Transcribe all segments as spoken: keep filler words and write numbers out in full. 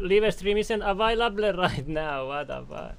live stream isn't available right now, what the fuck?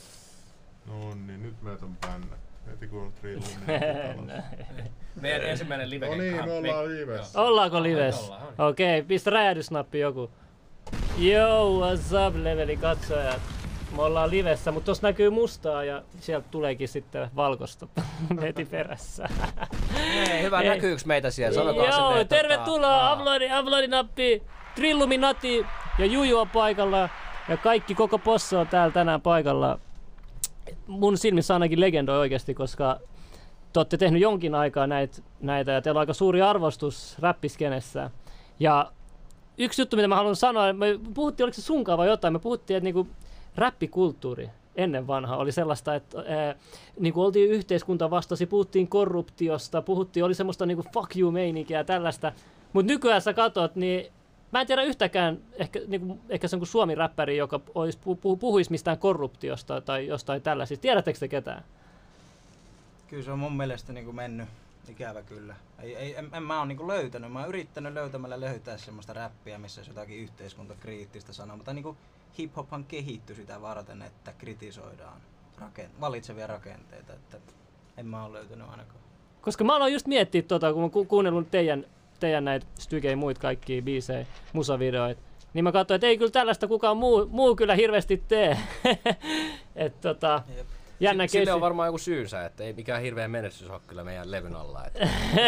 No niin, nyt meitä on pännä. Heti kun on trillu, niin meidän ensimmäinen live. No niin, me ollaan livessä. Ollaanko livessä? Okei, okay, pistä räjähdysnappi joku. Yo, what's up leveli katsojat? Me ollaan livessä, mutta tossa näkyy mustaa ja sieltä tuleekin sitten valkoista heti perässä. Ei, hyvä, näkyykö meitä siellä? Sanokaa Joo, sinne, tervetuloa, uploadi, uploadi-nappi, Trilluminati ja Juju on paikalla ja kaikki, koko posse on täällä tänään paikalla. Mun silmissä ainakin legendoi oikeasti, koska te olette tehnyt jonkin aikaa näitä, näitä ja teillä on aika suuri arvostus räppiskenessä. Ja yksi juttu, mitä mä haluan sanoa, me puhuttiin, oliko se sunkaan vai jotain, me puhuttiin, että niinku räppikulttuuri ennen vanha oli sellaista, että ää, niinku oltiin yhteiskunta vastasi, puhuttiin korruptiosta, puhuttiin, oli semmoista niinku fuck you meininkiä ja tällaista. Mutta nykyään sä katot, niin mä en tiedä yhtäkään, ehkä, niinku, ehkä se on kuin Suomi-räppäri, joka olisi, puh, puhuisi mistään korruptiosta tai jostain tällaisista. Tiedättekö te ketään? Kyllä se on mun mielestä niinku mennyt, ikävä kyllä. Ei, ei, en, en mä oon niinku löytänyt, mä oon yrittänyt löytämällä löytää semmoista räppiä, missä olisi jotakin yhteiskuntakriittistä sanaa, mutta niinku hip-hophan kehittyi sitä varten, että kritisoidaan rakent- valitsevia rakenteita, että en mä oo löytänyt ainakaan. Koska mä aloin just miettiä tota, kun mä ku- kuunnellut teidän, teidän näitä stygejä, muita kaikkia biisejä, musavideoita, niin mä katsoin, että ei kyllä tällaista kukaan muu, muu kyllä hirveästi tee. Et tota, jännä S- sille on varmaan joku syynsä, että ei mikään hirveä menestys ole kyllä meidän levyn alla. Että.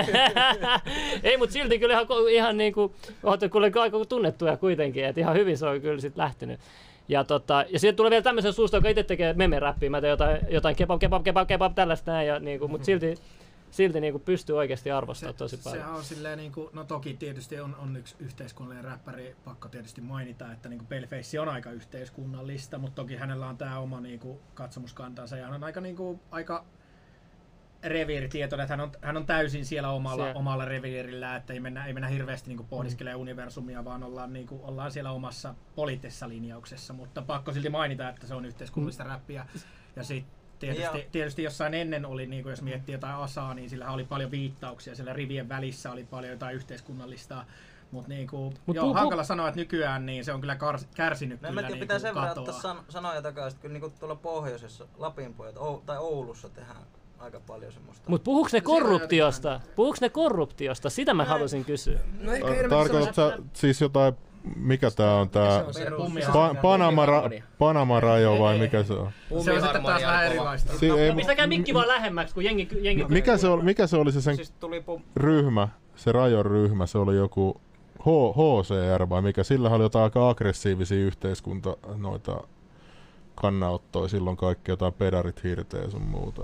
Ei, mutta silti kyllä ihan, ihan niinku, ootte kyllä aika tunnettuja kuitenkin, että ihan hyvin se on kyllä sit lähtenyt. Ja, tota, ja siitä tulee vielä tämmöisen suusta, joka itse tekee meme-räppiä, mä teen jotain, jotain kebab, kebab, kebab, kebab, tällaista näin, ja, niinku, mutta silti, silti niinku pystyy oikeasti arvostamaan tosi paljon. Sehän on silleen, niinku, no toki tietysti on, on yksi yhteiskunnallinen räppäri, pakko tietysti mainita, että niinku Paleface on aika yhteiskunnallista, mutta toki hänellä on tää oma niinku, katsomuskantansa ja hän on aika, niinku, aika reviiritietoinen, että hän on, hän on täysin siellä omalla, siellä. omalla reviirillä, että ei mennä, ei mennä hirveästi niinku, pohdiskelemaan mm. universumia, vaan ollaan, niinku, ollaan siellä omassa poliittisessa linjauksessa, mutta pakko silti mainita, että se on yhteiskunnallista mm. räppiä. Ja sit Tietysti, tietysti jossain ennen oli, niin jos miettii jotain Asaa, niin sillä oli paljon viittauksia, siellä rivien välissä oli paljon jotain yhteiskunnallista, mutta niin kuin, Mut joo, puh- hankala sanoa, että nykyään niin se on kyllä kars, kärsinyt no, kyllä niin pitää pitää sen verran katoa. ottaa san- sanoja takaisin, että kyllä niin tuolla pohjoisessa, Lapinpojat o- tai Oulussa tehdään aika paljon semmoista. Mutta puhuuko ne korruptiosta? Puhuuko ne korruptiosta? Sitä mä halusin kysyä. No, tarkoitatko sä siis jotain, mikä tää on tää pa- Panama-ra- Panama-rajo vai mikä se on? Se on sitten taas vähän erilaista. Si- ei, pistäkää mikki vaan lähemmäksi, kun jengi... jengi mikä, se oli, mikä se oli se sen siis tuli pum- ryhmä, se rajon ryhmä, se oli joku H- H C R vai mikä? Sillä oli jotain aika aggressiivisia yhteiskunta noita kannanottoja, silloin kaikki jotain pedarit hirteä ja sun muuta.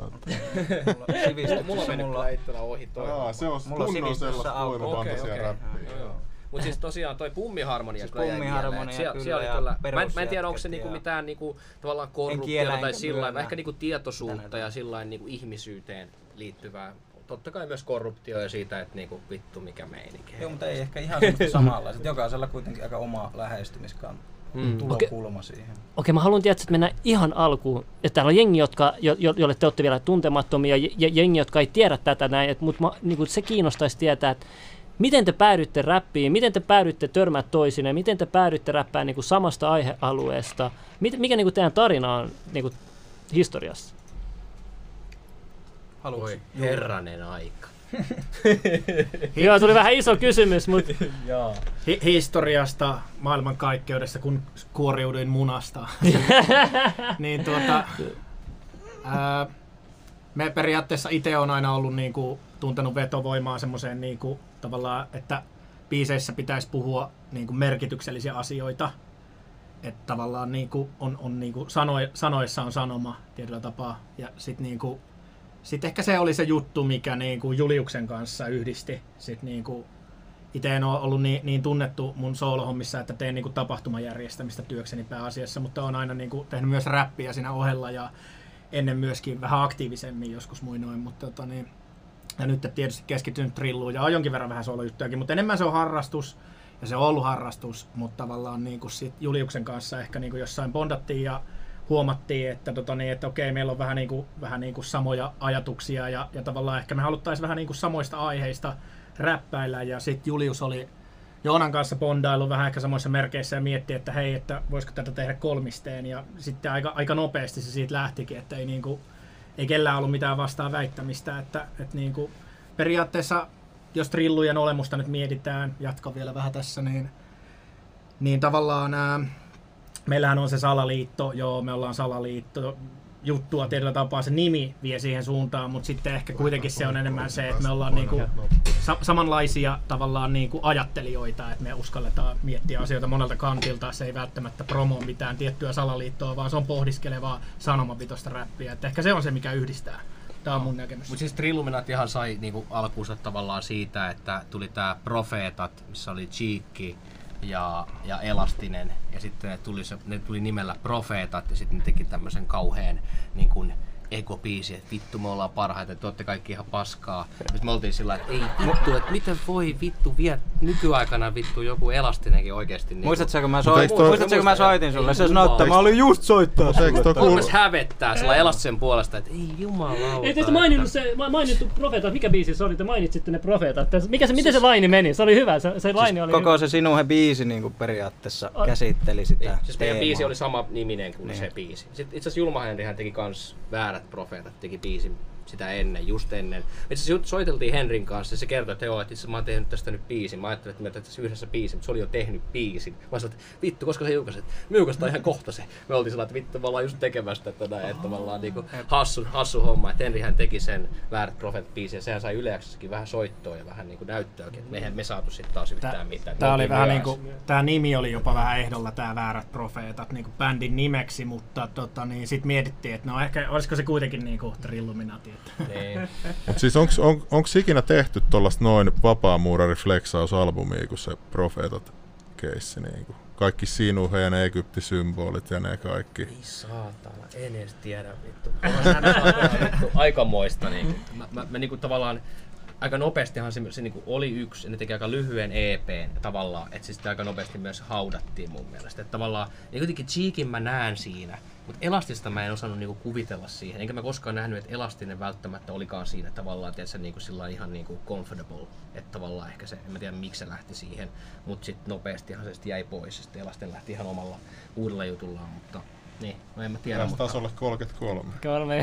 Mulla on mennyt kyllä itsellä ohi toi. Aa, se on kunnon sellaista voimafantasia räppiä. Mutta siis tosiaan toi pummiharmonia siis kyllä jäi mieleen. Siellä, kyllä siellä kyllä, mä, en, mä en tiedä, onko se niinku mitään niinku, tavallaan korruptiota tai sillain, ehkä niinku tietoisuutta ja sillain niinku ihmisyyteen liittyvää. Totta kai myös korruptio ja siitä, että niinku vittu mikä meininki. Joo, mutta ei ehkä ihan semmoista samanlaista. Jokaisella kuitenkin aika oma lähestymiskanta. Mm. Tulokulma okay. siihen. Okei, okay, mä haluan tietää, että mennään ihan alkuun. Että täällä on jengi, jotka, jo, jo, joille te olette vielä tuntemattomia, ja jengi, jotka ei tiedä tätä näin. Mutta niinku, se kiinnostaisi tietää, että miten te päädytte räppiin, miten te päädytte törmää toisineen, miten te päädytte räppään niinku samasta aihealueesta. Mikä niinku teidän tarina on niinku historiassa? Oi, herranen aika. Joo, tuli vähän iso kysymys, mutta... Hi- historiasta, maailmankaikkeudessa, kun kuoriuduin munasta. niin tuota... Ää, me periaatteessa itse on aina ollut niinku, tuntenut vetovoimaa semmoiseen niinku, tavallaan, että biiseissä pitäisi puhua niinku, merkityksellisiä asioita. Että tavallaan niinku, on, on niinku, sano, sanoissa on sanoma tietyllä tapaa. Ja sit niinku, Sitten ehkä se oli se juttu, mikä niinku Juliuksen kanssa yhdisti. Sitten niinku, itse en ole ollut niin, niin tunnettu mun soolohommissa, että teen niinku tapahtumajärjestämistä työkseni pääasiassa, mutta olen aina niinku tehnyt myös räppiä siinä ohella ja ennen myöskin vähän aktiivisemmin joskus muinoin. Mutta tota niin, ja nyt tietysti keskittynyt trilluun ja on jonkin verran vähän soolojuttujakin, mutta enemmän se on harrastus ja se on ollut harrastus, mutta tavallaan niinku sit Juliuksen kanssa ehkä niinku jossain bondattiin ja huomattiin, että, tota niin, että okei, meillä on vähän, niin kuin, vähän niin kuin samoja ajatuksia ja, ja tavallaan ehkä me haluttaisiin vähän niin kuin samoista aiheista räppäillä ja sitten Julius oli Joonan kanssa bondailu vähän ehkä samoissa merkeissä ja miettiä, että hei, että voisiko tätä tehdä kolmisteen. Ja sitten aika, aika nopeasti se siitä lähtikin, että ei, niinku, ei kellään ollut mitään vastaan väittämistä. Että, että niinku, periaatteessa, jos trillujen olemusta nyt mietitään, jatkan vielä vähän tässä, niin, niin tavallaan ää, meillähän on se salaliitto, joo, me ollaan salaliitto, juttua tietyllä tapaa se nimi vie siihen suuntaan, mutta sitten ehkä kuitenkin se on enemmän se, että me ollaan niinku sa- samanlaisia tavallaan niinku ajattelijoita, että me uskalletaan miettiä asioita monelta kantilta. Se ei välttämättä promo mitään tiettyä salaliittoa, vaan se on pohdiskelevaa sanomapitoista räppiä. Et ehkä se on se, mikä yhdistää. Tämä on mun näkemys. Mutta siis Trilluminatihan sai niinku alkuunsa tavallaan siitä, että tuli tää Profeetat, missä oli Cheekki ja, ja Elastinen, ja sitten ne tuli, se, ne tuli nimellä Profeetat, ja sitten ne teki tämmöisen kauheen niin kuin ego-biisi, että vittu me ollaan parhaita, te ootte kaikki ihan paskaa. Sitten me oltiin sillä että ei vittu, että miten voi vittu vie nykyaikana vittu joku Elastinenkin oikeesti. Niin muistatko kun mä, soit, muistatko, kun mä soitin sulle? Se sanoi, että mä olin just soittaa sulle. Kuules hävettää sillä Elastisen puolesta, että ei jumalauta. Ei teistä maininnut se, mainittu Profeetat, mikä biisi se oli, te mainitsitte ne Profeetat. Mikä se, miten se laini meni? Se oli hyvä, se, se laini siis oli koko hyvä. Se Sinuhe biisi niin kuin periaatteessa a- käsitteli sitä niin, siis meidän teemaa. biisi oli sama niminen kuin niin. se biisi. Sitten itse asiassa Julma Henrihän teki kans Väärät Profeetat, teki biisin sitä ennen, just ennen. Itse asiassa soiteltiin Henrin kanssa ja se kertoi, että joo, että itse mä oon tehnyt tästä nyt biisin. Mä ajattelin, että me tehtäisiin yhdessä biisin, mutta se oli jo tehnyt biisin. Mä sanoin, että vittu, koska se julkaisi, että me julkaistaan ihan kohta se. Me oltiin sellainen, että vittu, me ollaan just tekemästä tätä, että me ollaan niinku hassu, hassu homma. Että Henrihän teki sen Väärät Profeetat -biisin ja sehän sai Yleäksessäkin vähän soittoa ja vähän niinku näyttöäkin. Että mehän me saatu sitten taas yhtään tää, mitään. Tää oli vähän niinku, tää nimi oli jopa vähän ehdolla tää Väärät Profeetat niinku bändin nimeksi, mutta tota, niin sit mietittiin, että no ehkä olisiko se kuitenkin niinku Trilluminati. Niin. Mut siis onks, on, onks ikinä tehty tollasta noin vapaamuurari flexausalbumia kuin se Profeetat keissi niinku? Kaikki Sinuhe ja ne Egypti-symbolit ja ne kaikki. Ei saatana, en edes tiedä vittu. Onhan vittu aikamoista niinku. Mä, mä, mä niinku tavallaan aika nopeastihan se, se niinku oli yksi, ja ne teki aika lyhyen E P:n tavallaan, että siis aika nopeasti myös haudattiin mun mielestä. Että tavallaan, ja kuitenkin Cheekin mä näen siinä, mutta Elastista mä en osannut niinku kuvitella siihen, enkä mä koskaan nähnyt, että Elastinen välttämättä olikaan siinä tavallaan, tiedätkö, niinku sillä ihan niinku comfortable, että tavallaan ehkä se, en mä tiedä miksi se lähti siihen, mutta sitten nopeastihan se sit jäi pois, ja sitten Elastinen lähti ihan omalla uudella jutullaan, mutta niin, no en mä tiedä. Tässä taisi olla kolmekymmentäkolme. Kolme.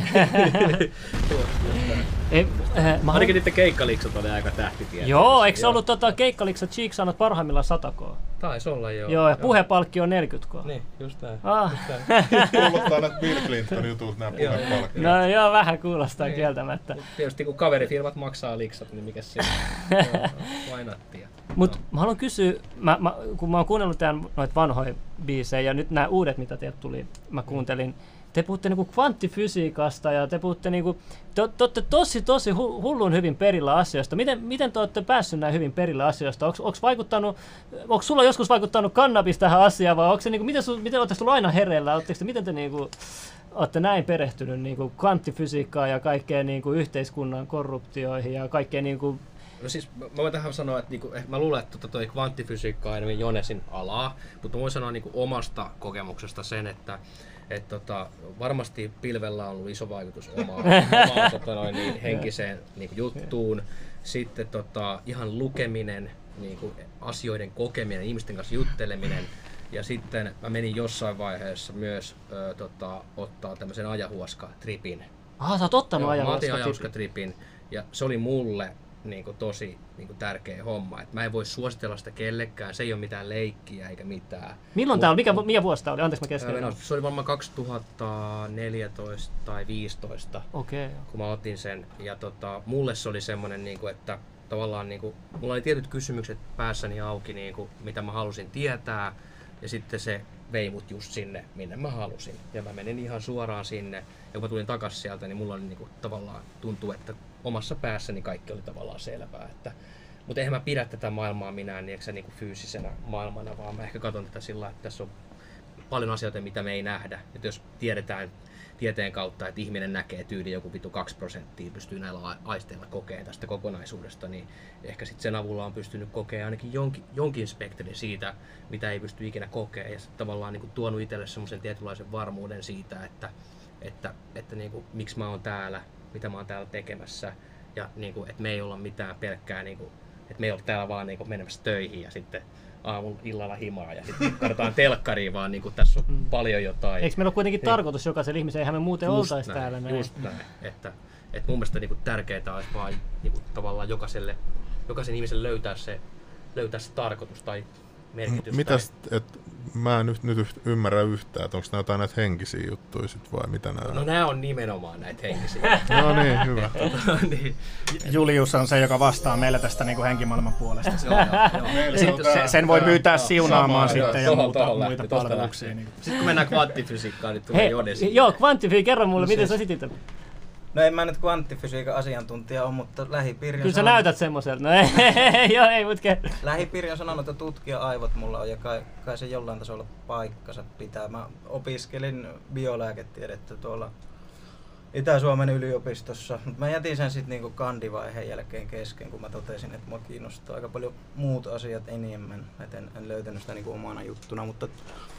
Ei, äh, mä ainakin niiden keikkaliksot oli aika tähtitietoisia. Joo, eikö se ollut tota, keikkaliksot Cheek saanut parhaimmillaan sata koo? Taisi olla joo. Joo, ja puhepalkki on neljäkymmentä koo. Niin, just näin. Ah. Kuuluttaa näitä Bill Clinton jutut nää puhepalkkia. No joo, vähän kuulostaa niin kieltämättä. Tietysti kun kaverifirmat maksaa liksat, niin mikä se on? Lainattiin. Mut mä haluan kysyä, mä, mä, kun mä oon kuunnellut tämän noita vanhoja biisejä ja nyt nämä uudet, mitä teiltä tuli, mä kuuntelin. Te puhutte niinku kvanttifysiikasta ja te puhutte niinku, te, te olette tosi tosi hullun hyvin perillä asioista. Miten, miten te olette päässyt näin hyvin perillä asioista? Onko vaikuttanut, onko sulla joskus vaikuttanut kannabis tähän asiaan vai onko se niinku, miten, su, miten olette tullut aina hereillä? Oletteko te, miten te niinku, olette näin perehtynyt niinku kvanttifysiikkaan ja kaikkeen niinku yhteiskunnan korruptioihin ja kaikkeen niinku. No siis mä voin tähän sanoa, että niinku, mä luulen, että tota toi kvanttifysiikka on enemmän Jonesin alaa, mutta mä voin sanoa niinku omasta kokemuksesta sen, että et tota, varmasti pilvellä on ollut iso vaikutus omaan, omaan tota noin, niin, henkiseen niinku, juttuun. Sitten tota, ihan lukeminen, niinku, asioiden kokeminen, ihmisten kanssa jutteleminen. Ja sitten mä menin jossain vaiheessa myös ö, tota, ottaa tämmöisen ajahuaska-tripin. Ah, sä oot ottanut ajahuaska-tripin? ajahuaska-tripin. Ja se oli mulle niinku, tosi niinku, tärkeä homma. Et mä en voi suositella sitä kellekään, se ei ole mitään leikkiä eikä mitään. Milloin tää oli? Mikä, mikä vuosi tää oli? Anteeksi mä keskeytän. Se oli varmaan kaksituhattaneljätoista tai viisitoista, okay, kun mä otin sen. Ja tota, mulle se oli semmonen, niinku, että tavallaan niinku, mulla oli tietyt kysymykset päässäni auki, niinku, mitä mä halusin tietää. Ja sitten se vei mut just sinne, minne mä halusin. Ja mä menin ihan suoraan sinne. Ja kun mä tulin takas sieltä, niin mulla oli niinku, tavallaan tuntuu, että omassa päässäni kaikki oli tavallaan selvää. Että, mutta eihän mä pidä tätä maailmaa minään niin, niinku fyysisenä maailmana, vaan mä ehkä katson tätä sillä, että tässä on paljon asioita, mitä me ei nähdä. Että jos tiedetään tieteen kautta, että ihminen näkee tyyli joku vitu kaksi prosenttia, pystyy näillä aisteilla kokemaan tästä kokonaisuudesta, niin ehkä sitten sen avulla on pystynyt kokemaan ainakin jonkin, jonkin spektrin siitä, mitä ei pysty ikinä kokemaan. Ja tavallaan niin kuin tuonut itselle semmoisen tietynlaisen varmuuden siitä, että, että, että niin kuin, miksi mä oon täällä, mitä mä oon täällä tekemässä. Ja niin kuin, että me ei olla mitään pelkkää niin kuin että me ei ole täällä vaan niinku menemässä töihin ja sitten aamulla illalla himaa ja sitten katsotaan telkkariin, vaan niinku tässä on mm. paljon jotain. Eikö meillä ole kuitenkin niin, tarkoitus jokaisella ihmisellä, eihän me muuten oltaisi täällä näin. Just näin, että, että mun mielestä niinku tärkeää olisi vaan niinku tavallaan jokaiselle, jokaisen ihmisen löytää se, löytää se tarkoitus tai merkitys. Mitäs, et, mä en nyt, nyt ymmärrä yhtään, että onko nämä jotain näitä henkisiä juttuja sit vai mitä nämä No nämä on nimenomaan näitä henkisiä. No niin, hyvä. niin. Julius on se, joka vastaa meille tästä niin kuin henkimaailman puolesta. Joo, joo. Sitten se, sen voi pyytää siunaamaan Sama, sitten joo, ja tohon, muuta, tohon muita lähti, tosta palveluksia. lähti. Niin. Sitten kun mennään kvanttifysiikkaan, niin tulee Hei, Jodesi. joo, kvanttifyy, kerro mulle, No miten siis- sä esitit? No en mä nyt kvanttifysiikan asiantuntija ole, mutta lähipiiri on Kyllä sä sanonut, näytät semmoiselta. No ei, joo, ei, mut ke... lähipiiri on sanonut, että tutkia aivot mulla on ja kai, kai se jollain tasolla paikkansa pitää. Mä opiskelin biolääketiedettä tuolla Itä-Suomen yliopistossa, mutta mä jätin sen sitten niinku kandivaiheen jälkeen kesken, kun mä totesin, että mua kiinnostaa aika paljon muut asiat enemmän. Et en, en löytänyt sitä niinku omana juttuna, mutta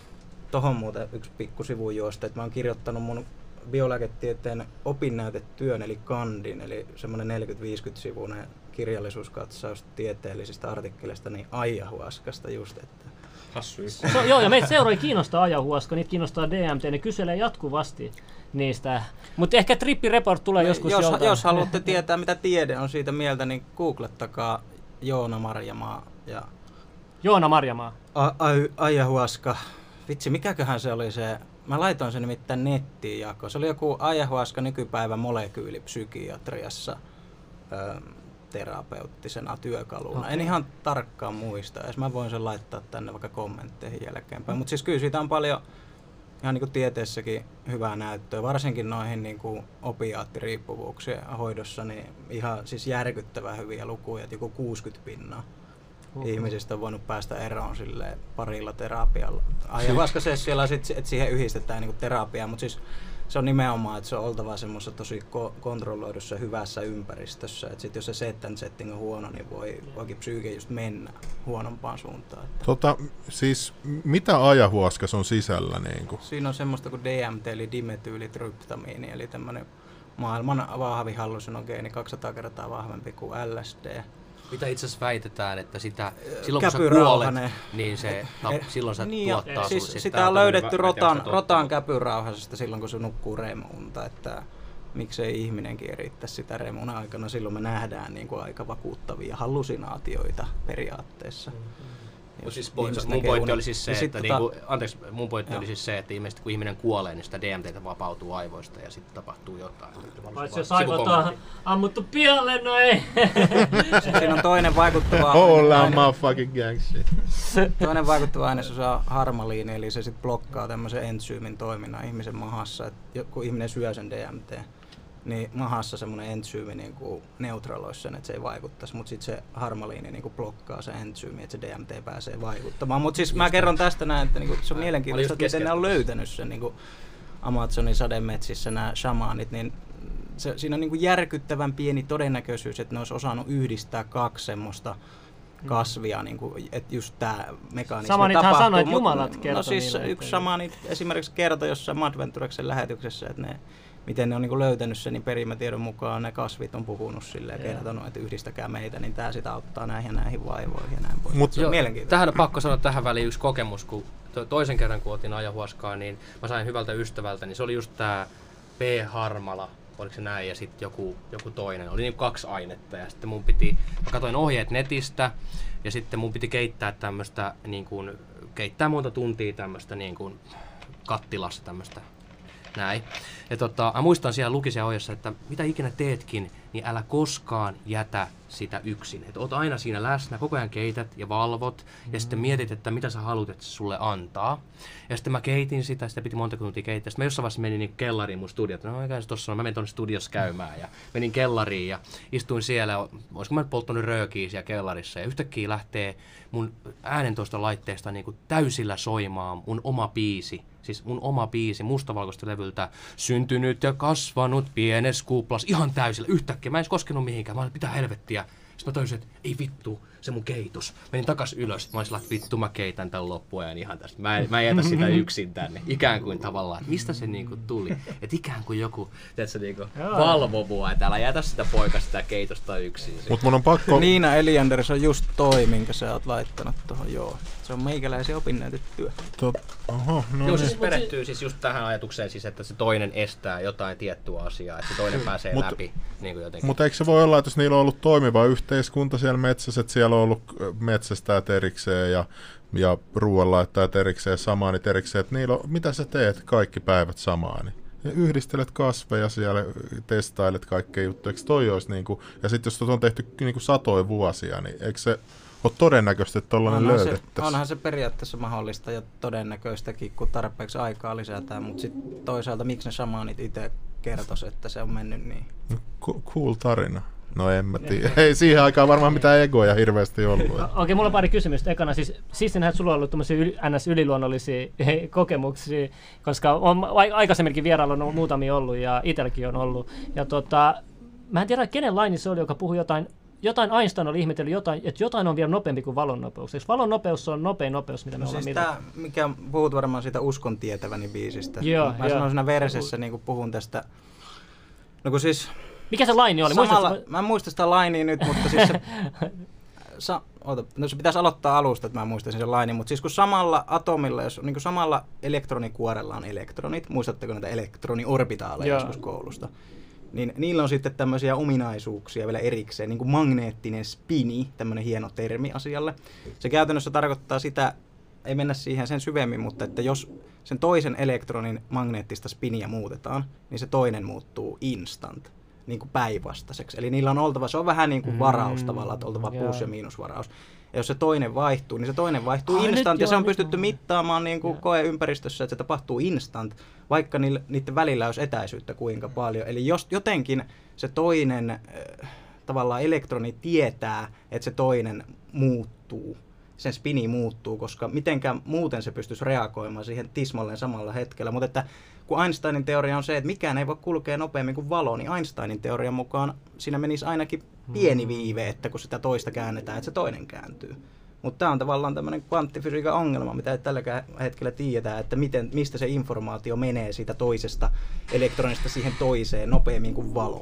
tohon muuten yksi pikku sivujuosta, että mä oon kirjoittanut mun biolääketieteen opinnäytetyön eli kandin, eli semmoinen neljäkymmentä-viisikymmentä-sivuinen kirjallisuuskatsaus tieteellisistä artikkeleista, niin ayahuascasta just, että Hassu. So, joo, ja meitä seuraajia kiinnostaa ayahuasca, niitä kiinnostaa D M T, ne kyselee jatkuvasti niistä. Mutta ehkä trippireport tulee no, joskus jos, joltain. jos haluatte tietää, mitä tiede on siitä mieltä, niin googlettakaa Joona Marjamaa ja Joona Marjamaa. a- a- ayahuasca. Vitsi, mikäköhän se oli se? Mä laitoin sen nimittäin nettiin jako. Se oli joku ayahuasca nykypäivä molekyylipsykiatriassa ö, terapeuttisena työkaluna. Okei. En ihan tarkkaan muista, edes mä voin sen laittaa tänne vaikka kommentteihin jälkeenpäin. Mutta siis kyllä siitä on paljon ihan niin kuin tieteessäkin hyvää näyttöä, varsinkin noihin niin kuin opiaattiriippuvuuksien hoidossa, niin ihan siis järkyttävän hyviä lukuja, että joku kuusikymmentä pinnaa. Oho. Ihmisistä on voinut päästä eroon silleen parilla terapialla. Ayahuasca-sessiolla sit, että siihen yhdistetään niinku terapiaa, mutta siis se on nimenomaan, että se on oltava semmoisessa tosi ko- kontrolloidussa hyvässä ympäristössä. Että sit jos se set and setting on huono, niin voi voikin psyyke just mennä huonompaan suuntaan. Että Tota, siis mitä ayahuascas on sisällä niinku? siinä on semmoista kuin D M T eli dimetyylitriptamiini, eli tämmöinen maailman vahvin hallusinogeeni, kaksisataa kertaa vahvempi kuin L S D. Mitä itse asiassa väitetään, että sitä, silloin kun sä Käpyrauhanen. kuolet, niin se, tap, Eh, silloin se niin, ja tuottaa siis sulle. Siis sitä tää on tämmönen löydetty vä- rotan, totta, rotan mutta- käpyrauhasesta silloin, kun se nukkuu remuunta, että miksei ihminenkin erittäisi sitä remun aikana. Silloin me nähdään niin kuin aika vakuuttavia hallusinaatioita periaatteessa. Mut siis ihmiset mun näkee pointti unen. oli siis se, Ja että sit niinku, tota- anteeksi, mun pointti Joo. oli siis se, että ilmeisesti kun ihminen kuolee, niin sitä D M T:tä vapautuu aivoista ja sitten tapahtuu jotain. Paitsi jos aivot on ammuttu pialle, no ei. Sitten siinä on toinen vaikuttava All aine, my fucking gang shit. toinen vaikuttava ainesosa on harmaliini, eli se sit blokkaa tämmöisen entsyymin toiminnan ihmisen mahassa. Et kun ihminen syö sen D M T, niin mahassa semmoinen entsyymi niinku neutraloisi sen, että se ei vaikuttaisi, mutta sitten se harmaliini niinku blokkaa se entsyymi, että se D M T pääsee vaikuttamaan. Mutta siis mä kerron tästä näin, että niinku, se on Mä mielenkiintoista, olin just että miten ne on keskeyttämässä. löytänyt sen niinku Amazonin sademetsissä nämä shamaanit, niin se, siinä on niinku järkyttävän pieni todennäköisyys, että ne olisi osannut yhdistää kaksi semmoista kasvia, niinku, että just tämä mekanismi Samanithan tapahtuu. sanoi, että mut- jumalat No kertoi siis niille, yksi että- shamanit esimerkiksi kertoi jossain Madventureksen lähetyksessä, että ne miten ne on niinku löytänyt sen, niin perimätiedon mukaan ne kasvit on puhunut silleen ja Joo. kertonut, että yhdistäkää meitä, niin tää sitä auttaa näihin ja näihin vaivoihin ja näin pois. Mut- Se on Joo, mielenkiintoista. tähän on pakko sanoa tähän väliin yksi kokemus, kun to- toisen kerran kun otin ayahuascaa, niin mä sain hyvältä ystävältä, niin se oli just tää P-harmala, oliko se näin, ja sitten joku, joku toinen. Oli niin kaksi ainetta ja sitten mun piti, mä katsoin ohjeet netistä ja sitten mun piti keittää tämmöstä niin kuin, keittää monta tuntia tämmöstä niin kuin kattilassa tämmöstä näin. Ja tota, mä muistan siellä luki siellä ohjeessa, että mitä ikinä teetkin, niin älä koskaan jätä sitä yksin. Että oot aina siinä läsnä, koko ajan keität ja valvot ja mm. sitten mietit, että mitä sä haluat, että se sulle antaa. Ja sitten mä keitin sitä, sitä piti monta tuntia keittää. Sitten mä jossain vaiheessa menin niin kellariin mun studiot. No eikä se tossa on, mä menin tuonne studiossa käymään ja menin kellariin ja istuin siellä. Olisiko mä nyt polttanut röökiä siellä kellarissa ja yhtäkkiä lähtee mun äänentoista laitteesta niin kuin täysillä soimaan mun oma biisi. Siis mun oma biisi mustavalkoista levyltä, syntynyt ja kasvanut pienessä kuplas, ihan täysillä, yhtäkkiä. Mä en edes koskenut mihinkään, mä olin, pitää helvettiä. Sitten mä tajusin, että ei vittu, se mun keitos. Menin takas ylös, mä olin sillä, että vittu mä keitän tän loppuajan ihan tästä. Mä en, mä en jätä sitä yksin tänne. Ikään kuin tavallaan, että mistä se niinku tuli. Että ikään kuin joku, tiedätkö, niinku valvo mua, että älä jätä sitä poika sitä keitosta yksin. Mut mun on pakko... Niina Eliander, se on just toi, minkä sä oot laittanut tohon, joo. Se on meikäläisen opinnäytetyö. Tot... Oho, no joo, niin. siis perehtyy siis just tähän ajatukseen, siis, että se toinen estää jotain tiettyä asiaa, että se toinen pääsee Mut, läpi. Niin kuin jotenkin. Mutta eikö se voi olla, että jos niillä on ollut toimiva yhteiskunta siellä metsässä, että siellä on ollut metsästäjät erikseen ja, ja ruoanlaittajat erikseen, samaanit erikseen, että niillä on, mitä sä teet kaikki päivät samaani? Ja yhdistelet kasveja siellä, testailet kaikkea juttuja. Eikö toi olisi niinku, ja sitten jos on tehty niinku satoja vuosia, niin eikö se ole todennäköistä, että tollainen onhan löydettäisiin? Se, onhan se periaatteessa mahdollista ja todennäköistäkin, kun tarpeeksi aikaa lisätään, mutta sitten toisaalta miksi ne shamanit itse kertoisi, että se on mennyt niin? Cool tarina. No en mä tiedä. Ei siihen aikaan varmaan mitään egoja hirveästi ollut. Okei, okay, mulla on pari kysymystä. Ekana siis, siistinhän sulla on ollut tämmöisiä yl, ns. Yliluonnollisia kokemuksia, koska on aikaisemminkin vierailla on muutamia ollut ja itselläkin on ollut. Ja tota, mä en tiedä, kenen laini se oli, joka puhui jotain, jotain Einstein oli ihmetellyt, jotain, että jotain on vielä nopeampi kuin valon nopeus. Eikö valon nopeus on nopein nopeus, mitä me no ollaan siis mitään? Tää, mikä puhut varmaan siitä Uskon tietäväni biisistä. Joo, mä joo. sanoin siinä versessä, niin kun puhun tästä, no kun siis... Mikä se laini oli? Samalla, Muistatko? mä en muista sitä lainia nyt, mutta siis se, sa, oota, no se pitäisi aloittaa alusta, että mä muistaisin sen lainin, mutta siis kun samalla atomilla, jos niin kuin samalla elektronikuorella on elektronit, muistatteko näitä elektroniorbiitaaleja joskus koulusta, niin niillä on sitten tämmöisiä ominaisuuksia vielä erikseen, niin kuin magneettinen spini, tämmöinen hieno termi asialle. Se käytännössä tarkoittaa sitä, ei mennä siihen sen syvemmin, mutta että jos sen toisen elektronin magneettista spiniä muutetaan, niin se toinen muuttuu instant. Niin kuin päinvastaiseksi. Eli niillä on oltava, se on vähän niin kuin varaus tavallaan, että oltava plus- ja miinusvaraus. Ja jos se toinen vaihtuu, niin se toinen vaihtuu ah, instant, ja se on pystytty joo. mittaamaan niin kuin koeympäristössä, että se tapahtuu instant, vaikka niille, niiden välillä olisi etäisyyttä kuinka paljon. Eli jos jotenkin se toinen äh, tavallaan elektroni tietää, että se toinen muuttuu, sen spini muuttuu, koska mitenkään muuten se pystyisi reagoimaan siihen tismalleen samalla hetkellä. Mutta että kun Einsteinin teoria on se, että mikään ei voi kulkea nopeammin kuin valo, niin Einsteinin teorian mukaan siinä menisi ainakin pieni viive, että kun sitä toista käännetään, että se toinen kääntyy. Mutta tämä on tavallaan tämmöinen kvanttifysiikan ongelma, mitä ei tälläkään hetkellä tiedetä, että miten, mistä se informaatio menee siitä toisesta elektronista siihen toiseen nopeammin kuin valo.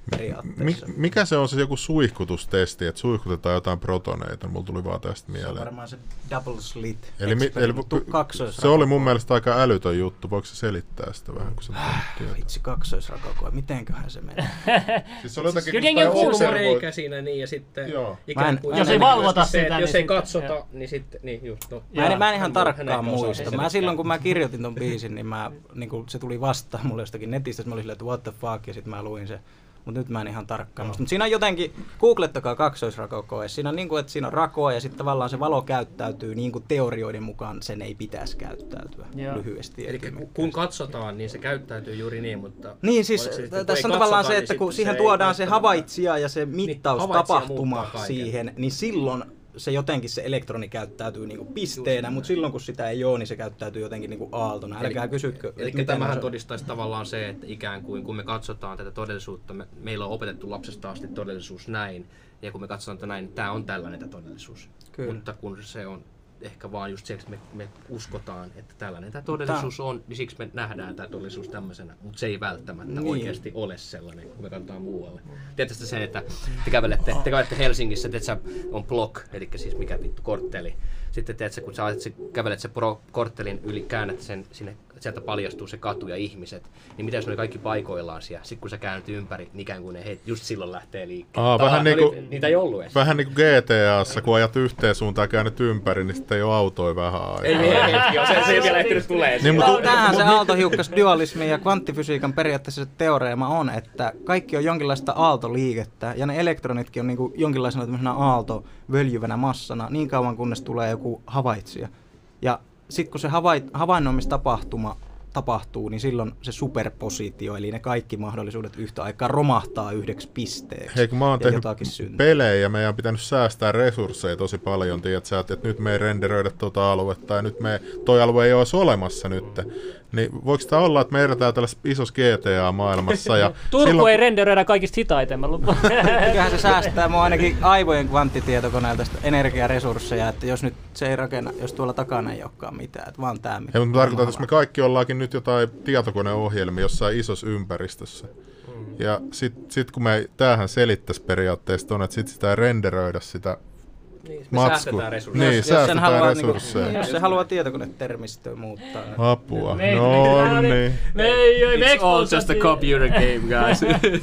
Mik, mikä se on se joku suihkutustesti, että suihkutetaan jotain protoneita? Mulla tuli vaan tästä mieleen. Se on varmaan se double slit. Eli, eli se oli mun mielestä aika älytön juttu. Voiko se selittää sitä vähän? Kun se Vitsi, kaksoisrakokoi. Mitenköhän se menee? Siis se oli jotakin, kyllä jengi on kuullut reikä siinä niin ja sitten ikään kuin... Jos ei valvota sitä, jos ei katsota, niin sitten... Niin just, no. Mä en, mä en ihan tarkkaan muista. Mä silloin kun mä kirjoitin ton biisin, niin, mä, niin kun se tuli vastaan mulle jostakin netistä. Mä olin silleen, että what the fuck, ja sitten mä luin se. Mutta nyt mä en ihan tarkkaan muista. Mutta siinä on jotenkin, googlettakaa kaksoisrakokoe. Siinä on niin kuin, että siinä on rakoa ja sitten tavallaan se valo käyttäytyy niin kuin teorioiden mukaan sen ei pitäisi käyttäytyä. Joo. Lyhyesti. Eli kun katsotaan, niin se käyttäytyy juuri niin, mutta... Niin siis t- tässä on tavallaan se, että kun niin siihen tuodaan se havaitsija ja se mittaustapahtuma niin, siihen, niin silloin se jotenkin se elektroni käyttäytyy niinku pisteenä, mutta silloin kun sitä ei ole, niin se käyttäytyy jotenkin niinku aaltona. Älkää kysykö. Eli tämähän todistaisi tavallaan se, että ikään kuin kun me katsotaan tätä todellisuutta, me, meillä on opetettu lapsesta asti todellisuus näin, ja kun me katsotaan tätä näin, niin tämä on tällainen tämä todellisuus. Kyllä. Mutta kun se on ehkä vaan just se, että me, me uskotaan, että tällainen tämä todellisuus on, niin siksi me nähdään tämä todellisuus tämmöisenä, mutta se ei välttämättä niin. oikeasti ole sellainen, kun me katsotaan muualle. Tiedätkö sen, että te kävelette, te kävelette Helsingissä, että on block, eli siis mikä vittu, kortteli. Sitten teet, kun sä kävelet sen korttelin yli, käännät sen sinne, sieltä paljastuu se katu ja ihmiset, niin mitä jos ne oli kaikki paikoillaan siellä? Sitten kun sä käännyt ympäri, niin ikään kuin ne heit, just silloin lähtee liikkeelle. Aa, vähän niin kuin, niitä ei ollut edes. Vähän niin kuin G T A:ssa, kun ajat yhteen suuntaan ja käännyt ympäri, niin sitten ei ole autoja vähän aikaa. Ei niin hetki, se, se ei vielä ehtinyt tulee. Niin, mutta tämähän se aaltohiukkasdualismi ja kvanttifysiikan periaatteessa se teoreema on, että kaikki on jonkinlaista aaltoliikettä ja ne elektronitkin on niin kuin jonkinlaisena tämmöisenä aaltovöljyvänä massana niin kauan kunnes tulee joku havaitsija. Ja sitten kun se havait, havainnoimistapahtuma tapahtuu, niin silloin se superpositio, eli ne kaikki mahdollisuudet yhtä aikaa romahtaa yhdeksi pisteeksi. Hei, kun mä oon tehnyt syntyy. pelejä ja meidän on pitänyt säästää resursseja tosi paljon, tiedätkö, että nyt me ei renderöidä tuota aluetta ja nyt me, toi alue ei olisi olemassa nyt. Niin voiko tämä olla, että me edetään tällaisessa isossa G T A-maailmassa? Ja Turku silloin... ei renderöidä kaikista hitaiten, mä lupaan. Kyllähän se säästää mua ainakin aivojen kvanttitietokoneelta energiaresursseja, että jos nyt se ei rakenna, jos tuolla takana ei olekaan mitään, että vaan tämä. Ei, mutta tarkoitan, että jos me kaikki ollaankin nyt jotain tietokoneohjelmia jossain isossa ympäristössä. Mm. Ja sitten sit kun me tämähän selittäisi periaatteessa tuonne, että sit sitä ei renderöidä sitä niin, me säästetään resursseja. Niin, jos, säästetään haluaa, resursseja. Niin, jos se haluaa tietokonetermistöä muuttaa. Apua. Me, no me, niin. Me ei ole It's all just a computer game, guys.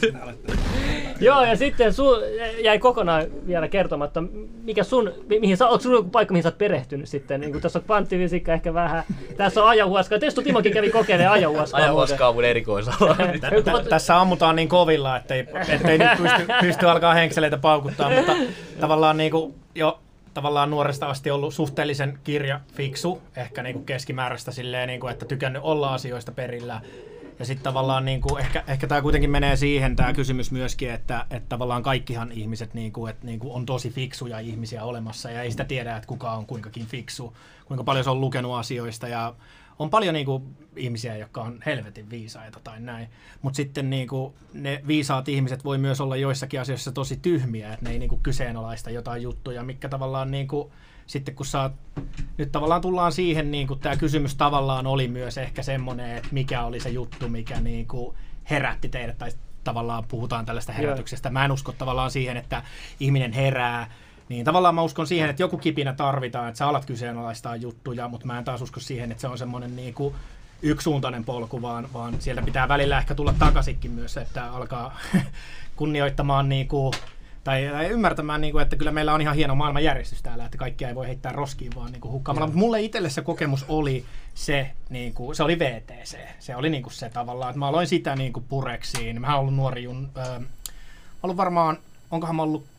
Joo, ja sitten sun jäi kokonaan vielä kertomatta, mikä sun, mihin sä, onko sun joku paikka, mihin sä oot perehtynyt sitten? Niin tässä on kvanttifysiikka ehkä vähän, tässä on ajahuaskaa. Testu Timokin kävi kokeilemaan ajahuaskaa. Ajahuaskaa on mun erikoisala. Tässä ammutaan niin kovilla, ettei, ettei nyt pysty, pysty alkaa henkseleitä paukuttaa, mutta tavallaan niinku jo tavallaan nuoresta asti ollut suhteellisen kirjafiksu, ehkä niinku keskimääräistä silleen, niinku, että tykännyt olla asioista perillä. Ja sitten tavallaan niinku, ehkä, ehkä tämä kuitenkin menee siihen, tämä kysymys myöskin, että, että tavallaan kaikkihan ihmiset niinku, et, niinku, on tosi fiksuja ihmisiä olemassa ja ei sitä tiedä, että kuka on kuinkakin fiksu, kuinka paljon se on lukenut asioista ja on paljon niinku, ihmisiä, jotka on helvetin viisaita tai näin, mutta sitten niinku, ne viisaat ihmiset voi myös olla joissakin asioissa tosi tyhmiä, että ne ei niinku, kyseenalaista jotain juttuja, mikä tavallaan niinku, sitten kun saat, nyt tavallaan tullaan siihen, niin kuin tämä kysymys tavallaan oli myös ehkä semmoinen, että mikä oli se juttu, mikä niin kuin herätti teidät, tai tavallaan puhutaan tällaista herätyksestä. Mä en usko tavallaan siihen, että ihminen herää, niin tavallaan mä uskon siihen, että joku kipinä tarvitaan, että sä alat kyseenalaistaa juttuja, mutta mä en taas usko siihen, että se on semmoinen niin kuin yksisuuntainen polku, vaan, vaan sieltä pitää välillä ehkä tulla takaisinkin myös, että alkaa kunnioittamaan niin kuin Tai, tai ymmärtämään, niin kuin, että kyllä meillä on ihan hieno maailmanjärjestys täällä, että kaikkia ei voi heittää roskiin vaan niin kuin hukkaamalla. Mutta mulle itselle se kokemus oli se, niin kuin, se oli V T C. Se oli niin kuin se tavallaan, että mä aloin sitä niin kuin pureksiin. Mä oon ollut nuori jun, äh, ollut varmaan, onkohan mä ollut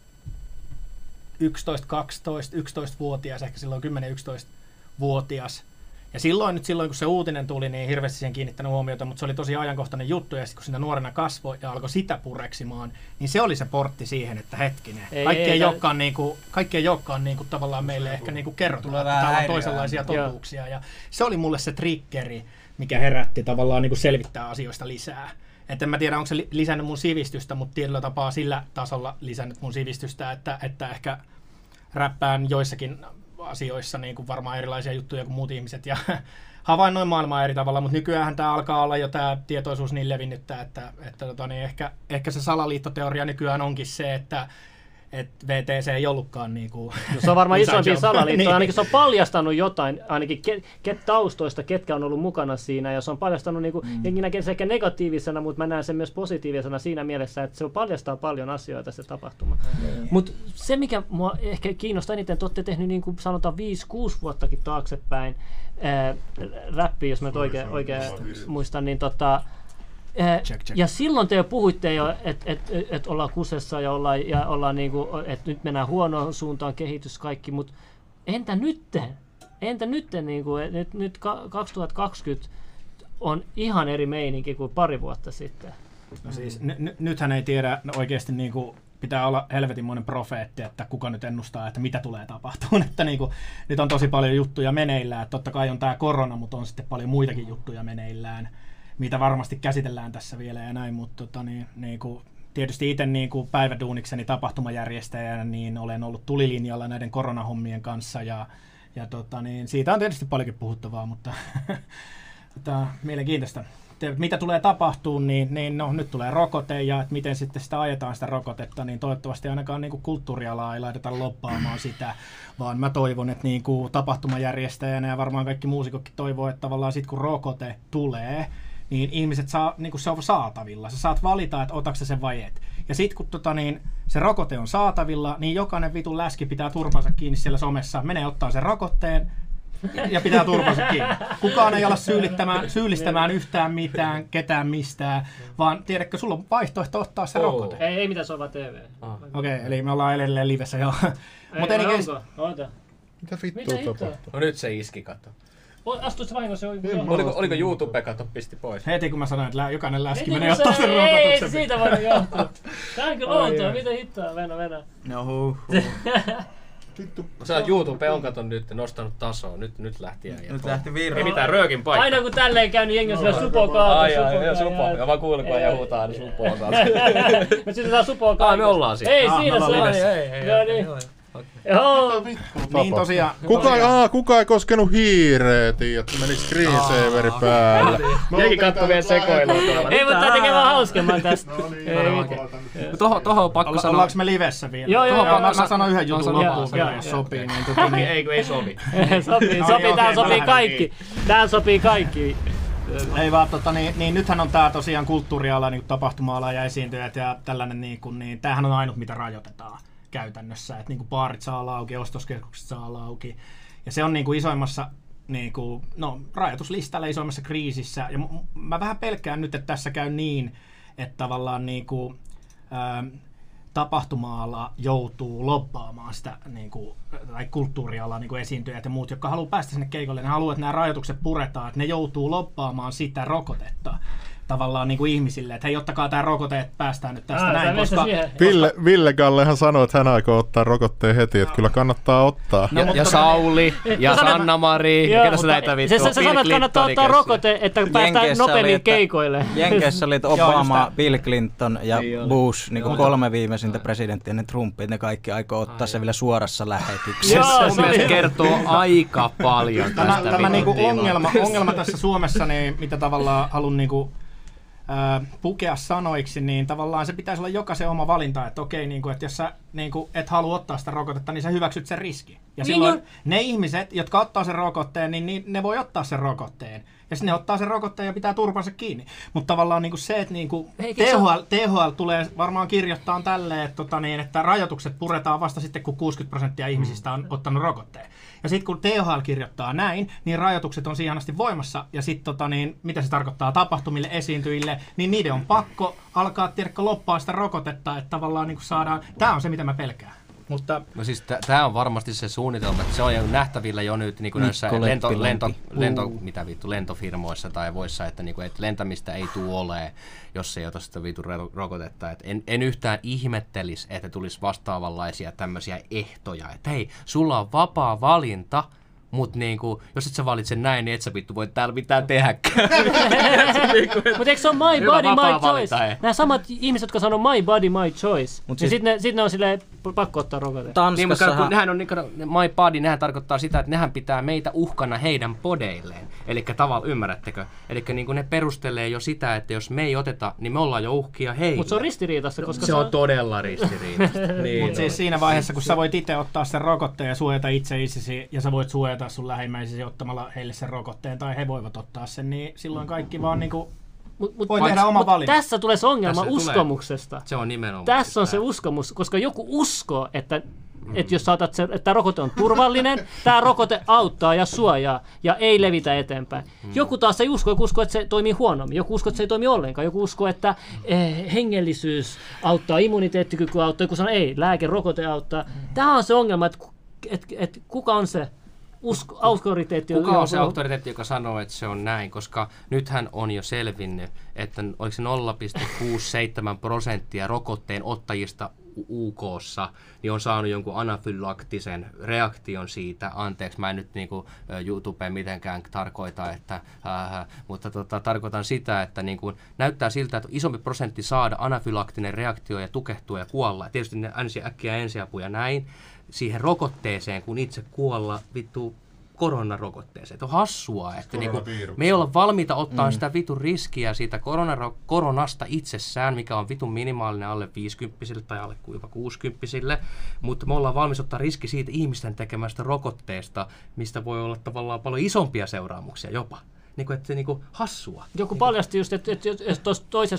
yksitoista, kaksitoista, yksitoista-vuotias, ehkä silloin kymmenen-yksitoista-vuotias. Ja silloin, nyt silloin, kun se uutinen tuli, niin hirveästi siihen kiinnittänyt huomiota, mutta se oli tosi ajankohtainen juttu, ja sitten kun siinä nuorena kasvoi ja alkoi sitä pureksimaan, niin se oli se portti siihen, että hetkinen, ei, kaikki ei, ei olekaan, niinku, kaikki ei olekaan niinku, tavallaan meille ehkä niinku kerrottu, että täällä on toisenlaisia totuuksia, ja se oli mulle se triggeri, mikä herätti tavallaan niinku selvittää asioista lisää. Et en mä tiedä, onko se lisännyt mun sivistystä, mutta tietyllä tapaa sillä tasolla lisännyt mun sivistystä, että, että ehkä räppään joissakin asioissa niin kuin varmaan erilaisia juttuja kuin muut ihmiset ja havainnoin maailmaa eri tavalla, mutta nykyäänhän tämä alkaa olla jo tämä tietoisuus niin levinnyttä, että, että tota, niin ehkä, ehkä se salaliittoteoria nykyään onkin se, että että V T C ei ollutkaan niinku... No, se on varmaan isompi salaliitto, niin. Ainakin se on paljastanut jotain, ainakin ket, ket taustoista, ketkä on ollut mukana siinä, ja se on paljastanut, niinku, mm. jenkin näkee se ehkä negatiivisena, mutta mä näen sen myös positiivisena siinä mielessä, että se paljastaa paljon asioita se tapahtuma. Mm. Mutta se, mikä mua ehkä kiinnostaa eniten, että olette tehnyt niin kuin sanotaan viisi kuusi vuottakin taaksepäin ää, räppiä, jos mä nyt oikein, oikein muistan, niin tota... Check, check. Ja silloin te jo puhuitte jo, että et, et ollaan kusessa ja ollaan, ja ollaan niinku, että nyt mennään huonoon suuntaan kehitys kaikki, mutta entä nytten? Entä nytten, niinku, nyt, nyt kaksituhattakaksikymmentä on ihan eri meininki kuin pari vuotta sitten? No siis, n- n- nythän ei tiedä no oikeasti niinku, pitää olla helvetinmoinen profeetti, että kuka nyt ennustaa, että mitä tulee tapahtumaan. Että niinku, nyt on tosi paljon juttuja meneillään. Totta kai on tämä korona, mutta on sitten paljon muitakin juttuja meneillään, mitä varmasti käsitellään tässä vielä ja näin, mutta tota, niin, niin kuin, tietysti itse niin kuin päiväduunikseni tapahtumajärjestäjänä niin olen ollut tulilinjalla näiden koronahommien kanssa ja, ja tota, niin, siitä on tietysti paljonkin puhuttavaa, mutta tota, mielenkiintoista. Mitä tulee tapahtumaan, niin, niin no, nyt tulee rokote ja että miten sitten sitä ajetaan sitä rokotetta, niin toivottavasti ainakaan niin kuin kulttuurialaa ei laiteta loppaamaan sitä, vaan mä toivon, että niin kuin tapahtumajärjestäjänä ja varmaan kaikki muusikotkin toivoo, että tavallaan sitten kun rokote tulee, niin ihmiset saa, niin kuin se on saatavilla. Sä saat valita, että otatko sen vai et. Ja sit kun tota, niin, se rokote on saatavilla, niin jokainen vitun läski pitää turpansa kiinni siellä somessa, menee ottaa sen rokotteen ja pitää turpansa kiinni. Kukaan ei ala syyllistämään, syyllistämään yhtään mitään, ketään mistään, vaan tiedätkö, sulla on vaihtoehto ottaa se oh. rokote. Ei, ei mitään, se on vaan T V. Ah. Okei, okay, eli me ollaan edelleen livessä, joo. Ei, Mut onko? Oota. Mitä vittua tapahtuu? No nyt se iski, kato. Astuit se vahingossa jo. Oliko, oliko YouTube kato pisti pois? Heti kun mä sanoin, että lä- jokainen läski Heti menee kun ottaa sä- sen Ei, rokotuksen. ei siitä voinut johtua. Tää on kyllä Ai outoa, ai. miten hittoa, venä, venä. No huh, Vittu. Sä oot YouTube on katon nyt nostanut tasoa. Nyt, nyt lähti äijä. Nyt lähti virra. Ei mitään röökin paikka. Aina kun tälleen käy, niin jengi on sillä supo kaata, Ai supo ai, joo, kaata. supo. Ja vaan kuulin, kun ja huutaa aina supoa kaata. Me sytytään supoa kaata. Ai, me ollaan siinä. Ei, Ah, siinä me se ollaan on. livessä. Ei, ei, Joo, ei, niin. joo, joo. Joo. Niin tosiaan. Kuka, ei, aa, kuka ei koskenut hiireä, tiiät, meni screensaveri päälle. Jengi kattoo vielä sekoilua tuolla. Ei, mutta tää tekee vaan hauskemman tästä. No niin, Ei mä mitään. Tohon, tohon on pakko Olla, sanoa. ollaanko me livessä vielä? Joo, joo, Tuohon joo, mä, mä- mä sanon yhden jutun sano- loppuun joo, vielä, joo, jos joo. sopii. Niin, tota, niin, Ei, kun ei sovi. sopii, No sopii, niin, tää okei, sopii mä kaikki. Tää sopii kaikki. Ei vaan, tota, niin, niin nythän on tää tosiaan kulttuuriala, niin tapahtuma-ala ja esiintyjät ja tällainen, niin, kuin, niin tämähän on ainut mitä rajoitetaan käytännössä. Että niin kuin baarit saa olla auki, ostoskeskukset saa olla auki. Ja se on niin kuin isoimmassa niin kuin, no, rajoituslistalla isoimmassa kriisissä. Ja m- mä vähän pelkään nyt, että tässä käy niin, että tavallaan niin kuin, ää, tapahtuma-ala joutuu lobbaamaan sitä niin kuin, tai kulttuurialaa niin kuin esiintyjät ja muut, jotka haluaa päästä sinne keikolle. Ne haluaa, että nämä rajoitukset puretaan, että ne joutuu lobbaamaan sitä rokotetta tavallaan niin kuin ihmisille, että hei, ottakaa tämä rokote, että päästään nyt tästä Ah, sä näin, menet koska siihen. Ville, Ville Gallehan sanoi, että hän aikoo ottaa rokotteen heti, että kyllä kannattaa ottaa. Ja, mutta- ja Sauli, ja Sano- Sanna-Mari, Joo, ketä sä mutta näitä vittua? Se, sä, sä sanoit, että kannattaa ottaa rokote, että päästään Jenkeissä oli, nopeammin että- keikoille. Jenkeissä oli että Joo, Obama, just tää. Bill Clinton ja Niin oli. Bush, niin kuin Joo. kolme viimeisintä presidenttiä, ne Trumpit, ne kaikki aikoo ottaa se vielä suorassa lähetyksessä. Joo, Mun se mielestä oli- kertoo aika paljon Tämä, tästä tämä niinku vitun ongelma, ongelma tässä Suomessa, niin, mitä tavallaan haluan niinku, ää, pukea sanoiksi, niin tavallaan se pitäisi olla jokaisen oma valinta, että okei, niinku, että jos sä niinku, et halua ottaa sitä rokotetta, niin sä hyväksyt sen riski. Ja Niin silloin jo. ne ihmiset, jotka ottaa sen rokotteen, niin, niin ne voi ottaa sen rokotteen. Ja sitten ne ottaa sen rokotteen ja pitää turpansa kiinni. Mutta tavallaan niinku se, että niinku Eikö se T H L, T H L tulee varmaan kirjoittaa tälleen, että, tota niin, että rajoitukset puretaan vasta sitten, kun kuusikymmentä prosenttia ihmisistä on ottanut rokotteen. Ja sitten kun T H L kirjoittaa näin, niin rajoitukset on siihen asti voimassa. Ja sitten tota niin, mitä se tarkoittaa tapahtumille, esiintyjille, niin niiden on pakko alkaa tiedätkö, loppaa sitä rokotetta, että tavallaan niin saadaan... Tämä on se, mitä mä pelkään. Mutta No siis tämä on varmasti se suunnitelma, että se on jo nähtävillä jo nyt niin kuin näissä Mikko lento, lento, Leppilampi. lento, Uh. mitä vittu, lentofirmoissa tai voissa, että, niin kuin, että lentämistä ei tule ole, jos ei ota sitä vitun ro- rokotetta. Et en, en yhtään ihmettelisi, että tulisi vastaavanlaisia tämmöisiä ehtoja, että hei, sulla on vapaa valinta, mutta niinku, jos et sä valitse näin, niin et sä vittu voi täällä mitään tehdäkään. Mutta eikö se ole my Hyvä body, my vapaa choice? valinta, ei. Nämä samat ihmiset, jotka sanoo my body, my choice, Mut niin siis- sitten ne, sit ne on silleen, pakko ottaa rokote. Niin, mutta kun Tanskassahan... nehän on, niin, my body, nehän tarkoittaa sitä, että nehän pitää meitä uhkana heidän podeilleen. Eli tavallaan, ymmärrättekö? Eli niin ne perustelee jo sitä, että jos me ei oteta, niin me ollaan jo uhkia heille. Mutta se on ristiriitassa, koska se on todella ristiriitaista. niin, Mutta siis siinä vaiheessa, kun sä voit itse ottaa sen rokotteen ja suojata itse itsesi, ja sä voit suojata sun lähimmäisesi ottamalla heille sen rokotteen, tai he voivat ottaa sen, niin silloin kaikki vaan niinku Mut, mut, voi tehdä oma valinnan. tässä tulee se ongelma Tässä tulee. uskomuksesta. Se on nimenomaan. Tässä on sitä. se uskomus, koska joku uskoo, että että jos saatat sen, että tämä rokote on turvallinen, tämä rokote auttaa ja suojaa ja ei levitä eteenpäin. Joku taas ei usko, joku uskoo, että se toimii huonommin, joku uskoo, että se ei toimi ollenkaan, joku uskoo, että eh, hengellisyys auttaa, immuniteettikyky auttaa, joku sanoo, ei, lääke, rokote auttaa. Tämä on se ongelma, että et, et, kuka on se usko, autoriteetti? Kuka on se auktoriteetti, joka sanoo, että se on näin, koska nythän on jo selvinnyt, että oliko se nolla pilkku kuusikymmentäseitsemän prosenttia rokotteen ottajista U K:ssa niin on saanut jonkun anafylaktisen reaktion siitä. Anteeksi, mä en nyt niinku YouTubeen mitenkään tarkoita, että, äh, mutta tota, tarkoitan sitä, että niinku, näyttää siltä, että isompi prosentti saada anafylaktinen reaktio ja tukehtua ja kuolla. Ja tietysti ne ensi, äkkiä ensiapuja näin siihen rokotteeseen, kun itse kuolla vittu koronarokotteeseen. Että on hassua, että niinku, me ei olla valmiita ottaa mm. sitä vitun riskiä siitä koronaro- koronasta itsessään, mikä on vitun minimaalinen alle viisikymppisille tai alle jopa kuusikymppisille, mutta me ollaan valmis ottaa riski siitä ihmisten tekemästä rokotteesta, mistä voi olla tavallaan paljon isompia seuraamuksia jopa. Niin kuin, että se niin kuin hassua. Joku paljasti just, että, että, että toisessa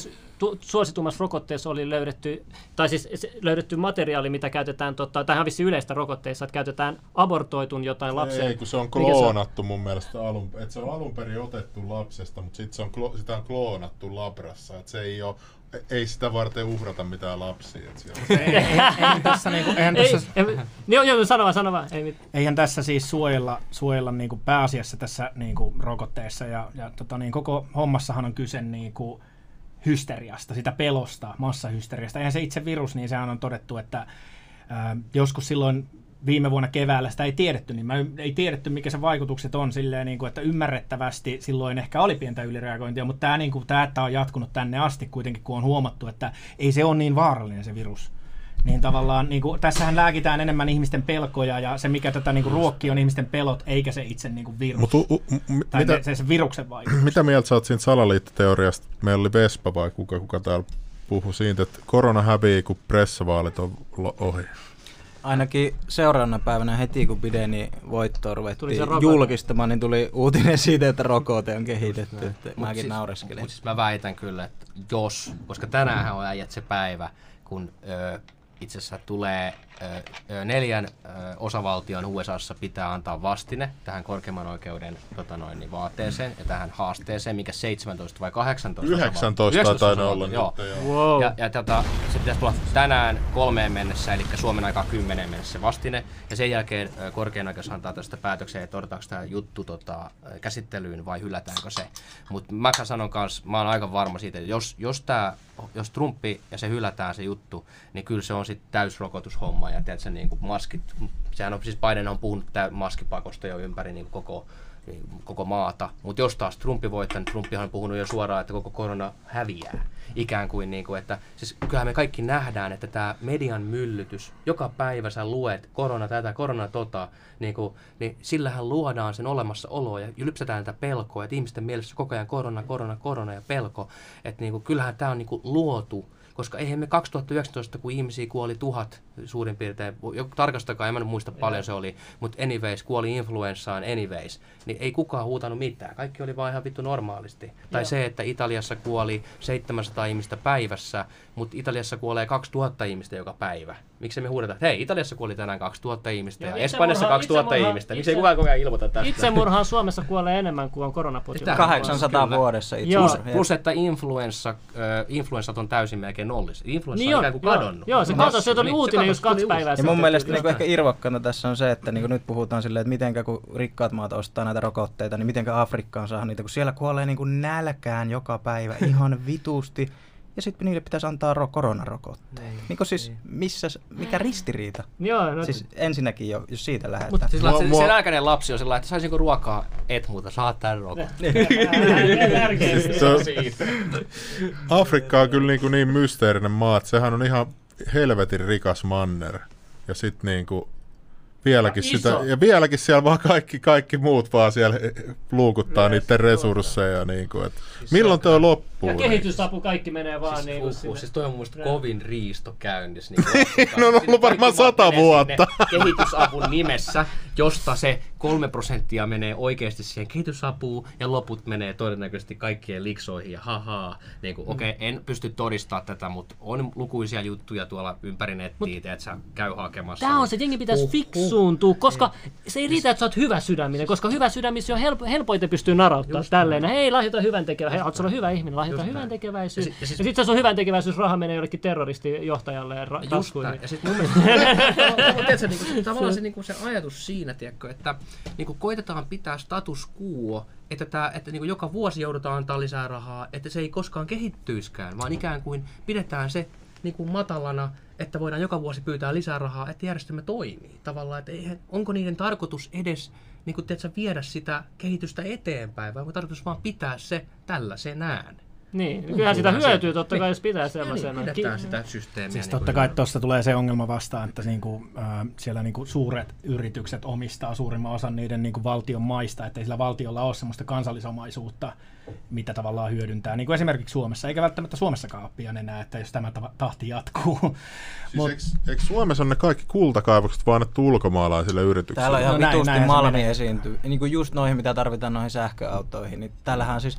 tu- suositummassa rokotteessa oli löydetty, tai siis löydetty materiaali, mitä käytetään, tota, tai ihan vissiin yleistä rokotteissa, että käytetään abortoitun jotain lapsen. Ei, kun se on kloonattu mun mielestä alun, että se on alun perin otettu lapsesta, mutta sit se on, sitä on kloonattu labrassa, että se ei ole, ei sitä varten uhrata mitään lapsia. ei, ei, ei, tässä niinku, eihän ei, tässä, ei, joo, joo, sano vaan, sano vaan. Ei, eihän tässä siis suojella, suojella niinku pääasiassa tässä niinku rokotteessa, ja, ja tota, niin koko hommassahan on kyse niinku hysteriasta, sitä pelosta, massahysteriasta. Eihän se itse virus, niin sehän on todettu, että ää, joskus silloin viime vuonna keväällä sitä ei tiedetty, niin mä ei tiedetty, mikä se vaikutukset on silleen, niin kuin, että ymmärrettävästi silloin ehkä oli pientä ylireagointia, mutta tämä, niin kuin, tämä että on jatkunut tänne asti kuitenkin, kun on huomattu, että ei se ole niin vaarallinen se virus. Niin tavallaan, niin kuin, tässähän lääkitään enemmän ihmisten pelkoja, ja se mikä tätä niin kuin, ruokkii on ihmisten pelot, eikä se itse niin kuin, virus. Mut, u, u, m- tai mitä, ne, se, se viruksen vaikutus. Mitä mieltä sä oot siitä salaliittoteoriasta? Meillä oli Vespa vai kuka, kuka täällä puhui siitä, että korona hävii, kun pressavaalit on ohi. Ainakin seuraavana päivänä heti, kun Bideni voittoa ruvettiin julkistamaan, niin tuli uutinen siitä, että rokote on kehitetty. Että mäkin siis, naureskelin. Mutta siis mä väitän kyllä, että jos, koska tänäänhän on äijät se päivä, kun ö, itse asiassa tulee ö, neljän ö, osavaltion U S A:ssa pitää antaa vastine tähän korkeimman oikeuden tota noin, niin vaateeseen ja tähän haasteeseen, mikä seitsemäntoista vai kahdeksantoista yhdeksäntoista taitaa olla nyt. Joo. Wow. Ja, ja tota, se pitäisi tulla tänään kolmeen mennessä, eli Suomen aikaa kymmeneen mennessä vastine. Ja sen jälkeen ö, korkein oikeus antaa tästä päätökseen, että odotetaanko tämä juttu tota, käsittelyyn vai hylätäänkö se. Mutta mä sanon kanssa, mä oon aika varma siitä, että jos, jos, tää, jos Trumpi ja se hylätään se juttu, niin kyllä se on sitten täysrokotushomma. Ja tiedätkö, niin kuin maskit, sehän on siis Biden on puhunut maskipakosta jo ympäri niin koko, niin, koko maata, mutta jos taas Trumpi voittaa, niin Trumpihan on puhunut jo suoraan, että koko korona häviää. Ikään kuin, niin kuin että siis kyllähän me kaikki nähdään, että tämä median myllytys, joka päivä sä luet korona tätä, korona tota, niin, kuin, niin sillähän luodaan sen olemassaoloa ja lypsetään tätä pelkoa, että ihmisten mielessä koko ajan korona, korona, korona ja pelko, että niin kuin, kyllähän tämä on niin kuin luotu. Koska eihän me kaksituhattayhdeksäntoista, kun ihmisiä kuoli tuhat suurin piirtein, tarkastakaa, en mä nyt muista paljon se oli, mutta anyways, kuoli influenssaan anyways, niin ei kukaan huutanut mitään. Kaikki oli vaan ihan vittu normaalisti. Joo. Tai se, että Italiassa kuoli seitsemänsataa ihmistä päivässä, mutta Italiassa kuolee kaksituhatta ihmistä joka päivä. Miksi me huudetaan, että hei, Italiassa kuoli tänään kaksituhatta ihmistä ja Espanjassa kaksituhatta ihmistä. Miksi ei kukaan koko ajan ilmoita tästä? Itsemurhaan Suomessa kuolee enemmän kuin on koronapotilaita. kahdeksansataa vuodessa itse plus, plus, että influenssa, äh, influenssat on täysin melkein nollissa. Influenssa niin on ikään kuin kadonnut. Joo, se katsoi, se oli uutinen just kaksi päivää. Ja mun mielestä niin ehkä irvokkaana tässä on se, että niin nyt puhutaan silleen, että mitenkä kun rikkaat maat ostaa näitä rokotteita, niin mitenkä Afrikkaan saa niitä, kun siellä kuolee niin kuin nälkään joka päivä ihan vitusti. Ja sitten niille pitäisi antaa ro- koronarokotteet. Niin kuin siis, missä, mikä ristiriita? Joo, no, siis ensinnäkin jo, jos siitä lähdetään. Mutta siis se, se nälkäinen lapsi on sellainen, että saisinko ruokaa, et muuta, saat tämän rokotteen. Afrikka on kyllä niin, kuin niin mysteerinen maa, että sehän on ihan helvetin rikas manner. Ja sitten niin kuin vieläkin, sitä, ja vieläkin siellä vaan kaikki, kaikki muut vaan siellä luukuttaa no, niiden resursseja. Niin kuin, että siis milloin tuo loppuu? Ja kehitysapu kaikki menee vaan siis niin kuin sinne. Siis toi on mun mielestä kovin riisto käynnissä. Niin no on ollut varmaan sata vuotta. Kehitysavun nimessä, josta se kolme prosenttia menee oikeasti siihen kehitysapuun ja loput menee todennäköisesti kaikkien liksoihin ja hahaa. Niin kuin, mm. okei, okay, en pysty todistamaan tätä, mutta on lukuisia juttuja tuolla ympäri nettiä, että sä käy hakemassa. Tämä on se, jengi pitäisi fiksuuntua, koska se ei riitä, että sä oot hyvä sydäminen, koska hyvä sydämissä on helpo, helpoiten pystyy narauttamaan tälleen. Hei, lahjoita hyvän tekevää. Hei, oot sä hyvä ihminen, lahjoita hyvän tekeväisyys. Ja, ja, sit, ja sitten se on hyvän tekeväisyys, raha menee jollekin terroristijohtajalle ra- taskuihin. Ja sitten mun mielestä niinku, tavallaan se, niinku, se ajatus siinä, tiedätkö, että niinku, koitetaan pitää status quo, että, tää, että niinku, joka vuosi joudutaan antaa lisää rahaa, että se ei koskaan kehittyiskään, vaan ikään kuin pidetään se niinku, matalana, että voidaan joka vuosi pyytää lisää rahaa, että järjestelmä toimii. Tavallaan, että eihän, onko niiden tarkoitus edes niin kuin, tiedätkö, viedä sitä kehitystä eteenpäin, vai onko tarkoitus vaan pitää se tällaisenään? Niin, kyllähän sitä hyötyy totta kai, jos pitää sellaisena. Niin, pidetään sitä systeemiä. Siis niin totta kai tuossa tulee se ongelma vastaan, että niinku, äh, siellä niinku suuret yritykset omistaa suurimman osan niiden niinku valtion maista, ettei sillä valtiolla ole sellaista kansallisomaisuutta, mitä tavallaan hyödyntää. Niin kuin esimerkiksi Suomessa, eikä välttämättä Suomessakaan ole pian enää, että jos tämä tahti jatkuu. Siis Mut, eikö, eikö Suomessa on ne kaikki kultakaivokset vaan annettu ulkomaalaisille yrityksille? Täällä on ihan no vitusti malmi esiintyy. Niin kuin just noihin, mitä tarvitaan noihin sähköautoihin. Niin täällähän siis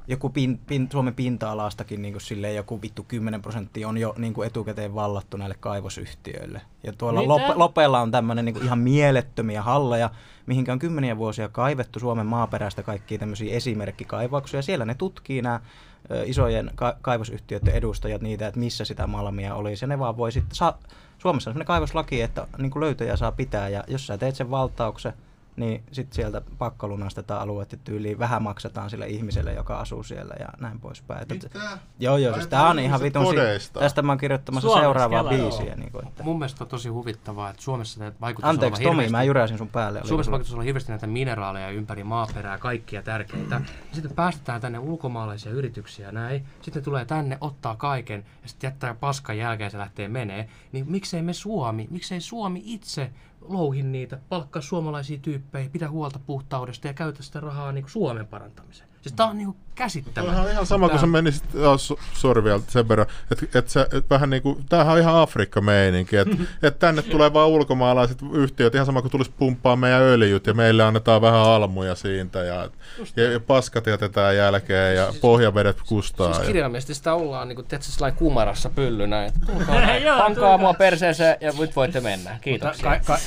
joku pin, pin, Suomen pinta-alastakin niin kuin silleen joku vittu kymmenen prosenttia on jo niin kuin etukäteen vallattu näille kaivosyhtiöille. Ja tuolla Lop- Lopella on tämmöinen niin kuin ihan mielettömiä halleja, mihinkä on kymmeniä vuosia kaivettu Suomen maaperästä kaikkia tämmöisiä esimerkkikaivauksia. Siellä ne tutkii nämä ö, isojen ka- kaivosyhtiöiden edustajat niitä, että missä sitä malmia olisi. Ja ne vaan voi sitten, saa, Suomessa on semmoinen kaivoslaki, että niin kuin löytöjä saa pitää, ja jos sä teet sen valtauksen, niin sitten sieltä pakkolunastetaan alueet ja tyyliin vähän maksetaan sille ihmiselle, joka asuu siellä ja näin poispäin. Mitä? Joo, joo, siis tää on ihan vitun si- tästä mä oon kirjoittamassa Suomessa seuraavaa Kela, biisiä. Niin kuin, että... Mun mielestä on tosi huvittavaa, että Suomessa vaikuttaisi Anteeksi olla Tomi, hirveästi... mä jyräsin sun päälle. Suomessa vaikuttaisi olla hirveästi näitä mineraaleja ympäri maaperää, kaikkia tärkeitä. Ja sitten päästetään tänne ulkomaalaisia yrityksiä näin. Sitten ne tulee tänne, ottaa kaiken ja sitten jättää paskan jälkeen se lähtee menee. Niin miksei me Suomi, miksei Suomi itse louhin niitä, palkkaa suomalaisia tyyppejä, pitää huolta puhtaudesta ja käytä sitä rahaa niin kuin Suomen parantamiseen. Siis tää on niinku käsittämätöntä. Tämä on ihan sama, kun sä menisit, oh, sori vielä sen verran, että et sä, et vähän niinku, tämähän on ihan Afrikka-meininki, että et tänne tulee vaan ulkomaalaiset yhtiöt, ihan sama kuin tulisi pumppaa meidän öljyt ja meille annetaan vähän almuja siitä ja, ja, ja paskat jätetään jälkeen ja siis, pohjavedet kustaa. Siis kirjaimellisesti sitä ollaan niinku, tiedätkö, sellainen kumarassa pylly näin, että tulkaa näin, pankaa mua perseeseen ja nyt voitte mennä. Kiitoksia. Ka- ka-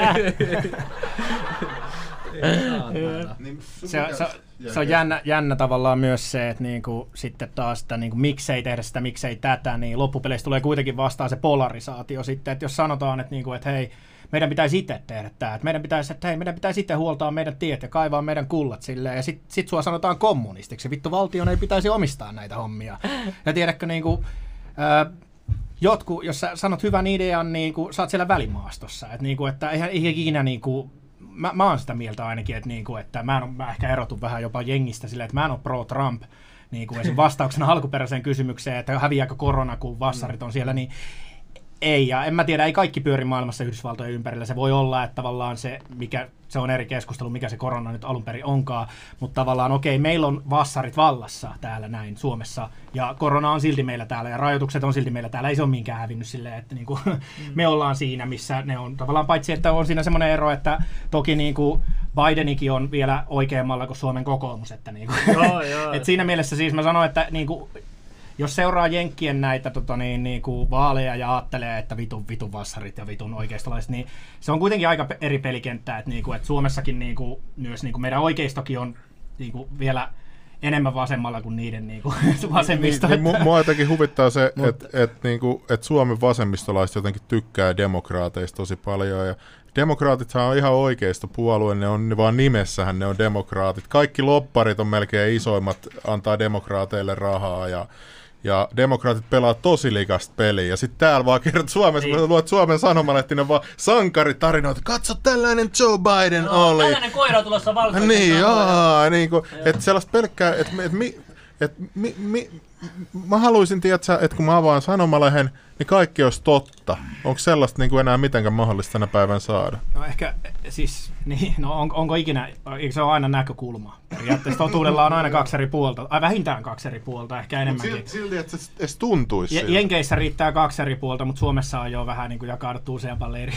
se, se, se on jännä, jännä tavallaan myös se, että niinku, sitten taas että niinku, miksei tehdä sitä, miksei tätä, niin loppupeleissä tulee kuitenkin vastaan se polarisaatio sitten, että jos sanotaan, että, niinku, että hei, meidän pitäisi itse tehdä tämä, että meidän pitäisi, että hei, meidän pitäisi itse huoltaa meidän tiet ja kaivaa meidän kullat silleen, ja sitten sit sua sanotaan kommunistiksi, vittu valtion ei pitäisi omistaa näitä hommia. Ja tiedätkö, niinku, ää, jotkut, jos sä sanot hyvän idean, niin sä oot siellä välimaastossa, että, niinku, että eihän ikinä niinku, Mä, mä oon sitä mieltä ainakin, että, niinku, että mä, en, mä ehkä erotun vähän jopa jengistä silleen, että mä en ole pro-Trump. Niinku, esim. Vastauksena alkuperäiseen kysymykseen, että häviääkö korona, kun vassarit on siellä, niin ei. Ja en mä tiedä, ei kaikki pyöri maailmassa Yhdysvaltojen ympärillä. Se voi olla, että tavallaan se, mikä, se on eri keskustelu, mikä se korona nyt alun perin onkaan. Mutta tavallaan okei, meillä on vassarit vallassa täällä näin Suomessa. Ja korona on silti meillä täällä ja rajoitukset on silti meillä täällä. Ei se ole minkään hävinnyt silleen, että niinku, mm. me ollaan siinä, missä ne on. Tavallaan paitsi, että on siinä semmoinen ero, että toki niinku Bidenikin on vielä oikeammalla kuin Suomen kokoomus. Että niinku, joo, joo. Et siinä mielessä siis mä sanon, että niinku, jos seuraa jenkkien näitä tota, niin, niin kuin vaaleja ja ajattelee, että vitun, vitun vassarit ja vitun oikeistolaiset, niin se on kuitenkin aika eri pelikenttä, että, niin kuin, että Suomessakin niin kuin, myös niin kuin meidän oikeistokin on niin kuin, vielä enemmän vasemmalla kuin niiden niin kuin, vasemmista. Niin, niin, mua jotenkin huvittaa se, että et, niin et Suomen vasemmistolaiset jotenkin tykkää demokraateista tosi paljon. Ja demokraatithan on ihan oikeisto puolue, ne on vaan nimessähän ne on demokraatit. Kaikki lopparit on melkein isoimmat, antaa demokraateille rahaa ja Ja demokraatit pelaa tosi likasta peliä. Ja sitten täällä vaan kerrot Suomessa, niin. Kun luot Suomen Sanomalehti, ne vaan sankaritarinoita. Katso, tällainen Joe Biden no, oli. Tällainen koira tulossa valkoisen. Niin, jaa, niin kuin, että sellaista pelkkää, että et, et, et, mi, mi, mä haluaisin tietää, että kun mä avaan Sanomalehen, niin kaikki olisi totta. Onko sellaista niin kuin enää mitenkään mahdollista tänä päivän saada? No ehkä, siis, niin, no on, onko ikinä, se on aina näkökulma. Periaatteessa totuudella on aina kaksi eri puolta, ai vähintään kaksi eri puolta, ehkä enemmänkin. Silti, silti että se edes tuntuisi siltä. Jenkeissä riittää kaksi eri puolta, mutta Suomessa on jo vähän niin kuin jakauduttu useampaan leiriin.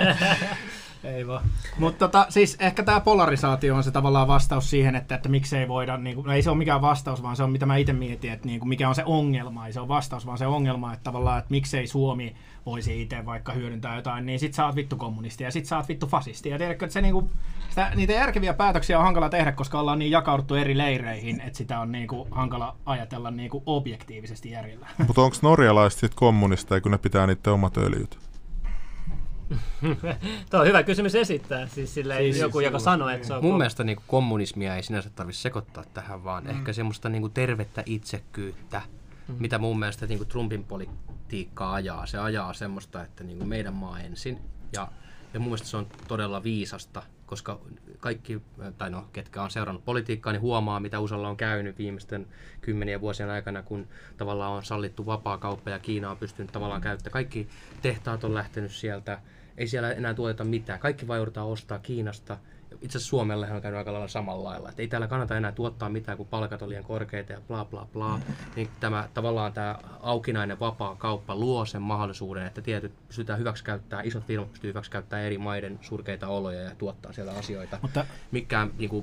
Ei vaan. Mutta tota, siis ehkä tämä polarisaatio on se tavallaan vastaus siihen, että, että miksei voida, niin kuin, no ei se ole mikään vastaus, vaan se on mitä mä itse mietin, että niin kuin, mikä on se ongelma, ei se ole vastaus, vaan se ongelma, että tavallaan, että miksei Suomi voisi itse vaikka hyödyntää jotain, niin sit sä oot vittu kommunisti ja sit sä oot vittu fasisti. Ja tiedätkö, että se niinku, sitä, niitä järkeviä päätöksiä on hankala tehdä, koska ollaan niin jakauduttu eri leireihin, että sitä on niinku hankala ajatella niinku objektiivisesti järjellä. Mutta onko norjalaiset sit kommunisteja, kun ne pitää niiden omat öljyt? Tuo on hyvä kysymys esittää, siis silleen siis, joku, joka sanoo, että se on... Mun kom... mielestä niin kommunismia ei sinänsä tarvitse sekoittaa tähän, vaan mm. ehkä semmoista niin kuin tervettä itsekkyyttä, mm. mitä mun mielestä niin kuin Trumpin politiikka ajaa. Se ajaa semmoista, että niin kuin meidän maa ensin, ja, ja mun mielestä se on todella viisasta, koska kaikki, tai no, ketkä on seurannut politiikkaa, niin huomaa, mitä U S A:lla on käynyt viimeisten kymmenien vuosien aikana, kun tavallaan on sallittu vapaakauppa ja Kiina on pystynyt tavallaan käyttämään. Kaikki tehtaat on lähtenyt sieltä, ei siellä enää tuoteta mitään. Kaikki vaan joudutaan ostaa Kiinasta. Itse asiassa Suomellehan on käynyt aika lailla samalla lailla, että ei täällä kannata enää tuottaa mitään, kun palkat on liian korkeita ja bla bla bla. Niin tämä, tavallaan tämä aukinainen vapaa kauppa luo sen mahdollisuuden, että tietyt pystytään hyväksikäyttämään, isot firmat pystyy hyväksikäyttämään eri maiden surkeita oloja ja tuottaa sieltä asioita. Mutta mikään niin kuin,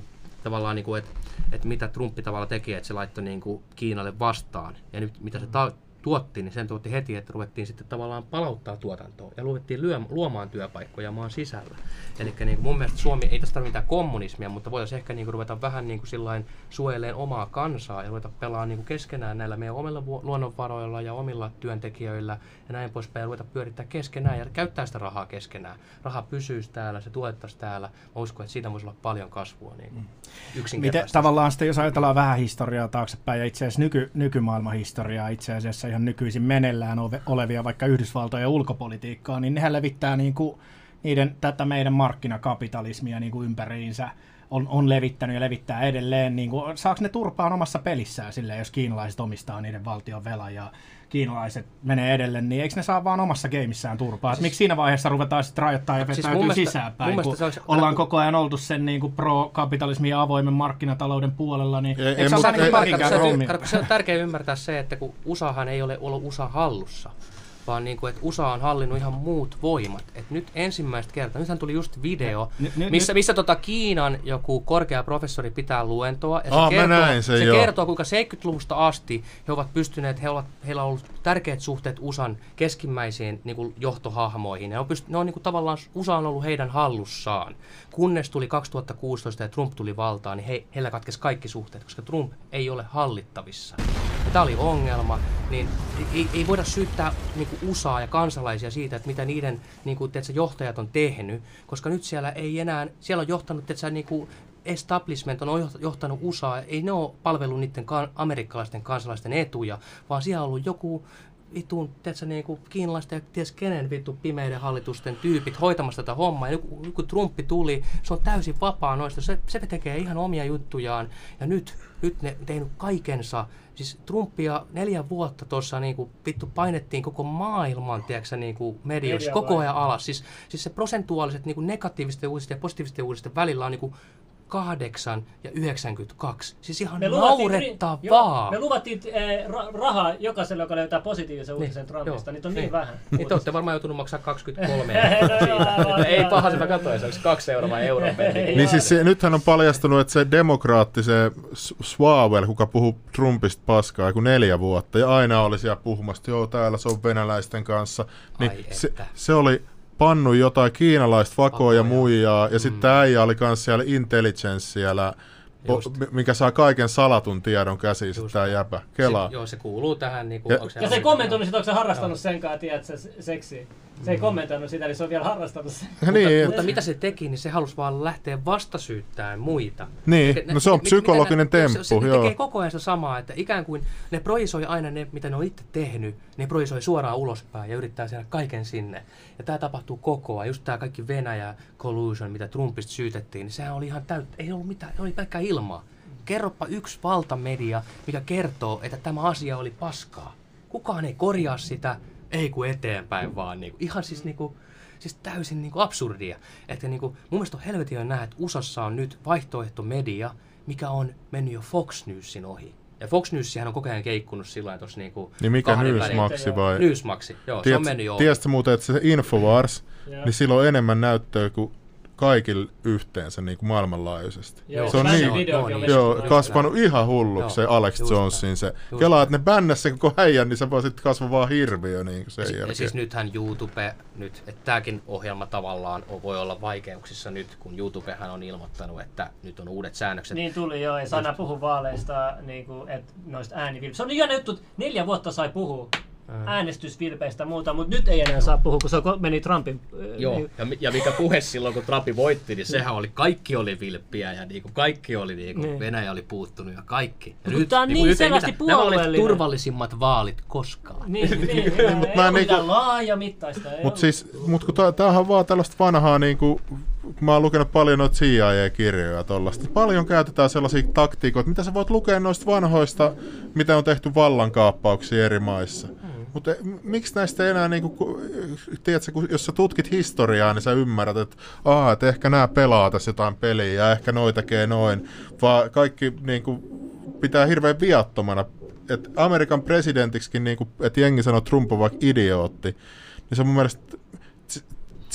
tavallaan, niin kuin, että, että mitä Trumpi tavallaan teki, että se laittoi niin kuin Kiinalle vastaan. Ja nyt mitä se ta- tuotti, niin sen tuotti heti, että ruvettiin sitten tavallaan palauttaa tuotantoa ja ruvettiin lyö, luomaan työpaikkoja maan sisällä. Eli niin mun mielestä Suomi ei tässä tarvitse mitään kommunismia, mutta voitaisiin ehkä niin kuin ruveta vähän niin kuin sillain suojeleen omaa kansaa ja ruveta pelaamaan niin kuin keskenään näillä meidän omilla luonnonvaroilla ja omilla työntekijöillä ja näin poispäin ja ruveta pyörittää keskenään ja käyttää sitä rahaa keskenään. Raha pysyisi täällä, se tuettaisiin täällä. Mä uskon, että siitä voisi olla paljon kasvua niin kuin yksinkertaisesti. Miten tavallaan sitten, jos ajatellaan vähän historiaa taaksepäin ja itse asiassa nyky, nykymaailman historiaa itse asiassa ihan nykyisin meneillään olevia vaikka Yhdysvaltojen ulkopolitiikkaa, niin nehän levittää niin kuin niiden, tätä meidän markkinakapitalismia niin kuin ympäriinsä. On, on levittänyt ja levittää edelleen. Niin kuin, saako ne turpaan omassa pelissään silleen, jos kiinalaiset omistaa niiden valtion velan ja kiinalaiset menee edelleen, niin eikö ne saa vaan omassa gameissään turpaa? Siis, miksi siinä vaiheessa ruvetaan sitten rajoittaa ja vetäytyy siis sisäänpäin, kun olisi, ollaan ä... koko ajan oltu sen niin kuin pro-kapitalismin ja avoimen markkinatalouden puolella, niin ei, eikö se ole niin pakinkäärä hommi? Se on tärkeää ymmärtää se, että kun U S Ahan ei ole ollut U S A hallussa, vaan niin kuin, että U S A on hallinnut ihan muut voimat. Et nyt ensimmäistä kertaa, nythän tuli just video, n- n- missä, missä tota Kiinan joku korkea professori pitää luentoa. Ja se Aa, kertoo, näin, se se joo. kertoo, kuinka seitsemänkymmentäluvusta asti he ovat pystyneet, he ovat, heillä on ollut tärkeät suhteet U S A:n keskimmäisiin niin kuin johtohahmoihin. Ne on, pyst- ne on niin kuin, tavallaan, U S A on ollut heidän hallussaan. Kunnes tuli kaksituhattakuusitoista ja Trump tuli valtaan, niin he, heillä katkesi kaikki suhteet, koska Trump ei ole hallittavissa. Ja tämä oli ongelma, niin ei, ei voida syyttää niin kuin U S A ja kansalaisia siitä, että mitä niiden niin kuin, tiedätkö, johtajat on tehnyt, koska nyt siellä ei enää, siellä on johtanut, tiedätkö, niin kuin establishment on johtanut U S A, ei ne ole palvellut niiden ka- amerikkalaisten kansalaisten etuja, vaan siellä on ollut joku vitun, tiedätkö, niinku kiinalaisten ja ties kenen vittu pimeiden hallitusten tyypit hoitamassa tätä hommaa. Ja kun, kun Trumpi tuli, se on täysin vapaa noista. Se, se tekee ihan omia juttujaan. Ja nyt, nyt ne tehnyt kaikensa. Siis Trumpia neljä vuotta tuossa niinku vittu painettiin koko maailman, tiedätkö, niinku mediossa koko ajan alas. Siis, siis se prosentuaaliset niinku negatiivisten uutisten ja positiivisten uutisten välillä on niinku kahdeksan ja yhdeksänkymmentäkaksi. Siis ihan me naurettavaa. Jo, me luvattiin äh, ra- rahaa jokaiselle, joka löytää positiivisen uutisen niin, Trumpista. Niitä on niin, niin vähän. Niin te olette varmaan joutunut maksaa kaksikymmentäkolme siitä. Ei paha, se mä katsoin, se olisi kaksi euroa vai euron penni. Niin siis se, nythän on paljastunut, että se demokraatti, se Swalwell, kuka puhuu Trumpista paskaa joku neljä vuotta, ja aina oli siellä puhumassa, että joo, täällä se on venäläisten kanssa. Niin se, se oli pannu jotain kiinalaista fakoa ja muijaa, ja mm. sitten äijä oli kanssa siellä intelligence siellä, po- mikä saa kaiken salatun tiedon käsiin, sitten tämä jäpä. Kelaa. Se, joo, se kuuluu tähän. Niin kuin, ja, ja se ei kommentoinut sitä, onko se harrastanut senkaan, tiedätkö, seksiä. Se ei kommentoinut sitä, eli se on vielä harrastanut sen. Mutta, niin, mutta mitä se teki, niin se halusi vaan lähteä vastasyyttämään muita. Niin, ne, no se on ne, psykologinen ne, temppu. Se, se joo. tekee koko ajan se samaa, että ikään kuin ne projisoi aina ne, mitä ne on itse tehnyt, ne projisoi suoraan ulospäin ja yrittää saada kaiken sinne. Ja tämä tapahtuu koko ajan. Just tämä kaikki Venäjä collusion, mitä Trumpista syytettiin, niin sehän oli ihan täyttä, ei ollut mitään, oli pelkkää ilmaa. Kerropa yksi valtamedia, mikä kertoo, että tämä asia oli paskaa. Kukaan ei korjaa sitä, ei kun eteenpäin vaan. Niinku. Ihan siis, niinku, siis täysin niinku absurdia. Että niinku, mun mielestä on helvetin nähdä, että U S A:ssa on nyt vaihtoehtomedia, mikä on mennyt jo Fox Newsin ohi. Ja Fox Newsihän on koko ajan keikkunut sillä tuossa niinku niin mikä Newsmaxi vai? Newsmaxi, joo, Tiet, se on mennyt jo. Tiedätkö muuten, että se Infowars, niin sillä on enemmän näyttöä kuin kaikille yhteensä niin kuin maailmanlaajuisesti. Joo, se on niin, joo, kasvanut ihan hulluksi se Alex Jonesin. Se. Kelaa, että ne bännäs sen koko häijän, niin se voi sitten kasvaa vaan hirviö niin sen ja jälkeen. Ja siis nythän YouTube, nyt, että tämäkin ohjelma tavallaan voi olla vaikeuksissa nyt, kun YouTubehan on ilmoittanut, että nyt on uudet säännökset. Niin tuli joo, ei saa enää puhua vaaleista, niin kuin, että noista äänivilpeistä. Se on ihan juttu, neljä vuotta sai puhua äänestysvilpeistä ja muuta, mutta nyt ei enää saa puhua, kun se meni Trumpin. Joo, niin. ja, ja mikä puhe silloin, kun Trump voitti, niin sehän oli, kaikki oli vilppiä ja niinku, kaikki oli, niinku, niin. Venäjä oli puuttunut ja kaikki. Ja nyt, tämä on niin selvästi puolueellinen. Nämä olivat turvallisimmat vaalit koskaan. Niin, niin, niin ei ole mitään niinku laajamittaista. Mutta siis, mut kun tämähän on vaan tällaista vanhaa, niinku, mä oon lukenut paljon noita C I A-kirjoja tollaista. Paljon käytetään sellaisia taktiikoita, mitä sä voit lukea noista vanhoista, mitä on tehty vallankaappauksia eri maissa. Mutta miksi näistä ei enää, niinku, tiedätkö, jos sä tutkit historiaa, niin sä ymmärrät, että, aha, että ehkä nämä pelaa tässä jotain peliä ja ehkä noi tekee noin. Vaan kaikki niinku, pitää hirveän viattomana. Et Amerikan presidentiksikin, niinku, että jengi sanoo Trump on vaikka idiootti, niin se on mun mielestä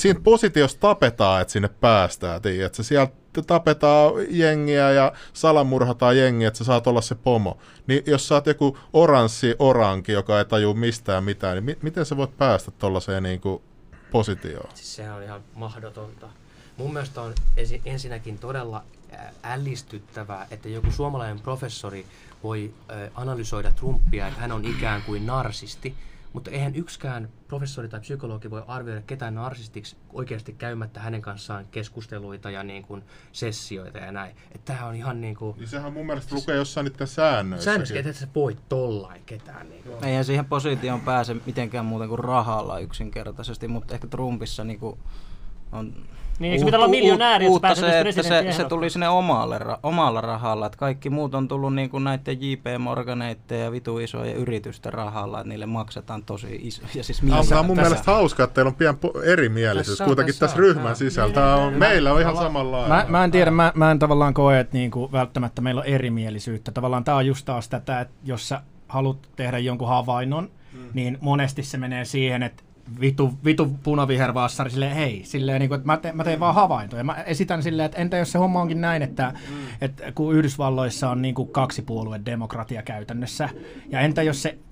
siinä positiossa tapetaan, että sinne päästään, tiedätkö? Sieltä tapetaan jengiä ja salamurhataan jengiä, että sä saat olla se pomo. Niin jos sä oot joku oranssi oranki, joka ei tajua mistään mitään, niin mi- miten sä voit päästä tollaiseen niinku positioon? Siis sehän on ihan mahdotonta. Mun mielestä on ensi- ensinnäkin todella ällistyttävää, että joku suomalainen professori voi äh, analysoida Trumpia, että hän on ikään kuin narsisti, mutta eihän yksikään professori tai psykologi voi arvioida ketään narsistiksi oikeasti käymättä hänen kanssaan keskusteluita ja niin kuin sessioita ja näin. Että tämähän on ihan niin kuin... Niin sehän mun mielestä lukee jossain niiden säännöissäkin. Säännössä, että sä voit tollain ketään. Niin kuin. Eihän siihen positioon pääse mitenkään muuten kuin rahalla yksinkertaisesti, mutta ehkä Trumpissa niin kuin on... Niin, eikö pitää olla miljonääri, jos pääsee se, että presidentin se, se tuli sinne omalle, omalla rahalla, että kaikki muut on tullut niin kuin näiden J P Morganeiden ja vitu isojen yritysten rahalla, että niille maksetaan tosi iso. Ja siis Tämä on mun tässä mielestä hauskaa, että teillä on pian po- erimielisyys tässä kuitenkin tässä, tässä ryhmän sisällä. Tämä on, meillä on ihan samanlainen. Mä, mä en tiedä, mä, mä en tavallaan koe, että niinku välttämättä meillä on erimielisyyttä. Tavallaan tämä on just taas tätä, että jos sä haluat tehdä jonkun havainnon, hmm. niin monesti se menee siihen, että vitu, vitu punavihervaassari silleen hei, silleen niin kuin, että mä, te, mä teen vaan havaintoja. Mä esitän silleen, että entä jos se homma onkin näin, että, mm. että kun Yhdysvalloissa on niin kuin kaksi puolueen demokratia käytännössä, ja entä jos se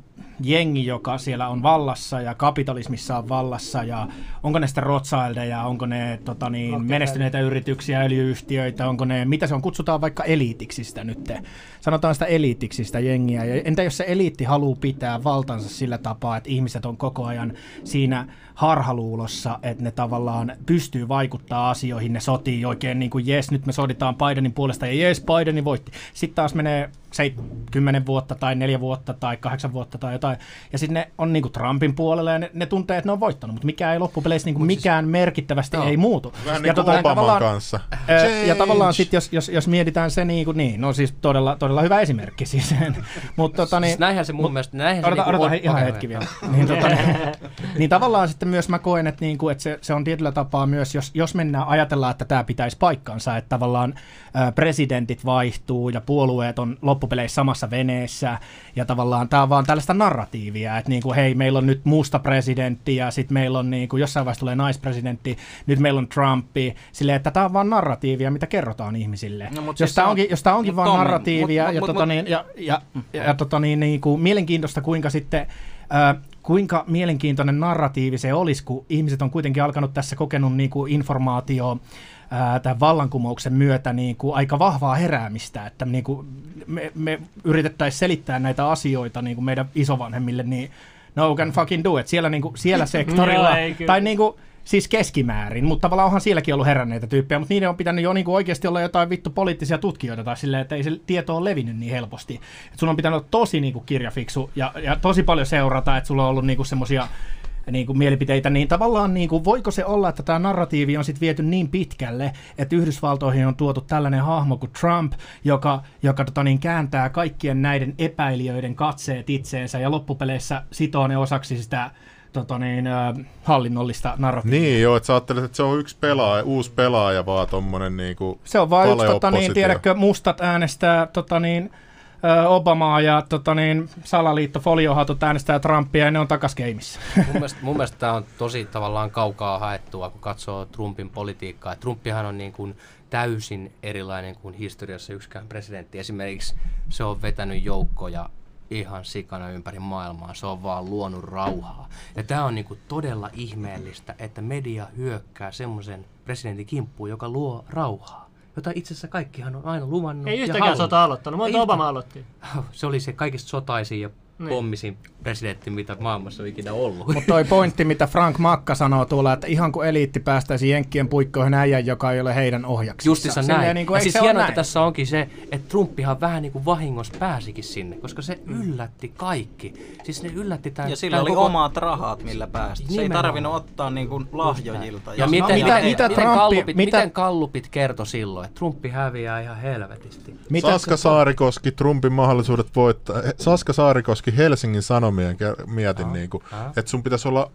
jengi, joka siellä on vallassa ja kapitalismissa on vallassa, ja onko ne sitten Rothschildeja, onko ne tota niin, menestyneitä yrityksiä, öljyyhtiöitä, onko ne, mitä se on, kutsutaan vaikka eliitiksi sitä nyt, sanotaan sitä eliitiksi sitä jengiä, ja entä jos se eliitti haluaa pitää valtansa sillä tapaa, että ihmiset on koko ajan siinä harhaluulossa, että ne tavallaan pystyy vaikuttaa asioihin, ne sotii oikein niin kuin jes, nyt me soditaan Bidenin puolesta, ja jes, Bideni voitti. Sitten taas menee kymmenen vuotta tai neljä vuotta tai kahdeksan vuotta tai jotain, ja sitten ne on niinku Trumpin puolella ja ne, ne tuntee, että ne on voittanut, mutta mikään ei loppupeleissä niinku mikään siis, merkittävästi no. ei muutu. Vähän niin kuin tota, Obaman kanssa. Ää, ja tavallaan sitten, jos, jos, jos mietitään se niin kuin niin, no siis todella, todella hyvä esimerkki siis. Mut, tota, niin, siis näinhän se mun mut, mielestä, näinhän odota, se niinku odota, on, ihan hetki vielä. niin, tota, niin, niin tavallaan sitten myös mä koen, että, niinku, että se, se on tietyllä tapaa myös, jos, jos mennään ajatellaan, että tämä pitäisi paikkansa, että tavallaan ä, presidentit vaihtuu ja puolueet on loppupeleissä samassa veneessä, ja tavallaan tämä on vaan tällaista narratiivia, että niinku, hei, meillä on nyt musta presidentti, ja sitten meillä on niinku, jossain vaiheessa tulee naispresidentti, nyt meillä on Trumpi, silleen, että tämä on vaan narratiivia, mitä kerrotaan ihmisille. No, jos siis tämä onkin, jos tää onkin vaan Tommi, narratiivia, mut, ja, mut, tota, mut, niin, ja, ja, ja, ja tota, niin, niinku, mielenkiintoista, kuinka sitten Äh, kuinka mielenkiintoinen narratiivi se olisi, kun ihmiset on kuitenkin alkanut tässä kokenut niin kuin informaatio ää, tämän vallankumouksen myötä niin kuin aika vahvaa heräämistä, että niin kuin me, me yritettäisiin selittää näitä asioita niin kuin meidän isovanhemmille, niin no can fucking do it, siellä, niin kuin, siellä sektorilla, tai niin kuin, siis keskimäärin, mutta tavallaan onhan sielläkin ollut heränneitä tyyppejä, mutta niiden on pitänyt jo niinku oikeasti olla jotain vittu poliittisia tutkijoita tai silleen, että ei se tieto ole levinnyt niin helposti. Et sun on pitänyt olla tosi niinku kirjafiksu ja, ja tosi paljon seurata, että sulla on ollut niinku semmoisia niinku mielipiteitä, niin tavallaan niinku, voiko se olla, että tämä narratiivi on sitten viety niin pitkälle, että Yhdysvaltoihin on tuotu tällainen hahmo kuin Trump, joka, joka tota niin, kääntää kaikkien näiden epäilijöiden katseet itseensä ja loppupeleissä sitoo ne osaksi sitä Tota niin, äh, hallinnollista narratiivia. Niin joo, että sä ajattelet, että se on yksi pelaaja, uusi pelaaja vaan tommonen niinku se on vaan yksi, tota niin, tiedätkö, mustat äänestää tota niin, äh, Obamaa ja tota niin, salaliitto foliohatut äänestää Trumpia ja ne on takas gameissa. Mun mielestä, mun mielestä tämä on tosi tavallaan kaukaa haettua, kun katsoo Trumpin politiikkaa. Trumpihan on niin kuin täysin erilainen kuin historiassa yksikään presidentti. Esimerkiksi se on vetänyt joukkoja ihan sikana ympäri maailmaa. Se on vaan luonut rauhaa. Ja tämä on niinku todella ihmeellistä, että media hyökkää semmoisen presidentin kimppuun, joka luo rauhaa. Jota itse asiassa kaikkihan on aina luvannut. Ei yhtäkään sota aloittanut. Monta Obama aloitti. Se oli se kaikista sotaisin ja niin. pommisin presidentti, mitä maailmassa on ikinä ollut. Mutta toi pointti, mitä Frank Makka sanoo tuolla, että ihan kuin eliitti päästäisi jenkkien puikkoihin äijän, joka ei ole heidän ohjaksissa. Justissa näin. Niin kuin, ja siis hienoa, että tässä onkin se, että Trumpihan vähän niin kuin vahingossa pääsikin sinne, koska se yllätti kaikki. Siis ne yllätti tämän. Ja sillä oli koko omat rahat, millä päästä. Se ei tarvinnut ottaa niin kuin lahjojilta. Ja, ja miten, no, mitä, mitä, miten, kallupit, mitä? miten kallupit kertoi silloin, että Trumpi häviää ihan helvetisti. Mitä? Saska Saarikoski, Trumpin mahdollisuudet voittaa. Saska Saarikoski Helsingin Sanomien mietin, niin kuin, että sun pitäisi olla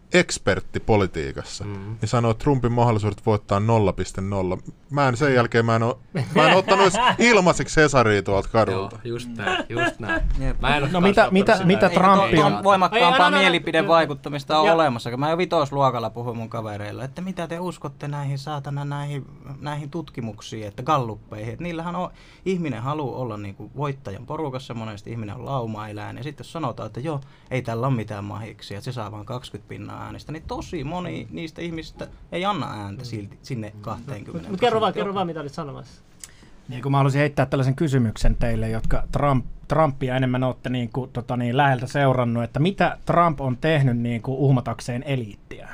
ekspertti politiikassa, Mm. niin sanoo, että Trumpin mahdollisuudet voittaa nolla pilkku nolla. Mä en sen jälkeen, mä en, oo, mä en ottanut edes ilmaiseksi Hesaria tuolta kadulta. Joo, just näin, just näin. Jep. Mä en oo No kans mitä, ottanut mitä, sitä. mitä Ei, Trumpi tuon on? voimakkaampaa Ei, no, no, no, mielipidevaikuttamista on ja- olemassa. Mä jo vitosluokalla puhuin mun kavereilla, että mitä te uskotte näihin saatana näihin, näihin tutkimuksiin, että galluppeihin. Että niillähän on, ihminen haluaa olla niinku voittajan porukassa, monesti ihminen on lauma-eläin. Ja sitten jos sanotaan, että joo, ei tällä ole mitään mahiksi, että se saa vain kaksikymmentä pinnaa äänestä, niin tosi moni niistä ihmisistä ei anna ääntä silti sinne kaksikymmentä. Mutta kerro vaan, kerro vaan, mitä olit sanomassa. Niin kun mä haluaisin heittää tällaisen kysymyksen teille, jotka Trump, Trumpia enemmän olette niin kuin, tota niin, läheltä seurannut, että mitä Trump on tehnyt niin kuin uhmatakseen eliittiä?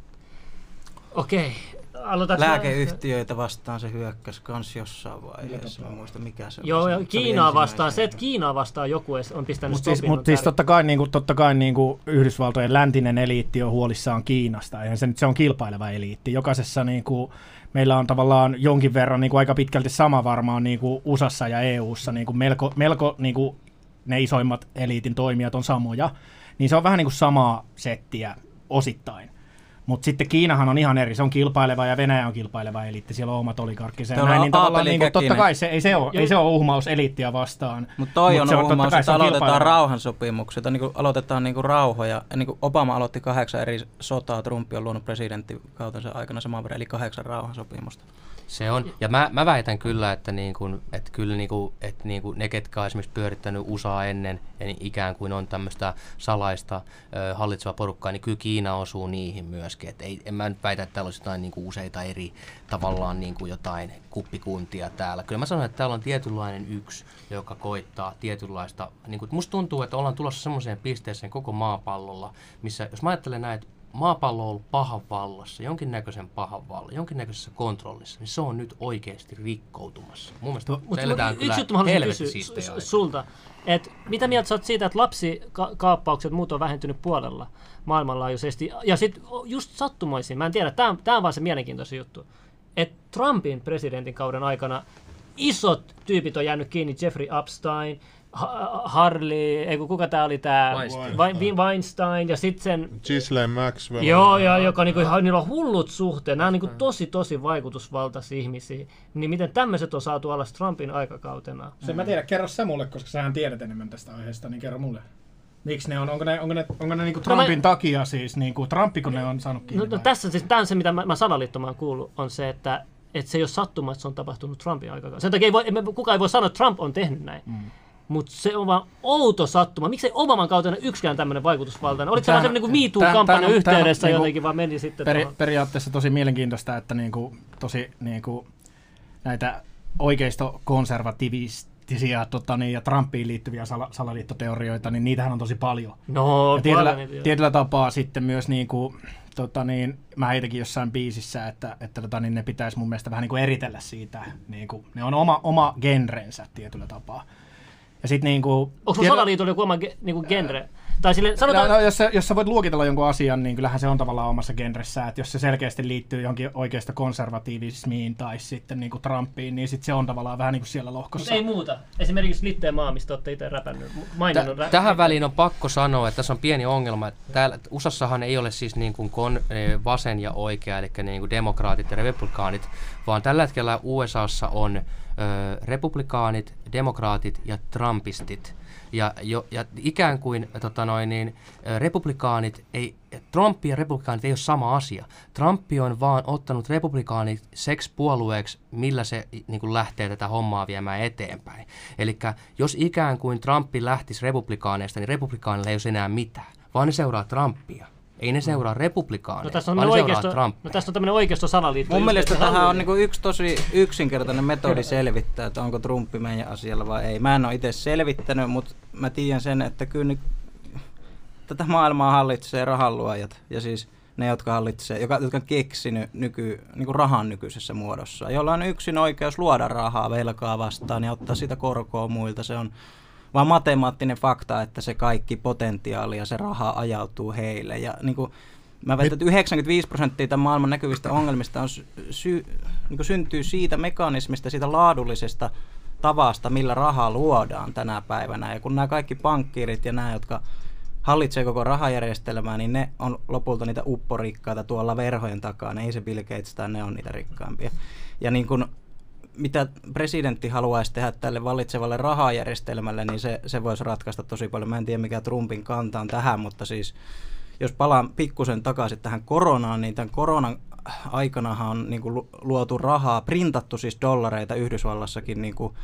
Okei. Aloitaks mä- Lääkeyhtiöitä vastaan se hyökkäsi kans jossain vaiheessa. Mä muista mikä se Joo, oli. ja Se oli Kiinaa vastaan, se, ensimmäisenä. että Kiinaa vastaan joku edes on pistänyt Mutta siis, stopin, mut on siis tärkeä. totta kai, niinku, totta kai niinku Yhdysvaltojen läntinen eliitti on huolissaan Kiinasta. Eihän se nyt se on kilpaileva eliitti. Jokaisessa niinku, meillä on tavallaan jonkin verran niinku, aika pitkälti sama varmaan niinku U S A:ssa ja E U:ssa. Niinku, melko melko niinku, ne isoimmat eliitin toimijat on samoja. Niin se on vähän niinku samaa settiä osittain. Mutta sitten Kiinahan on ihan eri, se on kilpaileva ja Venäjä on kilpaileva eliitti, siellä on omat oligarkkiset. Tuolla Näin, on niin tavallaan, Aapeli niin kuin, totta Käkinen. kai se, ei, se ole, ei se ole uhmaus eliittiä vastaan. Mutta toi Mut on se on totta uhmaus, kai, että se on aloitetaan kilpaileva. rauhansopimuksia, tai niinku aloitetaan niinku rauhoja. Ja niinku Obama aloitti kahdeksan eri sotaa, Trump on luonut presidenttikautensa aikana saman verran, eli kahdeksan rauhansopimusta. Se on, ja mä, mä väitän kyllä, että, niin kun, että, kyllä niin kun, että niin kun ne, ketkä on esimerkiksi pyörittänyt U S A ennen, ja niin ikään kuin on tämmöistä salaista ö, hallitsevaa porukkaa, niin kyllä Kiina osuu niihin myöskin. Et ei, en mä nyt väitä, että täällä olisi jotain niin kuin useita eri tavallaan niin kuin jotain kuppikuntia täällä. Kyllä mä sanon, että täällä on tietynlainen yksi, joka koittaa tietynlaista. Niin kuin, musta tuntuu, että ollaan tulossa semmoiseen pisteeseen koko maapallolla, missä jos mä ajattelen näin, että maapallo on ollut pahan vallassa, jonkinnäköisen pahan vallan, jonkinnäköisessä kontrollissa, niin se on nyt oikeasti rikkoutumassa. Mun mielestä Mut- mut eletään yksi kyllä juttu mä haluaisin helvetin kysyä siistejä su- aikoja. sulta, että mitä mieltä sä oot siitä, että lapsikaappaukset muut on vähentynyt puolella maailmanlaajuisesti, ja sitten just sattumoisin, mä en tiedä, tämä on, tää on vaan se mielenkiintoinen juttu, että Trumpin presidentin kauden aikana isot tyypit on jäänyt kiinni, Jeffrey Epstein, Ha- Harley, ei kun kuka tää oli tää, Weinstein. Weinstein, Weinstein ja sitten sen Ghislaine Maxwell. Joo, ja joka niinku, ihan- niillä on hullut suhteet. Nämä on niinku tosi, tosi vaikutusvaltaisia ihmisiä. Niin miten tämmöiset on saatu alas Trumpin aikakautena? Sen mä tiedän, kerro sä mulle, koska sähän tiedät enemmän tästä aiheesta, niin kerro mulle. Miksi ne on, onko ne, onko ne, onko ne niinku Trumpin No mä- takia siis, niinku, Trumpiko ne on saanut kiinni? No, no vai? tässä siis, tämä on se, mitä mä, mä salaliittomaan kuullut, on se, että, että se ei ole sattuma, että se on tapahtunut Trumpin aikakautena. Sen takia ei voi, emme- kukaan ei voi sanoa, että Trump on tehnyt näin. Mm. Mutta se on vaan outo sattuma. Miksei Obaman kautena yksikään tämmöinen vaikutusvaltainen? Oliko se vaan Tämähän- semmoinen niin tämähän- MeToo-kampanjan tämähän- yhteydessä tämähän- jotenkin, vaan meni sitten Peri, tuohon? periaatteessa tosi mielenkiintoista, että niinku, tosi niinku, näitä oikeisto-konservatiivisia tota, niin, ja Trumpiin liittyviä sala, salaliittoteorioita, niin niitähän on tosi paljon. No, Ja tietyllä, paljon niitä. tietyllä tapaa sitten myös, niinku, tota, niin, mä heitäkin jossain biisissä, että, että tota, niin ne pitäisi mun mielestä vähän niinku eritellä siitä. Niinku, ne on oma, oma genrensä tietyllä tapaa. Ja sit niinku... Onko sun salaliitolla joku oma ge- niinku genre? Tai sille, sanotaan, No, no, jos, sä, jos sä voit luokitella jonkun asian, niin kyllähän se on tavallaan omassa genressä. Että jos se selkeästi liittyy johonkin oikeasta konservatiivismiin tai sitten niin kuin Trumpiin, niin sit se on tavallaan vähän niin kuin siellä lohkossa. ei muuta. Esimerkiksi Litteen maa, mistä olette itse räpännyt, maininnut. Tä- tähän väliin on pakko sanoa, että tässä on pieni ongelma. Että täällä U S A:ssahan ei ole siis niin kuin kon, eh, vasen ja oikea, eli niin kuin demokraatit ja republikaanit, vaan tällä hetkellä U S A:ssa on ö, republikaanit, demokraatit ja trumpistit. Ja, jo, ja ikään kuin tota noin, niin, ö, republikaanit, ei, Trump ja republikaanit ei ole sama asia. Trump on vaan ottanut republikaanit seksi puolueeksi, millä se niin kuin lähtee tätä hommaa viemään eteenpäin. Eli jos ikään kuin Trump lähtisi republikaaneista, niin republikaanilla ei olisi enää mitään, vaan ne seuraa Trumpia. Ei ne seuraa republikaaneja, No tässä on, vaan ne seuraa oikeisto, Trumpia. no tässä on tämmöinen oikeisto salaliitto. Mun mielestä yhteydessä. tähän on niinku yksi tosi yksinkertainen metodi selvittää, että onko Trumpi meidän asialla vai ei. Mä en ole itse selvittänyt, mutta mä tiedän sen, että kyllä nyt tätä maailmaa hallitsee rahanluojat. Ja siis ne, jotka hallitsee, jotka, jotka on keksinyt nyky, niinku rahan nykyisessä muodossa. Jolla on yksin oikeus luoda rahaa velkaa vastaan ja ottaa sitä korkoa muilta. Se on vaan matemaattinen fakta, että se kaikki potentiaali ja se raha ajautuu heille. Ja niin kuin, mä väitän, että yhdeksänkymmentäviisi prosenttia tämän maailman näkyvistä ongelmista on sy- niin kuin syntyy siitä mekanismista, siitä laadullisesta tavasta, millä rahaa luodaan tänä päivänä. Ja kun nämä kaikki pankkiirit ja nämä, jotka hallitsee koko rahajärjestelmää, niin ne on lopulta niitä upporikkaita tuolla verhojen takana. Ei se Bill Gates tai ne on niitä rikkaampia. Ja niin kun, mitä presidentti haluaisi tehdä tälle vallitsevalle rahajärjestelmälle, niin se, se voisi ratkaista tosi paljon. Mä en tiedä, mikä Trumpin kanta on tähän, mutta siis jos palaan pikkusen takaisin tähän koronaan, niin tämän koronan aikanahan on niin kuin luotu rahaa, printattu siis dollareita Yhdysvallassakin, niin kuin,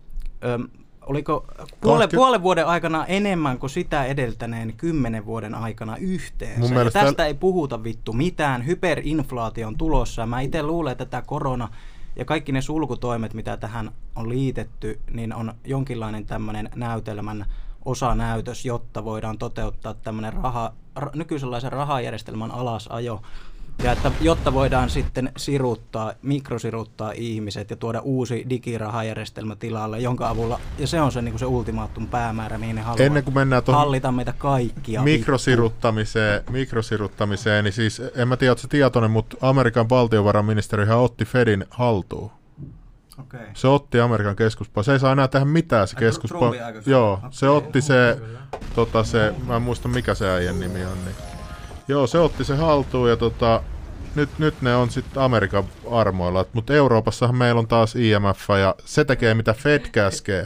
ö, oliko puolen, puolen vuoden aikana enemmän kuin sitä edeltäneen kymmenen vuoden aikana yhteensä. Ja tästä täl... ei puhuta vittu mitään, hyperinflaatio on tulossa. Mä itse luulen, että tämä korona ja kaikki ne sulkutoimet, mitä tähän on liitetty, niin on jonkinlainen tämmöinen näytelmän osanäytös, jotta voidaan toteuttaa tämmöinen raha, ra, nykyisenlaisen rahajärjestelmän alasajo. Ja että, jotta voidaan sitten siruttaa, mikrosiruttaa ihmiset ja tuoda uusi digirahajärjestelmä tilalle, jonka avulla, ja se on se, niin kuin se ultimaattum päämäärä, mihin ne haluaa Ennen kuin mennään hallita meitä kaikkia. Mikrosiruttamiseen, mikrosiruttamiseen, niin siis, en mä tiedä, ootko tietoinen, mutta Amerikan valtiovarainministerihän otti Fedin haltuun. Okay. Se otti Amerikan keskuspankki. Se ei saa enää tehdä mitään se keskuspankki. Joo, okay. Se otti se, tota se, mä en muista mikä se äijän nimi on. Niin. Joo, se otti se haltuun ja tota, nyt, nyt ne on sitten Amerikan armoilla. Mutta Euroopassahan meillä on taas I M F ja se tekee mitä Fed käskee.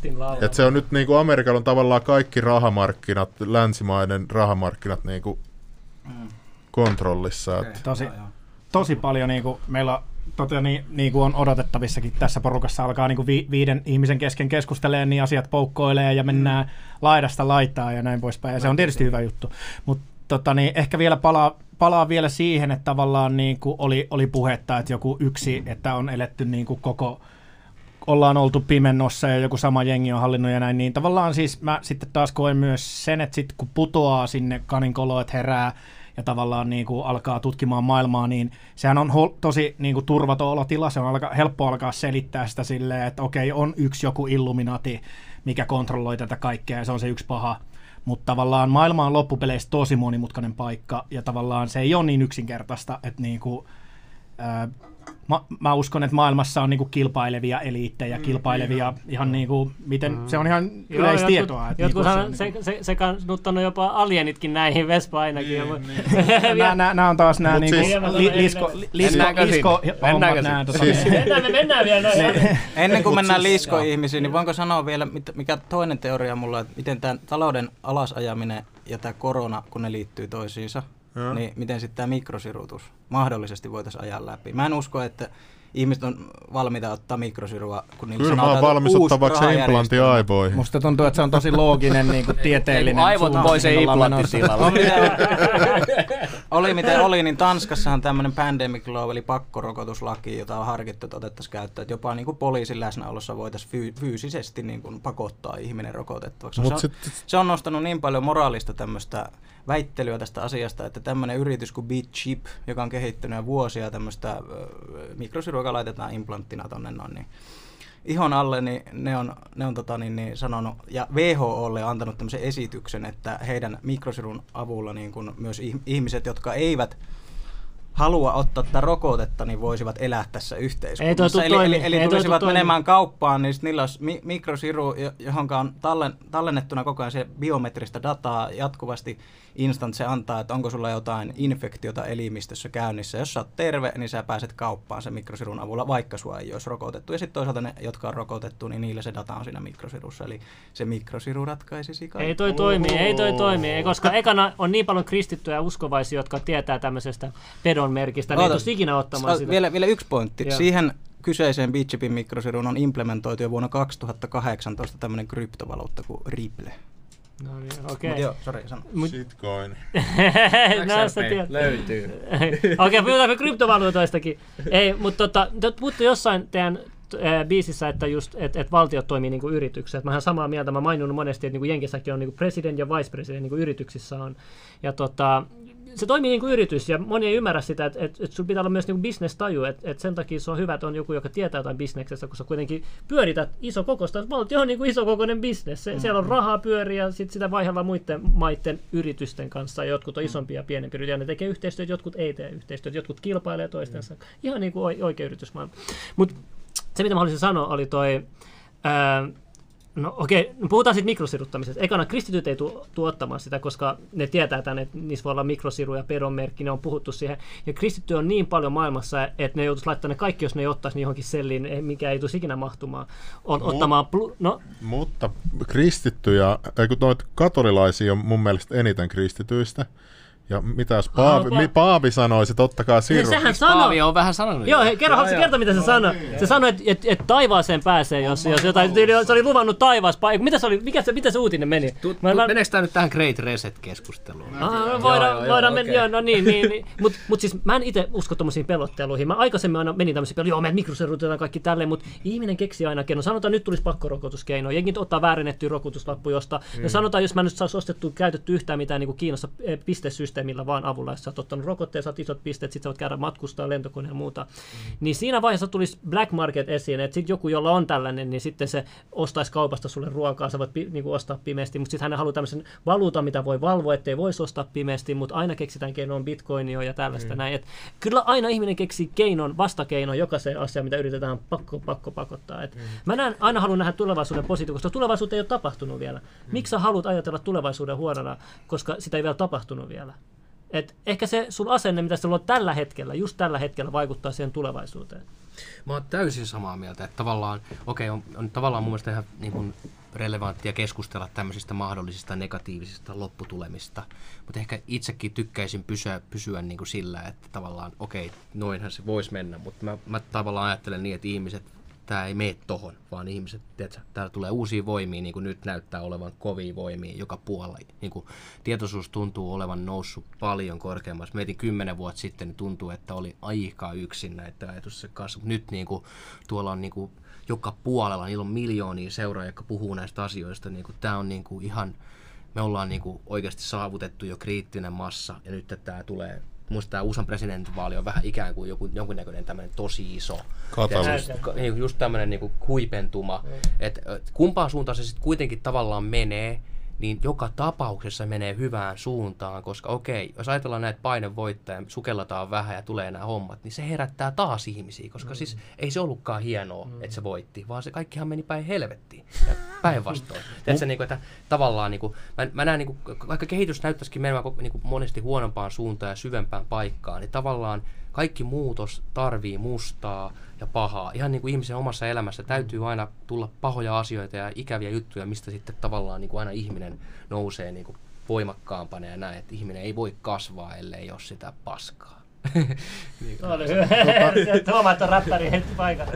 Et se on nyt niinku Amerikalla on tavallaan kaikki rahamarkkinat, länsimaiden rahamarkkinat niinku mm. kontrollissa. Okay. Tosi, tosi paljon niinku meillä Tota, niin, niin kuin on odotettavissakin tässä porukassa alkaa niin kuin vi, viiden ihmisen kesken keskustelemaan, niin asiat poukkoilee ja mennään laidasta laitaa ja näin poispäin. Ja se on tietysti hyvä juttu. Mutta tota, niin, ehkä vielä palaa, palaa vielä siihen, että tavallaan niin kuin oli, oli puhetta, että joku yksi, että on eletty niin kuin koko, ollaan oltu pimennossa ja joku sama jengi on hallinnut ja näin. Niin tavallaan siis mä sitten taas koen myös sen, että sit kun putoaa sinne kaninkoloon, että herää, ja tavallaan niin kuin alkaa tutkimaan maailmaa, niin sehän on hol- tosi niin kuin turvaton olotila. Se on alka- helppo alkaa selittää sitä silleen, että okei, on yksi joku Illuminati, mikä kontrolloi tätä kaikkea, ja se on se yksi paha. Mutta tavallaan maailma on loppupeleissä tosi monimutkainen paikka, ja tavallaan se ei ole niin yksinkertaista, että niin kuin, ää, mä, mä uskon, että maailmassa on niin kuin kilpailevia eliittejä, kilpailevia mm, ihan niin kuin, miten, mm. se on ihan yleistietoa. Jotkut, jotkut niin on se, se, se kannuttanut jopa alienitkin näihin, Vespa ainakin. Nämä on taas nämä niin lisko, lisko, mennään vielä noin. Ennen kuin mennään lisko-ihmisiin, niin voinko sanoa vielä, mikä toinen teoria mulla, että miten tämä talouden alasajaminen ja tämä korona, kun ne liittyy toisiinsa, ja. Niin miten sitten tämä mikrosirutus mahdollisesti voitaisiin ajaa läpi. Mä en usko, että ihmiset on valmiita ottaa mikrosirua, kun niillä sanotaan, että uusi rahajärjestelmä. Kyllä mä oon valmis ottavaksi implantti aivoihin. Musta tuntuu, että se on tosi looginen niin kuin tieteellinen. Aivot voi se implantti tilalla. Oli miten oli, niin Tanskassahan tämmöinen pandemic law, eli pakkorokotuslaki, jota on harkittu, että otettaisiin käyttöön. Että jopa niin kuin poliisin läsnäolossa voitaisiin fyysisesti niin kuin pakottaa ihminen rokotettavaksi. Se on, sit... se on nostanut niin paljon moraalista tämmöistä väittelyä tästä asiasta, että tämmöinen yritys kuin BitChip, joka on kehittynyt jo vuosia tämmöistä mikrosirua, joka laitetaan implanttina tonne noin, niin ihon alle, niin ne on, ne on tota, niin, niin sanonut, ja W H O:lle on antanut tämmöisen esityksen, että heidän mikrosirun avulla niin kun myös ihmiset, jotka eivät halua ottaa tätä rokotetta, niin voisivat elää tässä yhteiskunnassa. Eli, eli, eli tulisivat menemään kauppaan, niin niillä olisi mi- mikrosiru, johon on tallen, tallennettuna koko ajan se biometristä dataa jatkuvasti instant se antaa, että onko sulla jotain infektiota elimistössä käynnissä. Jos sä oot terve, niin sä pääset kauppaan sen mikrosirun avulla, vaikka sua ei olisi rokotettu. Ja sitten toisaalta ne, jotka on rokotettu, niin niillä se data on siinä mikrosirussa. Eli se mikrosiru ratkaisisi kaikki. Ei toi toimi, ei toi toimi, koska ekana on niin paljon kristittyjä ja uskovaisia, jotka tietää tämmöisestä pedon merkistä. Ne ei tos ikinä ottamaan sitä. Vielä, vielä yksi pointti. Joo. Siihen kyseiseen BitChipin mikrosiruun on implementoitu jo vuonna kaksituhattakahdeksantoista tämmöinen kryptovaluutta kuin Ripple. No niin, okei. Okay. Joo, sori, sano. Mut... Shitcoin. no, sä tiedät. Löytyy. Okei, okay, puhutaanko kryptovaluutoistakin? Ei, mutta tota, te puhutte jossain teidän äh, biisissä, että just, et, et valtiot toimii niinku yritykset. Mä oon samaa mieltä, mä maininnut monesti, että niinku Jenkissäkin on niinku president ja vice president, niinku yrityksissä on. Ja tota, se toimii niin kuin yritys, ja moni ei ymmärrä sitä, että, että, että sulla pitää olla myös niin kuin business-taju, että, että sen takia se on hyvä, että on joku, joka tietää jotain bisneksestä, kun sä kuitenkin pyörität iso kokoista. Valtio on niin kuin iso kokoinen bisnes. Se, mm. Siellä on rahaa pyöriä, ja sit sitä vaihdellaan muiden maiden yritysten kanssa. Jotkut on isompia ja pienempiä yrityksiä, ne tekee yhteistyötä, jotkut ei tee yhteistyötä, jotkut kilpailee toistensa. Mm. Ihan niin kuin oikea yritysmaailma. Mutta se, mitä mä haluaisin sanoa, oli toi... Ää, No okei, okay. No, puhutaan sitten mikrosiruttamisesta. Ekana kristityt ei tule ottamaan sitä, koska ne tietää tänne, että niissä voi olla mikrosiru ja pedonmerkki, ne on puhuttu siihen. Ja kristitty on niin paljon maailmassa, että ne joutuisi laittamaan ne kaikki, jos ne ei ottaisi niin johonkin selliin, mikä ei tulisi ikinä mahtumaan. On, Mut, ottamaan plu- no. Mutta kristittyjä, eikö noita katolilaisia on mun mielestä eniten kristityistä. Ja mitä jos Paavi, oh, pa- Paavi sanoisi, ottakaa siru. Sehän sanoo. Paavi on vähän sanonut. Joo, hei, kerro, haluatko kertoa, mitä se sanoi? Se sanoi, että et, et taivaaseen pääsee, jos, jos jotain, se oli luvannut taivaas. Mitä se oli, mikä se, mitä se uutinen meni? Tu, tu, meneekö tämä nyt tähän Great Reset-keskusteluun? Ah, voidaan, voidaan mennä, joo, no niin, niin, niin. Mutta mut siis mä en itse usko tommosiin pelotteluihin. Mä aikaisemmin aina menin tämmöisiin pelotteluihin, joo, meidät mikrosirutetaan kaikki tälleen, mutta ihminen keksii aina keino. Sanotaan, nyt tulisi pakkorokotuskeino. Jenkin ottaa väärennettyä rokotuslappu josta. Mm. Ja sanotaan, jos mä nyt saisi ostettua, käytetty yhtään mitään niin kuin Kiinassa pistesysteemillä vaan avulla, jos sä oot ottanut rokotteen, saat isot pisteet, sit sä voit käydä matkustaa lentokoneen ja muuta. Mm. Niin siinä vaiheessa tulisi black market esiin, että sit joku, jolla on tällainen, niin sitten se ostaisi kaupasta sulle ruokaa, sä voit pi- niinku ostaa pimeästi, mutta sitten hän haluaa tämmöisen valuutan, mitä voi valvoa, ettei voisi ostaa pimeästi, mutta aina keksitään keinoon bitcoinia ja tällaista mm. näin. Et kyllä aina ihminen keksii keinon, vastakeinon jokaiseen asiaan, mitä yritetään pakko, pakko pakottaa. Et mm. Mä näen, aina haluan nähdä tulevaisuuden positiivisesti, koska tulevaisuutta ei ole tapahtunut vielä. Mm. Miksi sä haluat ajatella tulevaisuuden huonona, koska sitä ei vielä tapahtunut vielä? Et ehkä se sun asenne, mitä sulla on tällä hetkellä, just tällä hetkellä vaikuttaa siihen tulevaisuuteen. Mä oon täysin samaa mieltä, että tavallaan, okei, on, on tavallaan mun mielestä ihan niin kuin relevanttia keskustella tämmöisistä mahdollisista negatiivisista lopputulemista, mutta ehkä itsekin tykkäisin pysyä, pysyä niin kuin sillä, että tavallaan, okei, noinhan se voisi mennä, mutta mä, mä tavallaan ajattelen niin, että ihmiset, tämä ei mene tohon, vaan ihmiset, tiedätkö, täällä tulee uusia voimia, niin kuin nyt näyttää olevan kovia voimia joka puolella. Niin kuin tietoisuus tuntuu olevan noussut paljon korkeammaksi. Mietin kymmenen vuotta sitten, niin tuntuu, että oli aika yksin näitä ajatuksia kanssa. Nyt niin kuin, tuolla on niin kuin, joka puolella, niillä on miljoonia seuraajia, jotka puhuu näistä asioista. Niin kuin, tämä on niin kuin, ihan, me ollaan niin kuin, oikeasti saavutettu jo kriittinen massa, ja nyt tämä tulee. Minusta tämä U S A:n presidentinvaali on vähän ikään kuin joku, jonkunnäköinen tämmöinen tosi iso. Katalyysi. Just tämmöinen niinku huipentuma. Mm. Että et kumpaan suuntaan se sitten kuitenkin tavallaan menee, niin joka tapauksessa menee hyvään suuntaan, koska okei, jos ajatellaan näitä painevoittajia, sukellataan vähän ja tulee nämä hommat, niin se herättää taas ihmisiä, koska mm. siis ei se ollutkaan hienoa, mm. että se voitti, vaan se kaikkihan meni päin helvettiin ja päinvastoin. Tiedätkö, niin kuin, että tavallaan, niin kuin, mä, mä näen, niin kuin, vaikka kehitys näyttäisikin menemään niin kuin monesti huonompaan suuntaan ja syvempään paikkaan, niin tavallaan kaikki muutos tarvii mustaa ja pahaa. Ihan niin kuin ihmisen omassa elämässä täytyy aina tulla pahoja asioita ja ikäviä juttuja, mistä sitten tavallaan niin kuin aina ihminen nousee niin kuin voimakkaampana ja näin, että ihminen ei voi kasvaa, ellei ole sitä paskaa. Niin no, oli hyvä. Tuomaa, että on räppäri heti paikalla.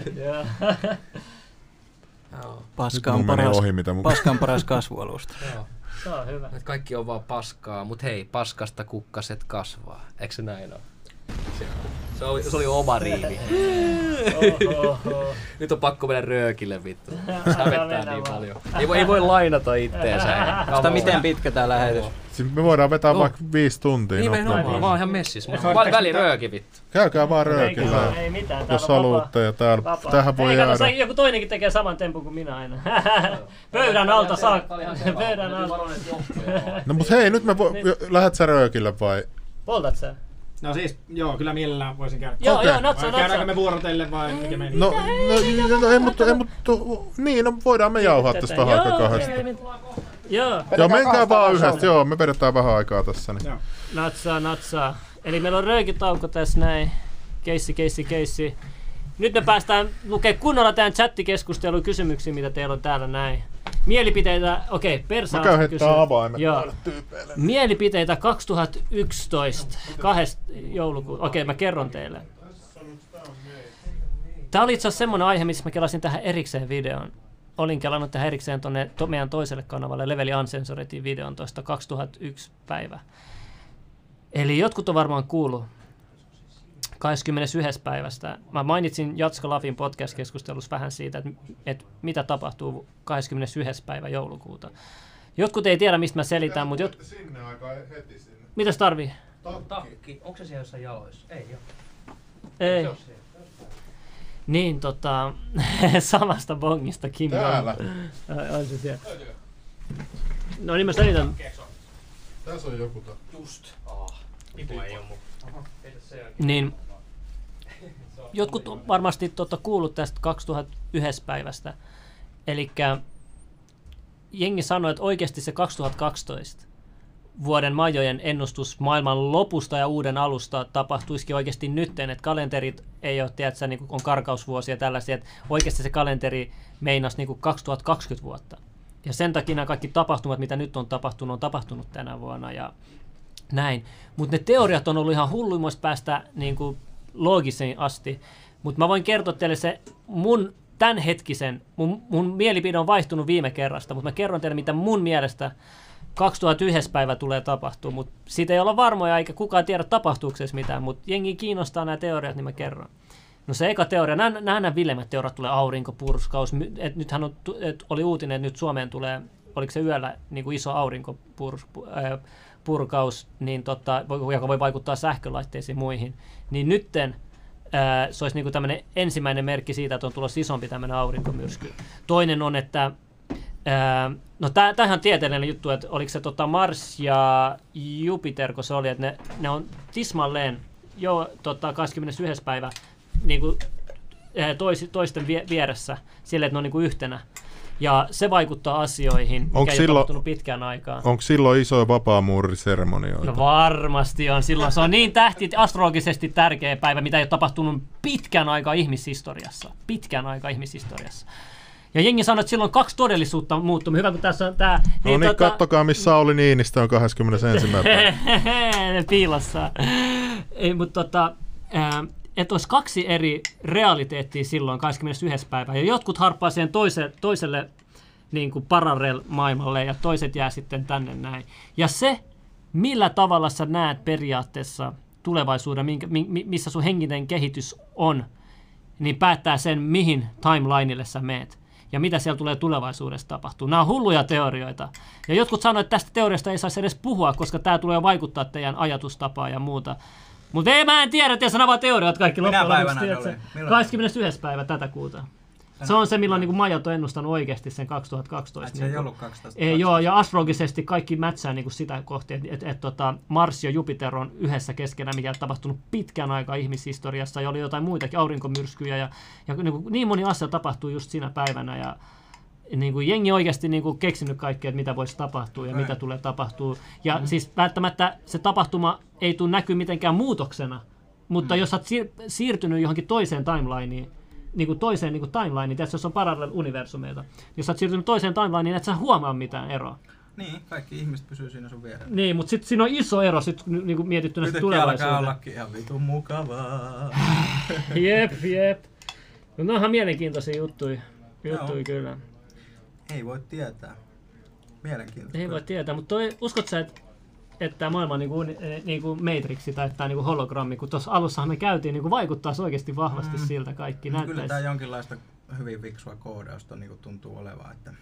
Paska on paras, ohi, mitä mun... paska on paras kasvualusta. Joo. Se on hyvä. Et kaikki on vaan paskaa, mutta hei, paskasta kukkaset kasvaa. Eikö se näin ole? Se, se, oli, se oli oma riimi. Nyt on pakko mennä röökille, vittu. Hävettää niin paljon. Ei voi, ei voi lainata itteensä. Sitä miten pitkä tää lähetys? Siis me voidaan vetää no. vaikka viisi tuntia. Niin me noin, mä oon ihan messissä. Mä oon väli rööki, vittu. Käykää vaan röökillä, ei mitään, jos haluatte. Ja täällä, tähän voi jäädä. Kato, joku toinenkin tekee saman tempun kuin minä aina. Pöydän alta saa. Pöydän alta. No mut hei, nyt me vo... lähet sä röökille vai? Poltat sä? No siis, joo, kyllä mielellään voisin käydä. Joo, okay. joo, natsa, natsa. Käydäänkö me vuorotelle vai mikä meni? No, no, no ei, mutta, ei, mutta, niin, no voidaan me jauhaa tästä vähän aikaa kahdesta. Joo. Joo, menkää vaan yhdessä, joo, me vedetään vähän aikaa tässä. Niin. Natsaa, natsaa. Eli meillä on röökitauko tässä näin. Keissi, keissi, keissi. Nyt me päästään lukemaan kunnolla tämän chattikeskustelun kysymyksiä, mitä teillä on täällä näin. Mielipiteitä, okei, okay, Persa on kysynyt. Avaimet Mielipiteitä kaksituhattayksitoista, kahdesta joulukuuta. Okei, okay, mä kerron teille. Tämä oli itse asiassa semmoinen aihe, missä mä kelasin tähän erikseen videon. Olin kelannut tähän erikseen tuonne to, meidän toiselle kanavalle, Leveli Uncensoredin videon tuosta kaksituhattayksi päivä. Eli jotkut on varmaan kuullut kahdeskymmenesensimmäinen päivästä. Mä mainitsin Jatska Lafin podcast-keskustelussa vähän siitä, että, että mitä tapahtuu kahdeskymmenesensimmäinen päivä joulukuuta. Jotkut ei tiedä, mistä mä selitän, mutta jot... sinne aikaan heti sinne. Mitäs tarvii? Takki. Takki. Onko se siellä jossain jaloissa? Ei joo. Ei. Niin, tota, samasta bongista Kim. Täällä. On se siellä. No niin, mä selitän. Tässä on joku. Just. Ah, Ipu ei oo mun. Niin, jotkut on varmasti tota, kuullut tästä kaksituhattayksi päivästä. Elikkä jengi sanoi, että oikeasti se kaksituhattakaksitoista vuoden majojen ennustus maailman lopusta ja uuden alusta tapahtuisikin oikeasti nytten, että kalenterit ei ole, tiedätkö, niin on karkausvuosia ja tällaisia, että oikeasti se kalenteri meinasi niin kuin kaksituhattakaksikymmentä vuotta. Ja sen takia nämä kaikki tapahtumat, mitä nyt on tapahtunut, on tapahtunut tänä vuonna ja näin. Mutta ne teoriat on ollut ihan hulluimmoista päästä niin kuin loogiseen asti. Mutta mä voin kertoa teille se mun tämänhetkisen, mun, mun mielipide on vaihtunut viime kerrasta, mutta mä kerron teille, mitä mun mielestä kaksituhattayksi päivä tulee tapahtua, mutta siitä ei olla varmoja eikä kukaan tiedä tapahtuuko edes mitään, mutta jengi kiinnostaa nämä teoriat, niin mä kerron. No se eka teoria, nämä, nämä vilemmät teoriat tulee aurinkopurskaus, et nythän on, et oli uutinen, että nyt Suomeen tulee, oliko se yöllä niin kuin iso aurinkopurkaus, niin tota, joka voi vaikuttaa sähkölaitteisiin muihin, niin nytten ää, se olisi niin kuin tämmöinen ensimmäinen merkki siitä, että on tulossa isompi tämmöinen aurinkomyrsky. Toinen on, että Öö, no tämä on ihan tieteellinen juttu, että oliko se tota Mars ja Jupiter, kun se oli, että ne, ne on tismalleen jo tota kahdeskymmenesensimmäinen päivä niin kuin, tois, toisten vie, vieressä sille, että ne on niin kuin yhtenä. Ja se vaikuttaa asioihin, mikä onko ei silloin, ole tapahtunut pitkään aikaa. Onko silloin isoja vapaamuuriseremonioita? No varmasti on silloin. Se on niin tähti, astrologisesti tärkeä päivä, mitä ei ole tapahtunut pitkään aikaa ihmishistoriassa. Pitkään aikaa ihmishistoriassa. Ja jengi sanoi, että silloin on kaksi todellisuutta muuttunut. Hyvä, kun tässä on tämä... Niin, no niin, tota... kattokaa, missä Sauli Niinistö on kahdeskymmenesensimmäinen päivä. Piilossa. Ei, mutta tota, että olisi kaksi eri realiteettia silloin kahdeskymmenesensimmäinen päivä. Ja jotkut harppaa siihen toise, toiselle niin kuin parallel-maailmalle ja toiset jää sitten tänne näin. Ja se, millä tavalla sä näet periaatteessa tulevaisuuden, minkä, missä sun henkinen kehitys on, niin päättää sen, mihin timelineille sä meet. Ja mitä siellä tulee tulevaisuudessa tapahtuu. Nämä on hulluja teorioita. Ja jotkut sanoivat, että tästä teoriasta ei saisi edes puhua, koska tämä tulee vaikuttaa teidän ajatustapaan ja muuta. Mutta ei, mä en tiedä, että nämä ovat teoriat kaikki loppujen lopuksi. kahdeskymmenesensimmäinen päivä tätä kuuta. Se on se, milloin niin majat on ennustanut oikeasti sen kaksituhattakaksitoista. Se ei ollut kaksituhattakaksitoista. Ei, joo, ja astrologisesti kaikki mätsää niin kuin sitä kohti, että et, et, tota, Mars ja Jupiter on yhdessä keskenään, mikä on tapahtunut pitkän aikaa ihmishistoriassa, ja oli jotain muitakin aurinkomyrskyjä, ja, ja niin, kuin, niin moni asia tapahtuu just siinä päivänä, ja niin kuin jengi oikeasti niin kuin keksinyt kaikkea, että mitä voisi tapahtua ja Näin. mitä tulee tapahtua. Ja mm-hmm. siis välttämättä se tapahtuma ei tule näkyä mitenkään muutoksena, mutta mm-hmm. jos olet siir- siirtynyt johonkin toiseen timelineen, niin kuin toiseen niin kuin timelineen, tietysti jos on parallel-universumeita, jos sä oot siirtynyt toiseen timelineen, niin et sä huomaa mitään eroa. Niin, kaikki ihmiset pysyy siinä sun vierellä. Niin, mutta sitten siinä on iso ero sit, niin kuin mietittynä sitten tulevaisuuteen. Yhtäkkiä alkaa ollakin ihan vitun mukavaa. jep, jep. No ne onhan mielenkiintoisia juttuja, juttuja kyllä. Ei voi tietää. Mielenkiintoista. Ei voi tietää, mutta toi, uskot sä, että että tämä maailma on niin kuin, niin kuin Matrixi tai tämä niin kuin hologrammi, kun tuossa alussahan me käytiin, niin kuin vaikuttaa oikeasti vahvasti mm. siltä kaikki. No, kyllä tämä jonkinlaista hyvin fiksua koodausta niin kuin tuntuu olevan. Että...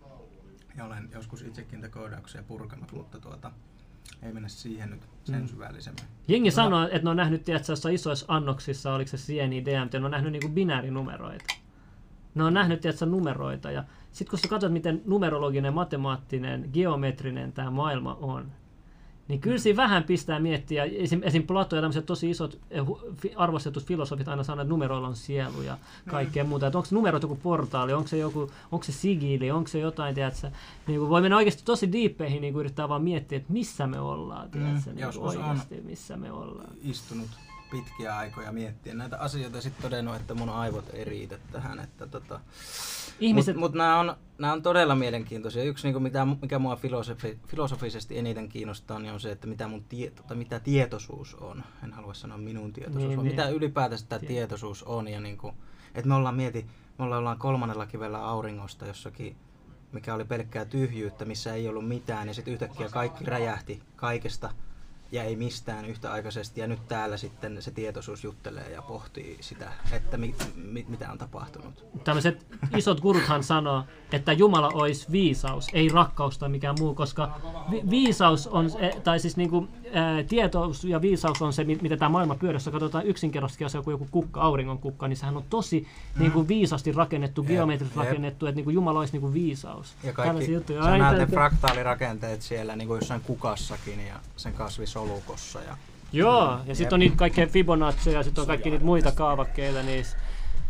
Ja olen joskus itsekin niitä koodauksia purkanut, mutta tuota, ei mennä siihen nyt sen mm. syvällisemmin. Jengi no, sanoo, että ne on nähnyt tietysti isoissa annoksissa, oliko se C N I, D M T, ne on nähnyt niin kuin binäärinumeroita. Ne on nähnyt tietysti numeroita. Ja sitten kun sä katsot, miten numerologinen, matemaattinen, geometrinen tämä maailma on, niin kyllä siinä vähän pistää miettiä. Esim. esim. Plato ja tämmöiset tosi isot arvostetut filosofit aina sanoo, että numeroilla on sielu ja kaikkea mm. muuta. Että onko numerot joku portaali, onko se, joku, onko se sigiili, onko se jotain, tiedätkö? Niin kuin voi mennä oikeasti tosi diippeihin, niin kuin yrittää vaan miettiä, että missä me ollaan, tiedätkö? Mm. Niin oikeasti, missä me ollaan. Istunut pitkiä aikoja miettiä näitä asioita ja sitten todennut, että mun aivot ei riitä tähän. Että tota... Ihmiset... Mutta mut nämä on, on todella mielenkiintoisia. Yksi, niin mitä, mikä mua filosofi, filosofisesti eniten kiinnostaa, niin on se, että mitä, mun tie, tota, mitä tietoisuus on. En halua sanoa minun tietoisuus, niin, vaan niin. mitä ylipäätänsä tämä tietoisuus on. Ja niin kuin, että me ollaan, mieti, me ollaan kolmannella kivellä auringosta jossakin, mikä oli pelkkää tyhjyyttä, missä ei ollut mitään. Ja sitten yhtäkkiä kaikki räjähti kaikesta ja ei mistään yhtäaikaisesti. Ja nyt täällä sitten se tietoisuus juttelee ja pohtii sitä, että mi, mi, mitä on tapahtunut. Tällaiset isot guruthan sanoo, että Jumala olisi viisaus, ei rakkaus tai mikään muu, koska vi, viisaus on, tai siis niinku, ää, tietous ja viisaus on se, mitä tämä maailma pyörässä. Katsotaan yksinkertaisesti, jos joku, joku kukka, auringon kukka, niin sehän on tosi mm. niinku, viisasti rakennettu, geometrisesti rakennettu, että niinku, Jumala olisi niinku, viisaus. Ja kaikki, sä näet ne fraktaalirakenteet siellä niinku jossain kukassakin ja sen kasvisolukossa. Ja joo, ja sitten on niitä kaikkea Fibonaccia ja sitten on kaikki niitä muita kaavakkeita. Niin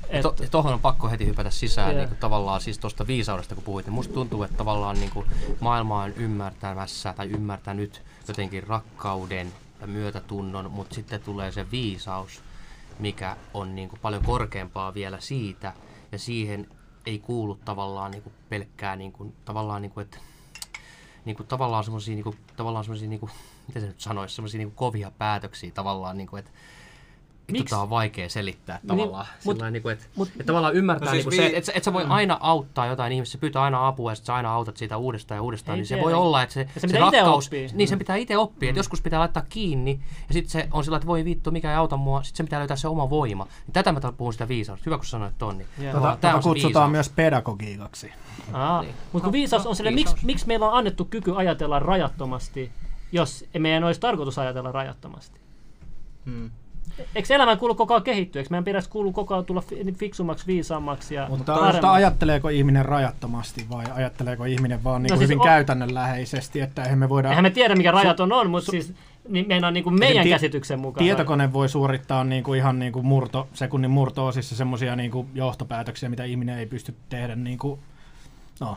Et... To, tohon on pakko heti hypätä sisään yeah. niin kuin tavallaan siis tuosta viisaudesta kun puhuit, niin musta tuntuu, että tavallaan niin kuin maailma on ymmärtämässä tai ymmärtänyt jotenkin rakkauden ja myötätunnon, mutta sitten tulee se viisaus, mikä on niin kuin paljon korkeampaa vielä siitä, ja siihen ei kuulu tavallaan niin kuin pelkkää niin kuin, tavallaan niin kuin, että niin kuin, tavallaan semmoisia niin kuin, tavallaan semmoisia niin kuin, miten se nyt sanoisi, semmoisia niin kuin kovia päätöksiä tavallaan niin kuin, että Tota on vaikea selittää tavallaan. Niin, mut, niin kuin, että, mut, että tavallaan ymmärtää no siis niin kuin vi- se, että et sä voi aina auttaa jotain ihmistä, sä pyytää aina apua ja sit sä aina autat siitä uudestaan ja uudestaan, niin se voi olla, että se, se, se rakkaus, niin sen pitää itse oppia, mm. että joskus pitää laittaa kiinni ja sitten se on sillä, että voi vittu, mikä ei auta mua, sitten se pitää löytää se oma voima. Niin tätä mä puhun sitä viisaudesta. Hyvä kun sanoit tonni. Niin. Tota, tota kutsutaan viisaus. Myös pedagogiikaksi. Aa, niin. Mutta kun viisaus on silleen, miksi, miksi meillä on annettu kyky ajatella rajattomasti, jos meidän olisi tarkoitus ajatella rajattomasti? Hmm. Eikö elämän kuulu koko ajan kehittyä? Eikö meidän pitäisi kuulu koko ajan tulla fiksummaksi, viisaammaksi ja mutta, mutta ajatteleeko ihminen rajattomasti vai ajatteleeko ihminen vaan niin no siis hyvin o- käytännönläheisesti, että eihän me voida... Eihän me tiedä mikä rajaton on, mutta su- siis niin meidän, niin kuin meidän ti- käsityksen mukaan. Tietokone voi suorittaa niin kuin ihan niin kuin murto, sekunnin murto-osissa semmoisia niin kuin johtopäätöksiä, mitä ihminen ei pysty tehdä niin kuin, no,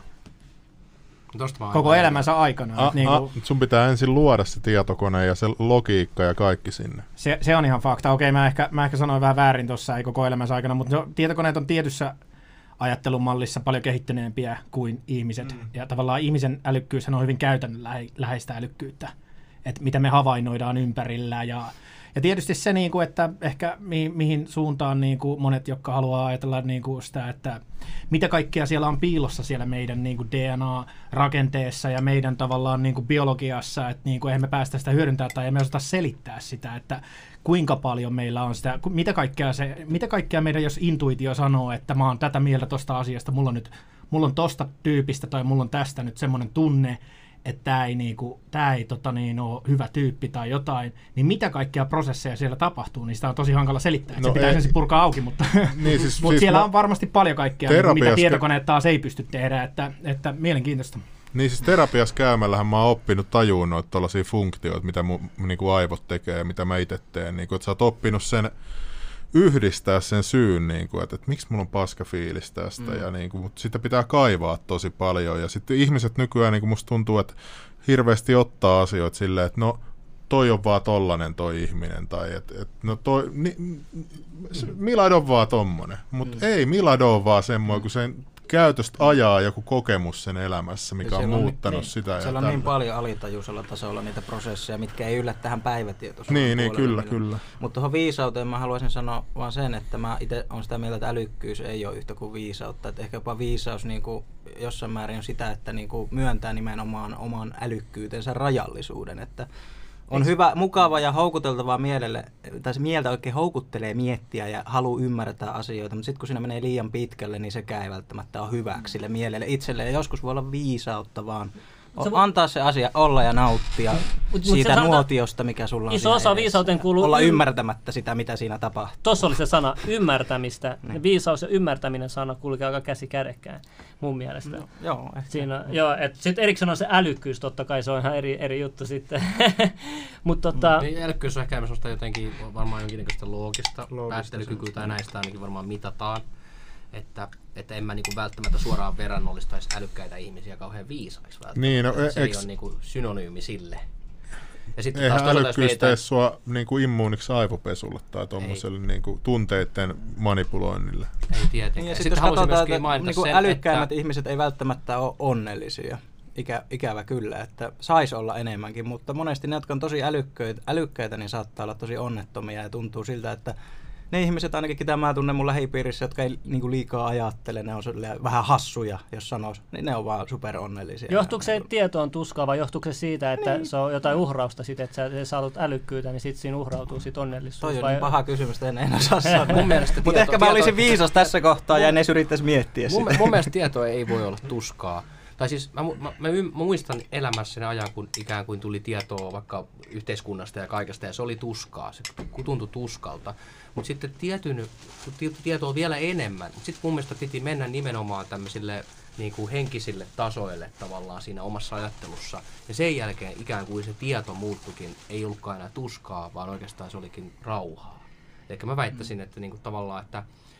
koko elämänsä aikana. A, niin kuin, a, sun pitää ensin luoda se tietokone ja se logiikka ja kaikki sinne. Se, se on ihan fakta. Okei, mä ehkä, mä ehkä sanoin vähän väärin tuossa, ei koko elämänsä aikana, mutta no, tietokoneet on tietyssä ajattelumallissa paljon kehittyneempiä kuin ihmiset. Mm. Ja tavallaan ihmisen älykkyyshän on hyvin käytännönläheistä älykkyyttä, että mitä me havainnoidaan ympärillä ja Ja tietysti se, niin kuin, että ehkä mi- mihin suuntaan niin kuin monet, jotka haluaa ajatella niin kuin sitä, että mitä kaikkea siellä on piilossa siellä meidän niin kuin D N A-rakenteessa ja meidän tavallaan niin kuin biologiassa, että niin kuin eihän me päästä sitä hyödyntämään tai emme osata selittää sitä, että kuinka paljon meillä on sitä, mitä kaikkea, se, mitä kaikkea meidän, jos intuitio sanoo, että mä oon tätä mieltä tosta asiasta, mulla on nyt mulla on tosta tyypistä tai mulla on tästä nyt semmoinen tunne, että tämä ei, niinku, tää ei tota, niin, ole hyvä tyyppi tai jotain, niin mitä kaikkia prosesseja siellä tapahtuu, niin sitä on tosi hankala selittää. No se pitää ensin purkaa auki, mutta, niin, siis, mutta siis siellä mä... on varmasti paljon kaikkea, mitä tietokoneet taas ei pysty tehdä, että, että mielenkiintoista. Niin siis terapiassa käymällähän mä oon oppinut tajuun noita tällaisia funktioita, mitä mun niinku aivot tekee ja mitä mä itse teen. Niinku, että sä oot oppinut sen yhdistää sen syyn, niin kuin, että, että miksi mulla on paska fiilis tästä, mm. ja, niin kuin, mutta sitä pitää kaivaa tosi paljon. Ja sitten ihmiset nykyään, niin kuin musta tuntuu, että hirveästi ottaa asioita silleen, että no toi on vaan tollanen toi ihminen, tai että et, no toi, ni, Milad on vaan tommonen, mutta mm. ei, Milad on vaan semmoinen, kun sen käytöstä ajaa joku kokemus sen elämässä, mikä on muuttanut niin, sitä. Siellä ja on niin paljon alitajuisella tasolla niitä prosesseja, mitkä ei yllä tähän päivätietoisuuteen. Niin, niin kyllä, minun. kyllä. Mutta tuohon viisauteen mä haluaisin sanoa vaan sen, että mä itse olen sitä mieltä, että älykkyys ei ole yhtä kuin viisautta. Että ehkä jopa viisaus niin kuin jossain määrin on sitä, että niin kuin myöntää nimenomaan oman älykkyytensä rajallisuuden. Että on Eikö? hyvä, mukava ja houkuteltavaa mielelle, tai se mieltä oikein houkuttelee miettiä ja haluaa ymmärtää asioita, mutta sitten kun siinä menee liian pitkälle, niin sekään ei välttämättä ole hyväksi sille mielelle itselleen. Ja joskus voi olla viisautta vaan se vo- antaa se asia olla ja nauttia mut, siitä mut nuotiosta, mikä sulla on. Iso osa viisauteen kuuluu olla ymmärtämättä sitä, mitä siinä tapahtuu. Tuossa oli se sana ymmärtämistä. Niin. Viisaus ja ymmärtäminen sana kulkee aika käsi kädekkäin mun mielestä. No, joo, ehkä. Siinä, joo, et sit erikseen on se älykkyys, totta kai se on ihan eri, eri juttu sitten. Mut, tota, niin, älykkyys on ehkä semmoista jotenkin varmaan jonkinnäköistä loogista, päättelykykyä tai näistä ainakin varmaan mitataan. Että, että en mä niinku välttämättä suoraan verrannollistaisi älykkäitä ihmisiä kauhean viisaiksi välttämättä. Niin, no, se eks... ei ole niinku synonyymi sille. Ja sitten eihän taas älykkyys tee sua niinku immuuniksi aivopesulle tai tuommoiselle niinku tunteiden manipuloinnille. Ei tietenkään. Niin, ja sitten jos katsotaan, että niinku älykkäimmät että... ihmiset ei välttämättä ole onnellisia. Ikä, ikävä kyllä, että saisi olla enemmänkin, mutta monesti ne, jotka on tosi älykköitä, älykkäitä, niin saattaa olla tosi onnettomia ja tuntuu siltä, että ne ihmiset ainakin, ketä mä tunnen mun lähipiirissä, jotka ei niinku liikaa ajattele, ne on vähän hassuja, jos sanoisi, niin ne on vaan superonnellisia. Johtuuko se tietoon tuskaa vai johtuuko se siitä, että niin. se on jotain uhrausta sit, että sä saadut älykkyyttä, niin sit siinä uhrautuu sit onnellisuus? Toi on vai... niin paha kysymys, en, en osaa sanoa. Mutta ehkä mä olisin viisas tässä kohtaa ja en edes yrittäisi miettiä mun, sitä. Mun mielestä tietoa ei voi olla tuskaa. Tai siis mä, mä, mä, mä muistan elämässä sen ajan, kun ikään kuin tuli tietoa vaikka yhteiskunnasta ja kaikesta, ja se oli tuskaa, se tuntui tuskalta. Mutta sitten tietyn, tietoa vielä enemmän. Sitten mun mielestä piti mennä nimenomaan tämmöisille niin kuin henkisille tasoille tavallaan siinä omassa ajattelussa. Ja sen jälkeen ikään kuin se tieto muuttukin, ei ollutkaan enää tuskaa, vaan oikeastaan se olikin rauhaa. Eli mä väittäisin, että niin kuin tavallaan, että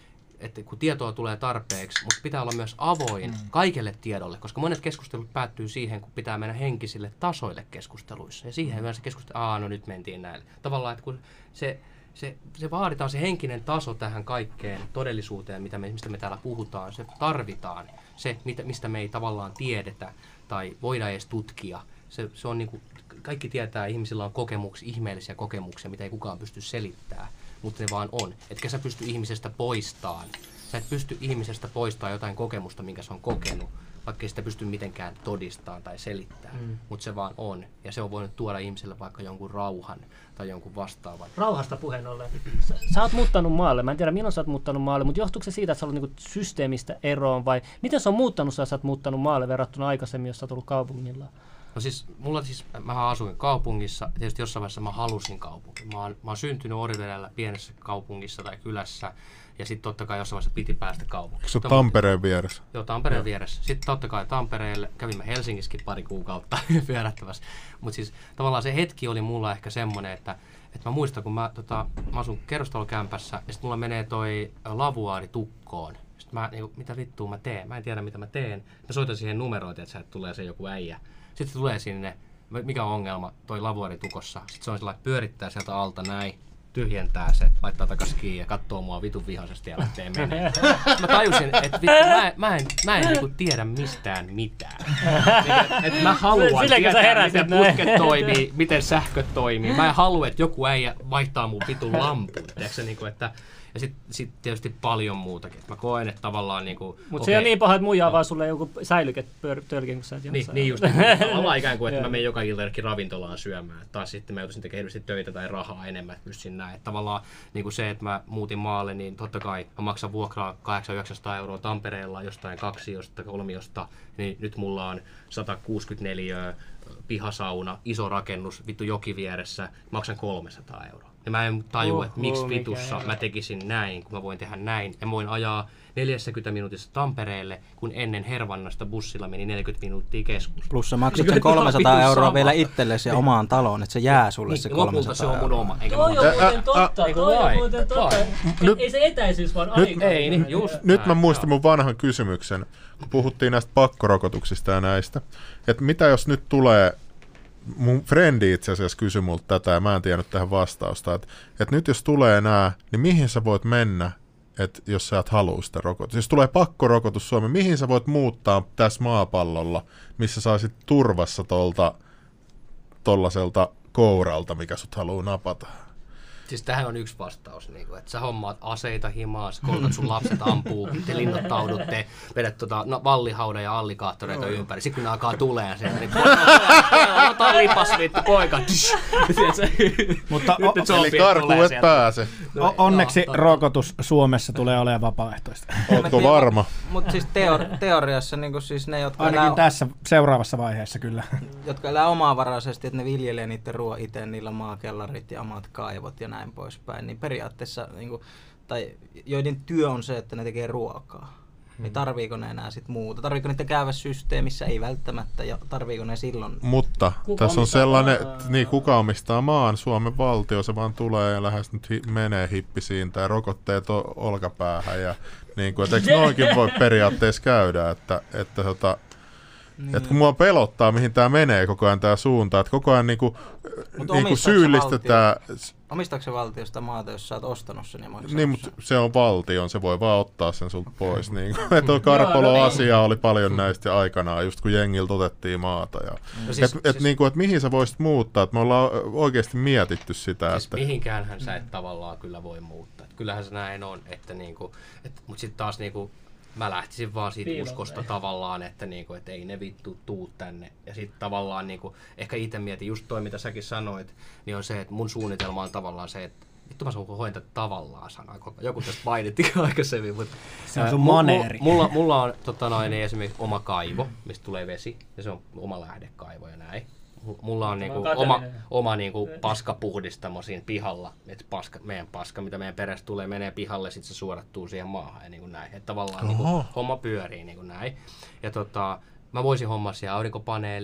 että kun tietoa tulee tarpeeksi, mutta pitää olla myös avoin mm. kaikelle tiedolle, koska monet keskustelut päättyy siihen, kun pitää mennä henkisille tasoille keskusteluissa. Ja siihen yleensä keskustelu, aa no nyt mentiin näille. Tavallaan, että kun se, se, se vaaditaan se henkinen taso tähän kaikkeen todellisuuteen, mitä me, mistä me täällä puhutaan, se tarvitaan. Se, mistä me ei tavallaan tiedetä tai voida edes tutkia. Se, se on niin kuin, kaikki tietää, ihmisillä on kokemuksia, ihmeellisiä kokemuksia, mitä ei kukaan pysty selittämään, mutta ne vaan on. Etkä sä pysty ihmisestä poistamaan. Sä et pysty ihmisestä poistamaan jotain kokemusta, minkä se on kokenut, vaikka ei sitä pysty mitenkään todistamaan tai selittämään, mm. mutta se vaan on. Ja se on voinut tuoda ihmiselle vaikka jonkun rauhan tai jonkun vastaavan. Rauhasta puheen ollen. Sä, sä oot muuttanut maalle. Mä en tiedä, milloin sä oot muuttanut maalle, mutta johtuuko se siitä, että sä olet niinku systeemistä eroon vai miten se on muuttanut, sä, sä oot muuttanut maalle verrattuna aikaisemmin, jos sä oot ollut kaupungilla? No siis, mulla siis, mä asuin kaupungissa, tietysti jossain vaiheessa mä halusin kaupunkiin. Mä oon, mä oon syntynyt Orivedellä pienessä kaupungissa tai kylässä, ja sitten totta kai jossain vaiheessa piti päästä kaupunkiin. Se on Tampereen vieressä? Joo, Tampereen no. vieressä. Sitten totta kai Tampereelle, kävimme Helsingissäkin pari kuukautta pyörättävässä. Mutta siis tavallaan se hetki oli mulla ehkä semmoinen, että, että mä muistan, kun mä, tota, mä asun kerrostalokämpässä, ja sitten mulla menee toi lavuaari tukkoon. Sitten mä, niin, mitä vittua mä teen? Mä en tiedä, mitä mä teen. Mä soitan siihen numeroita, että sieltä tulee se joku äijä. Sitten se tulee sinne, mikä on ongelma, toi lavuaari tukossa. Sitten se on sellainen, pyörittää sieltä alta näin, tyhjentää se, laittaa takas kiinni ja katsoo mua vitun vihaisesti ja lähtee menee. Mä tajusin, että vittu, mä, mä en, mä en niinku tiedä mistään mitään. Että mä haluan tietää, miten putket toimii, miten sähköt toimii. Mä en halua, että joku äijä vaihtaa mun vitun lampun. Tiedätkö, niinku, että ja sitten sit tietysti paljon muutakin. Mä koen, että tavallaan niinku... Mutta okay, se on niin paha, että muijaa vaan sulle joku säilyket tölkin, kun sä et niin, niin just. Tavallaan ikään kuin, että mä menen joka ilta jonnekin ravintolaan syömään. Taas sitten mä joutuisin tekemään hirveästi töitä tai rahaa enemmän, että pystyn näin. Että tavallaan niinku se, että mä muutin maalle, niin totta kai mä maksan vuokraa kahdeksansataa yhdeksänsataa euroa Tampereella jostain kaksiosta, kolmiosta. Niin nyt mulla on sata kuusikymmentäneljä pihasauna, iso rakennus, vittu joki vieressä. Maksan kolmesataa euroa. Ja mä en tajua, uh, että miksi vitussa mä tekisin näin, kun mä voin tehdä näin. Ja mä voin ajaa neljäkymmentä minuutissa Tampereelle, kun ennen Hervannasta bussilla meni neljäkymmentä minuuttia keskustaan. Plus sä maksat sen kolmesataa euroa sama vielä itsellesi ja omaan taloon, että se jää sulle niin, se kolmesataa se on mun oma. Eikä toi on muuten totta, toi on muuten totta. Ei se etäisyys vaan aika. Ei, niin just. Nyt mä muistin mun vanhan kysymyksen, kun puhuttiin näistä pakkorokotuksista ja näistä. Että mitä jos nyt tulee... Mun frendi itse asiassa kysyi multa tätä ja mä en tiennyt tähän vastausta, että, että nyt jos tulee nää, niin mihin sä voit mennä, että jos sä et halua sitä rokotusta. Jos tulee pakkorokotus Suomeen, mihin sä voit muuttaa tässä maapallolla, missä saisit turvassa tolta tollaselta kouralta, mikä sut haluaa napata? Siis tähän on yksi vastaus, niin kuin, että sä hommaat aseita himaa, sä koulutat sun lapset ampuu, te linnoittaudutte, vedät tota, no, vallihauda ja allikaattoreita ympäri. Sitten kun ne alkaa tulemaan sieltä, niin ota lipas vittu poika. Mutta eli karkuun et pääse. O- onneksi rokotus Suomessa tulee olemaan vapaaehtoista. Ootko varma? Mutta siis teori- teoriassa niin siis ne, jotka ainakin elää, tässä seuraavassa vaiheessa kyllä. Jotka elää omavaraisesti, että ne viljelee niiden ruoan itse, niillä maakellarit ja omat kaivot ja näin poispäin, niin periaatteessa, niin kuin, tai joiden työ on se, että ne tekee ruokaa. Hmm. Niin tarviiko ne enää sit muuta? Tarviiko niitä käydä systeemissä? Ei välttämättä. Ja tarviiko ne silloin? Mutta kuka tässä on sellainen, maa? Niin kuka omistaa maan? Suomen valtio, se vaan tulee ja lähes nyt hi- menee hippisiin tai rokotteet o- olkapäähän. Ja, niin kuin, että eikö noinkin voi periaatteessa käydä, että, että tota, niin. Että kun mua pelottaa, mihin tämä menee koko ajan tämä suunta, että koko ajan niinku, niinku syyllistetään. Omistaako se valtio sitä maata, jos sä oot ostanut sen ja maksanut niin, mutta se on valtion, se voi vaan ottaa sen sulta pois. Niin, että Karpolo-asia oli paljon näistä aikanaan, just kun jengiltä otettiin maata. Ja, no siis, et, et, siis, niinku, et mihin sä voisit muuttaa, että me ollaan oikeasti mietitty sitä. Siis että mihinkäänhän sä et tavallaan kyllä voi muuttaa. Et kyllähän se näin on, että niinku, et, mutta sitten taas niinku, mä lähtisin vaan siitä Piilon uskosta vai. tavallaan, että, niinku, et ei ne vittu tuu tänne. Ja sitten tavallaan niinku, ehkä itse mietin just toi, mitä säkin sanoit, niin on se, että mun suunnitelma on tavallaan se, että vittu mä saan hoitaa tavallaan sanaa. Joku tästä mainittiin aikaisemmin. Mutta, se on sun maneeri. Mulla, mulla on tota noin, niin esimerkiksi oma kaivo, mistä tulee vesi. Ja se on oma lähdekaivo ja näin. Mulla on niinku oma, oma niinku paskapuhdistamo siinä pihalla, että paska, meidän paska, mitä meidän perästä tulee, menee pihalle, sitten se suodattuu siihen maahan ja niinku näin. Että tavallaan niinku homma pyörii niinku näin. Ja tota, mä voisin hommaa siellä aurinkopaneelit,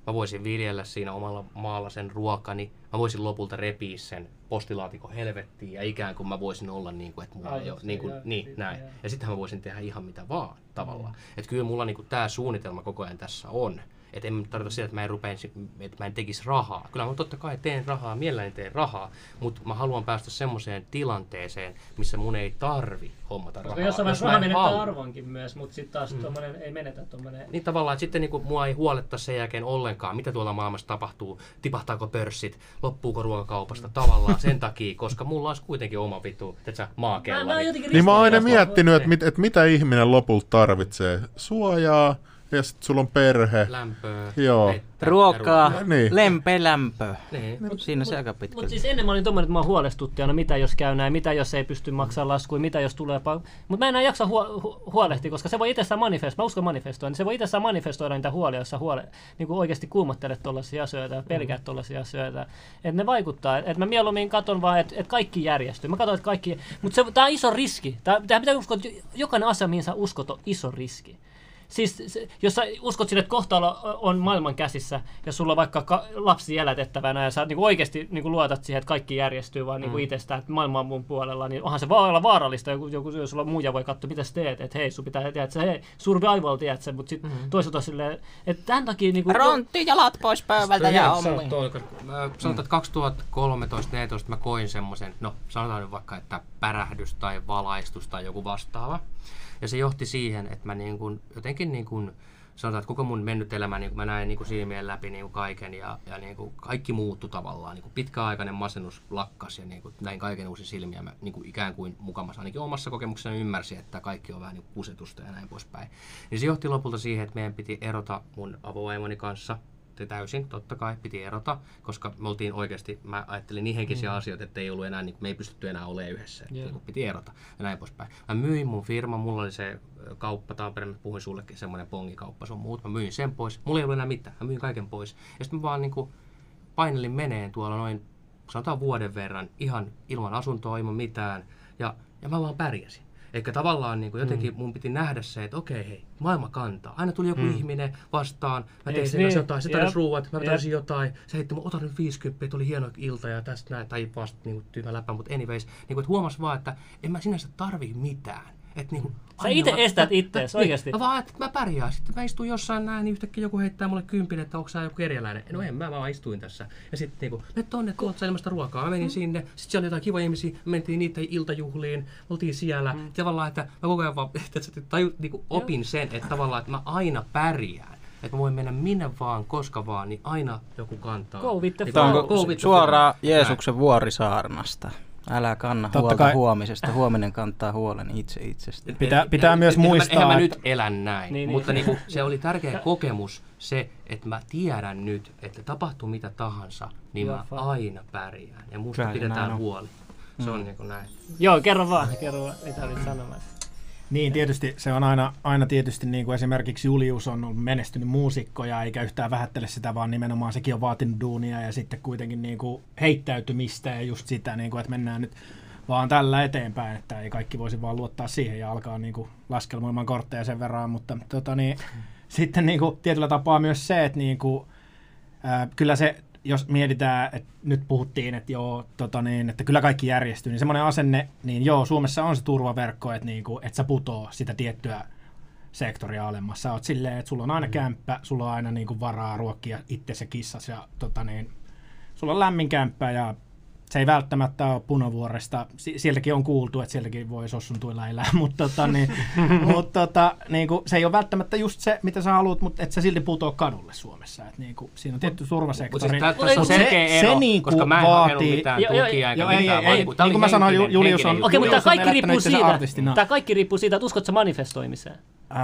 mä voisin viljellä siinä omalla maalla sen ruokani, mä voisin lopulta repiä sen postilaatikon helvettiin ja ikään kuin mä voisin olla niin kuin, että mulla ei ole, niin kuin, niin, näin. Ja sittenhän mä voisin tehdä ihan mitä vaan tavallaan. Mm. Että kyllä mulla niin kuin tää suunnitelma koko ajan tässä on. Että en tarkoita sitä, että mä en, rupeisi, että mä en tekisi rahaa. Kyllä mä totta kai teen rahaa, mielelläni teen rahaa, mutta mä haluan päästä semmoiseen tilanteeseen, missä mun ei tarvi hommata rahaa. Jossain vaiheessa raha menettää arvonkin myös, mutta sitten taas mm. tommonen ei menetä tommonen... Niin tavallaan, että sitten niinku mua ei huoletta sen jälkeen ollenkaan, mitä tuolla maailmassa tapahtuu, tipahtaako pörssit, loppuuko ruokakaupasta mm. tavallaan sen takia, koska mulla olisi kuitenkin oma vitu, että maakellari. Niin mä oon aina miettinyt, että mit, et mitä ihminen lopulta tarvitsee. Suojaa. Ja sit sulla on perhe. Lämpöä. Joo. Ruokaa. Niin. Lempeä lämpö. Niin. Mut, Siinä se aika pitkä. Mutta siis ennen mä olin tommonen, että mä huolestutti mitä jos käy näin, mitä jos ei pysty maksamaan laskuja, mitä jos tulee... Pa- Mutta mä en enää jaksa huo- hu- huolehtia, koska se voi itsessään manifestoida, mä uskon manifestoida, niin se voi itsessään manifestoida niitä huolia, jos sä huole- niin kuin oikeasti kuumottelet tollaisia asioita ja pelkäät tollaisia asioita. Että ne vaikuttaa. Että mä mieluummin katon vaan, että et kaikki järjestyy. Mä katon, että kaikki... Mutta tää on iso riski. Tää, tää pitää uskoa, että jokainen asia, mihin sä uskot, on iso riski. Siis se, jos sä uskot sille, että kohtalo on maailman käsissä ja sulla on vaikka ka- lapsi jälätettävänä ja sä niin oikeasti niin luotat siihen, että kaikki järjestyy vaan niin mm. itsestään, että maailma on mun puolella, niin onhan se vaan olla vaarallista. Joku, joku, jos sulla muija voi katsoa, mitä sä teet, että hei, sun pitää tehdä, että hei, survival, tiedät sä, mutta sitten mm. toisaalta silleen, että tämän takia... Niin kuin, Rontti jalat pois pöydältä ja ommiin. Sanotaan, että kaksituhattakolmetoista neljätoista mä koin semmoisen, no sanotaan nyt vaikka, että pärähdys tai valaistus tai joku vastaava. Ja se johti siihen, että mä niin kun, jotenkin niin kun, sanotaan, että koko mun mennyt elämä, niin mä näin niin silmien läpi niin kaiken ja, ja niin kaikki muuttui tavallaan. Niin pitkäaikainen masennus lakkas ja niin näin kaiken uusi silmiä. Mä niin ikään kuin mukamassa ainakin omassa kokemuksessani ymmärsin, että kaikki on vähän niin kusetusta ja näin poispäin. Niin se johti lopulta siihen, että meidän piti erota mun avovaimoni kanssa. Täysin, totta kai, piti erota, koska me oltiin oikeasti, mä ajattelin niin henkisiä mm. asioita, että ei ollut enää, niin, me ei pystytty enää olemaan yhdessä, yeah. niin piti erota ja näin poispäin. Mä myin mun firman, mulla oli se kauppa Tampereen, mä puhuin sullekin, semmoinen pongikauppa, se on muut, mä myin sen pois, mulla ei ollut enää mitään, mä myin kaiken pois. Ja sitten mä vaan niin kuin painelin meneen tuolla noin, sanotaan vuoden verran, ihan ilman asuntoa, ilman mitään, ja, ja mä vaan pärjäsin. Eikä tavallaan niin kuin jotenkin mun piti nähdä se, että okei, hei, maailma kantaa. Aina tuli joku mm. ihminen vastaan, mä tein sen niin? jotain, se tarjosi ruuat, mä tarjosin jotain, se heitti mun, ota nyt viisikymmentä, että oli hieno ilta ja tästä näin, tai vasta niin tyhmä läppä, mutta anyways, niin kuin, että huomas vaan, että en mä sinänsä tarvii mitään. Et niin kuin, sä itse estät ittees oikeasti. Mä vaan, että mä pärjään. Sitten mä istuin jossain näin, niin yhtäkkiä joku heittää mulle kympin, että onko sä joku kerjäläinen. No en, mä vaan istuin tässä. Ja sitten niinku, me tonne tuolta ilmasta ruokaa. Mä menin mm. sinne. Sitten siellä oli jotain kivoja ihmisiä. Me mentiin niiden iltajuhliin. Oltiin siellä. Mm. Tavallaan, että mä koko ajan vaan että taju, niinku, opin sen, että tavallaan, että mä aina pärjään. Että mä voin mennä minne vaan, koska vaan, niin aina joku kantaa. Go with the niin, flow. Go with suoraan Jeesuksen vuorisaarnasta. Älä kanna Totta huolta kai. huomisesta, huominen kantaa huolen itse itsestä. Pitää, pitää et, myös et, muistaa, eihän mä, eihän että... mä nyt elän näin, niin, mutta niin. Niinku, se oli tärkeä kokemus se, että mä tiedän nyt, että tapahtuu mitä tahansa, niin Joo, mä fa. aina pärjään ja musta Kyllä, pidetään huoli. Se mm. on niin kuin näin. Joo, kerro vaan, kerro vaan, mitä olit sanomassa. Niin, tietysti se on aina, aina tietysti niin kuin esimerkiksi Julius on ollut menestynyt muusikko ja eikä yhtään vähättele sitä, vaan nimenomaan sekin on vaatinut duunia ja sitten kuitenkin niin kuin heittäytymistä ja just sitä, niin kuin, että mennään nyt vaan tällä eteenpäin, että ei kaikki voisi vaan luottaa siihen ja alkaa niin kuin laskelmoimaan kortteja sen verran, mutta tota, niin, sitten niin kuin, tietyllä tapaa myös se, että niin kuin, ää, kyllä se, jos mietitään, että nyt puhuttiin, että joo, tota niin, että kyllä kaikki järjestyy, niin semmoinen asenne, niin joo, Suomessa on se turvaverkko, että, niinku, että sä putoo sitä tiettyä sektoria alemmassa. Sä oot silleen, että sulla on aina kämppä, sulla on aina niinku varaa ruokkia itsesi ja kissas ja tota niin, sulla on lämmin kämppä ja se ei välttämättä ole Punavuoresta. Sieltäkin on kuultu, että sieltäkin voi sossun tuilla elää, mutta tota, niin, mut, tota, niinku, se ei ole välttämättä just se, mitä sä haluat, mutta et sä silti putoo kadulle Suomessa. Et, niinku, siinä on tietty turvasektori. Mutta siis tässä on selkeä ero, se, niinku koska mä en vaatii, hakenut mitään tukia eikä mitään. Ei, ei, niin kuin mä sanoin, Julius on Okei, mutta kaikki riippuu siitä, tämä kaikki riippuu siitä, että uskotko manifestoimiseen.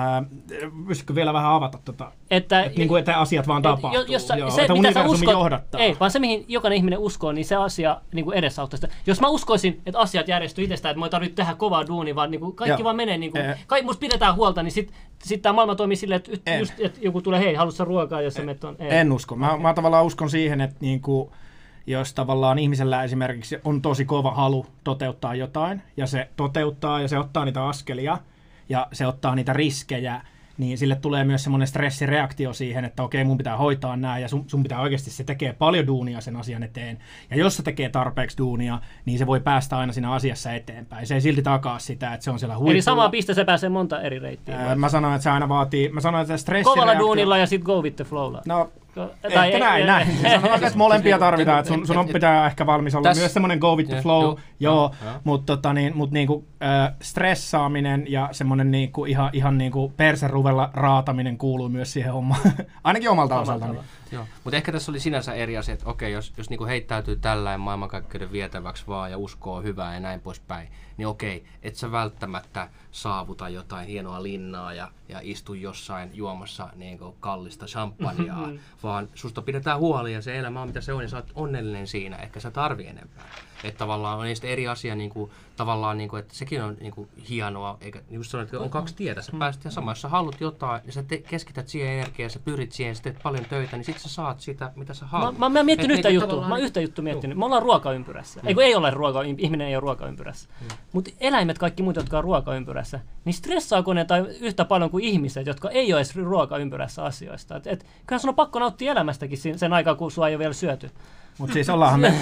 Pystytkö vielä vähän avata, tota, että, että, niinku, että asiat vaan tapahtuu, jo, jossa, joo, se, että mitä sä uskot, johdattaa. Ei, vaan se, mihin jokainen ihminen uskoo, niin se asia niin kuin edesauttaa sitä. Jos mä uskoisin, että asiat järjestyy itsestään, että mä ei tarvitse tehdä kovaa duunia, vaan niin kuin kaikki joo. vaan menee, niin kuin, kaikki musta pidetään huolta, niin sitten sit tämä maailma toimii silleen, että, just, että joku tulee, hei, haluatko sä ruokaa, jos sä menet on? En usko. Mä, okay. mä tavallaan uskon siihen, että niin kuin, jos tavallaan ihmisellä esimerkiksi on tosi kova halu toteuttaa jotain, ja se toteuttaa, ja se ottaa niitä askelia, ja se ottaa niitä riskejä, niin sille tulee myös semmoinen stressireaktio siihen, että okei, mun pitää hoitaa nämä, ja sun, sun pitää oikeasti, se tekee paljon duunia sen asian eteen. Ja jos se tekee tarpeeksi duunia, niin se voi päästä aina siinä asiassa eteenpäin. Se ei silti takaa sitä, että se on siellä huipulla. Eli samaan piste se pääsee monta eri reittiä. Ää, mä sanoin, että se aina vaatii, mä sanoin, että stressireaktio... Kovalla duunilla ja sit go with the flowlla. No, tai ehkä näin, näin. Sanotaan, että molempia tarvitaan, että sun, sun pitää ehkä valmis olla Täs, myös semmoinen go with the flow, joo, joo, mutta tota, niin, mut niinku, äh, stressaaminen ja semmoinen niinku, ihan, ihan niinku perseruvella raataminen kuuluu myös siihen hommaan, ainakin omalta osaltani. Joo, mutta ehkä tässä oli sinänsä eri asia, että okei, jos, jos niinku heittäytyy tällainen maailmankaikkeuden vietäväksi vaan ja uskoo hyvää ja näin poispäin, niin okei, et sä välttämättä saavuta jotain hienoa linnaa ja, ja istu jossain juomassa niinku kallista champagnea, vaan susta pidetään huoli ja se elämä on mitä se on ja sä oot onnellinen siinä, ehkä sä tarvii enempää. Että tavallaan on niistä eri asia, niinku, tavallaan, niinku, että sekin on niinku, hienoa, eikä niin sanoit, että on kaksi tietä, sä pääset ihan samaan, jos sä haluat jotain, niin sä te, keskität siihen energiaan, sä pyrit siihen, sä teet paljon töitä, niin sit sä saat sitä, mitä sä haluat. Mä, mä oon miettinyt yhtä niinku, juttua, mä oon yhtä juttua miettinyt. Me ollaan ruokaympyrässä. Mm. Ei kun ei ole ruoka, ihminen ei ole ruokaympyrässä. Mm. Mutta eläimet, kaikki muut, jotka on ruokaympyrässä, niin stressaako ne tai yhtä paljon kuin ihmiset, jotka ei ole edes ruokaympyrässä asioista. Et, et, kyllähän sun on pakko nauttia elämästäkin sen aikaa, kun sua ei ole vielä syöty. Mutta siis ollaanhan me,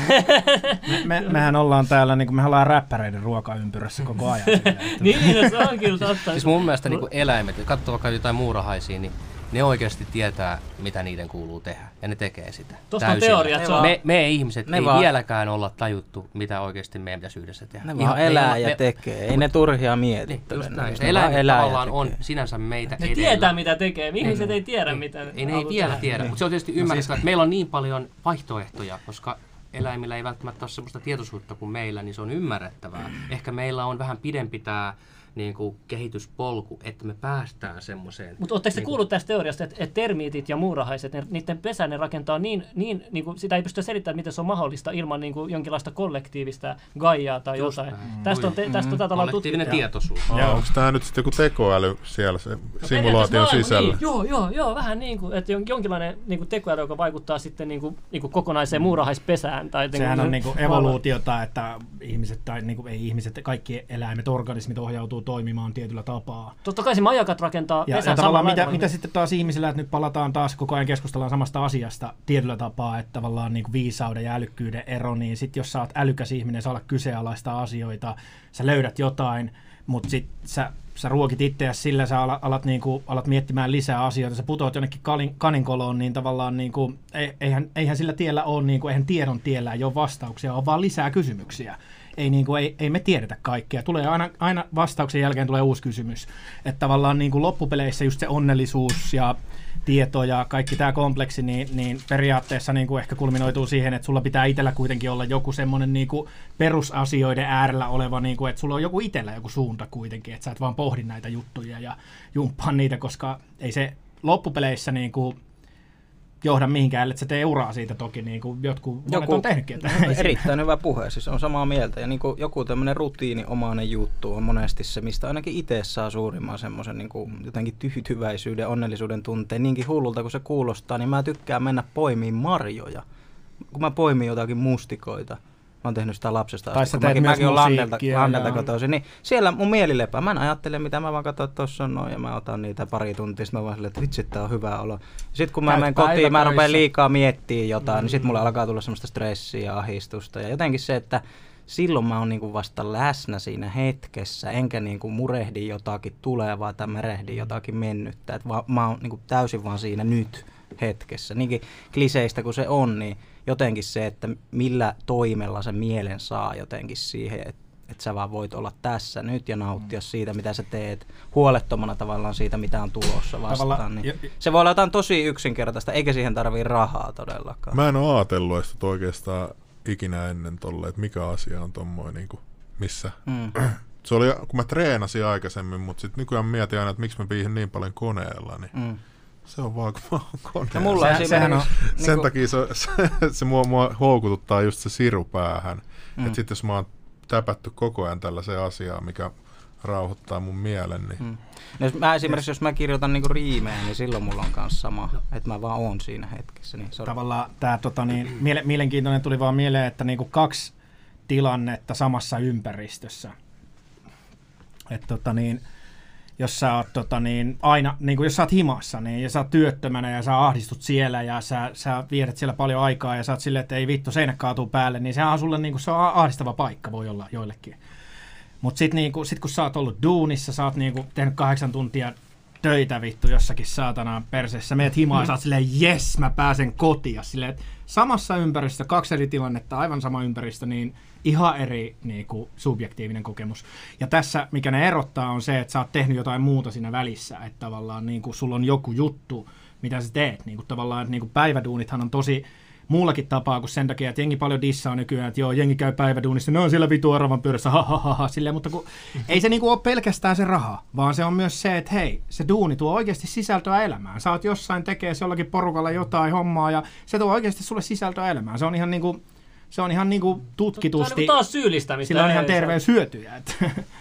me, me, mehän ollaan täällä, niin me ollaan räppäreiden ruokaympyrässä koko ajan. Silleen, niin, se on kyllä totta. Siis mun mielestä niin eläimet, katsoo vaikka jotain muurahaisia, niin ne oikeasti tietää, mitä niiden kuuluu tehdä, ja ne tekee sitä. Tuosta on teoria, että se on... Me, me ihmiset ne ei vaan... vieläkään olla tajuttu, mitä oikeasti meidän pitäisi yhdessä tehdä. Ne vaan elää ja me... tekee, ei ne turhia mietittele. Niin, eläimet tavallaan on sinänsä meitä ne edellä. Ne tietää, mitä tekee. Ihmiset niin, ei tiedä, niin, mitä... Ei ne ei vielä tehdä. tiedä, niin. Mutta se on tietysti ymmärrettävä, että meillä on niin paljon vaihtoehtoja, koska eläimillä ei välttämättä ole sellaista tietoisuutta kuin meillä, niin se on ymmärrettävää. Ehkä meillä on vähän pidempi tämä niin kuin kehityspolku, että me päästään semmoiseen. Mutta oletteko te niin kuullut tästä teoriasta, että, että termiitit ja muurahaiset, ne, niiden pesä ne rakentaa niin, niin, niin kuin, sitä ei pysty selittämään, miten se on mahdollista ilman niin kuin, jonkinlaista kollektiivista gaiaa tai just jotain. Näin. Tästä on, te, tästä mm-hmm. ollaan kollektiivinen tietoisuus. Oh, onko tämä nyt sitten joku tekoäly siellä se no, simulaation sisällä? Niin, joo, joo, joo, vähän niin kuin, että jonkinlainen niin kuin tekoäly, joka vaikuttaa sitten niin kuin, niin kuin kokonaiseen muurahaispesään. Tai sehän on niin kuin evoluutiota, että ihmiset tai niin kuin, ei ihmiset, kaikki eläimet, organismit ohjautuu toimimaan tietyllä tapaa. Totta kai se majakat rakentaa ja, ja tavallaan mitä, mitä sitten taas ihmisillä, että nyt palataan taas koko ajan keskustellaan samasta asiasta tietyllä tapaa, että tavallaan niin kuin viisauden ja älykkyyden ero, niin sitten jos sä oot älykäs ihminen, sä alat kyseenalaistaa asioita, sä löydät jotain, mutta sitten sä, sä ruokit itseäsi sillä, sä alat, alat, niinku, alat miettimään lisää asioita, sä putoat jonnekin kalin, kaninkoloon, niin tavallaan niinku, eihän, eihän sillä tiellä ole, niinku, eihän tiedon tiellä ei ole vastauksia, on vaan lisää kysymyksiä. Ei, niin kuin, ei, ei me tiedetä kaikkea. Tulee aina, aina vastauksen jälkeen tulee uusi kysymys. Että tavallaan niin kuin loppupeleissä just se onnellisuus ja tieto ja kaikki tämä kompleksi, niin, niin periaatteessa niin kuin ehkä kulminoituu siihen, että sulla pitää itsellä kuitenkin olla joku semmoinen niin kuin perusasioiden äärellä oleva, niin kuin, että sulla on joku itsellä joku suunta kuitenkin, että sä et vaan pohdi näitä juttuja ja jumppaa niitä, koska ei se loppupeleissä niin kuin johda mihinkään, ellei sä tee uraa siitä toki, niin kuin jotkut joku, on tehnytkin. Että erittäin hyvä puhe, siis on samaa mieltä. Ja niin kuin joku tämmöinen rutiininomainen juttu on monesti se, mistä ainakin itse saa suurimman semmoisen niin kuin jotenkin tyytyväisyyden, onnellisuuden tunteen. Niinkin hullulta kuin se kuulostaa, niin mä tykkään mennä poimiin marjoja. Kun mä poimin jotakin mustikoita. Mä oon tehnyt sitä lapsesta asti, kun mäkin, mäkin olen Landelta, Landelta kotoisin, niin siellä mun mieli lepää. Mä en ajattele, mitä mä vaan katson, että tossa on noin, ja mä otan niitä pari tuntia, sit mä vaan silleen, että vitsi, tää on hyvä olo. Sitten kun mä menen kotiin, mä rupean liikaa miettimään jotain, mm. niin sit mulle alkaa tulla semmoista stressiä ja ahdistusta. Ja jotenkin se, että silloin mä oon niinku vasta läsnä siinä hetkessä, enkä niinku murehdi jotakin tulevaa tai märehdi jotakin mennyttä. Et vaan, mä oon niinku täysin vaan siinä nyt hetkessä. Niinkin kliseistä kuin se on, niin jotenkin se, että millä toimella se mielen saa jotenkin siihen, että et sä vaan voit olla tässä nyt ja nauttia siitä, mitä sä teet, huolettomana tavallaan siitä, mitä on tulossa vastaan. Niin se voi olla jotain tosi yksinkertaista, eikä siihen tarvii rahaa todellakaan. Mä en ole ajatellut että oikeastaan ikinä ennen tolle, että mikä asia on tommoinen, niin kuin missä. Mm. Se oli, kun mä treenasin aikaisemmin, mutta sitten nykyään mietin aina, että miksi mä viihin niin paljon koneella, niin mm. se on vaan, kun mä oon koneella. No mulla se, sehän on, sen niin takia se, se, se mua, mua houkututtaa just se siru päähän. Mm. Että sitten jos mä oon täpätty koko ajan tällaiseen asiaan, mikä rauhoittaa mun mielen. Niin mm. no jos mä esimerkiksi, jos mä kirjoitan niinku riimejä, niin silloin mulla on kanssa sama, no. että mä vaan oon siinä hetkessä. Niin tavallaan tää tota, niin, miele- mielenkiintoinen tuli vaan mieleen, että niinku kaksi tilannetta samassa ympäristössä. Et, tota, niin, jos sä oot tota, niin, aina, niin kuin jos sä oot himassa, niin, ja sä oot työttömänä ja sä ahdistut siellä ja sä, sä viedät siellä paljon aikaa ja sä oot silleen, että ei vittu, seinä kaatuu päälle, niin sehän on sulle niin kuin, se on ahdistava paikka, voi olla joillekin. Mutta sitten niin sit, kun sä oot ollut duunissa, sä oot niin kuin, tehnyt kahdeksan tuntia töitä vittu jossakin saatana perseessä, meet himaan ja sä oot silleen, jes, mä pääsen kotiin. Silleen, että samassa ympäristössä, kaksi eri tilannetta, aivan sama ympäristö, niin ihan eri niin kuin, subjektiivinen kokemus. Ja tässä, mikä ne erottaa, on se, että sä oot tehnyt jotain muuta siinä välissä, että tavallaan niin kuin, sulla on joku juttu, mitä sä teet. Niin kuin, tavallaan, että niin kuin, päiväduunithan on tosi muullakin tapaa kuin sen takia, että jengi paljon dissaa nykyään, että joo, jengi käy päiväduunissa, ne on siellä vitu oravan pyörässä, ha, ha, ha, ha, silleen, mutta kun ei se niinku ole pelkästään se raha, vaan se on myös se, että hei, se duuni tuo oikeasti sisältöä elämään. Sä oot jossain tekee jollakin porukalla jotain hommaa ja se tuo oikeasti sulle sisältöä elämään. Se on ihan niinku, se on ihan niinku tutkitusti, se on taas syyllistämistä. Sillä on ihan terveyshyötyjä. Että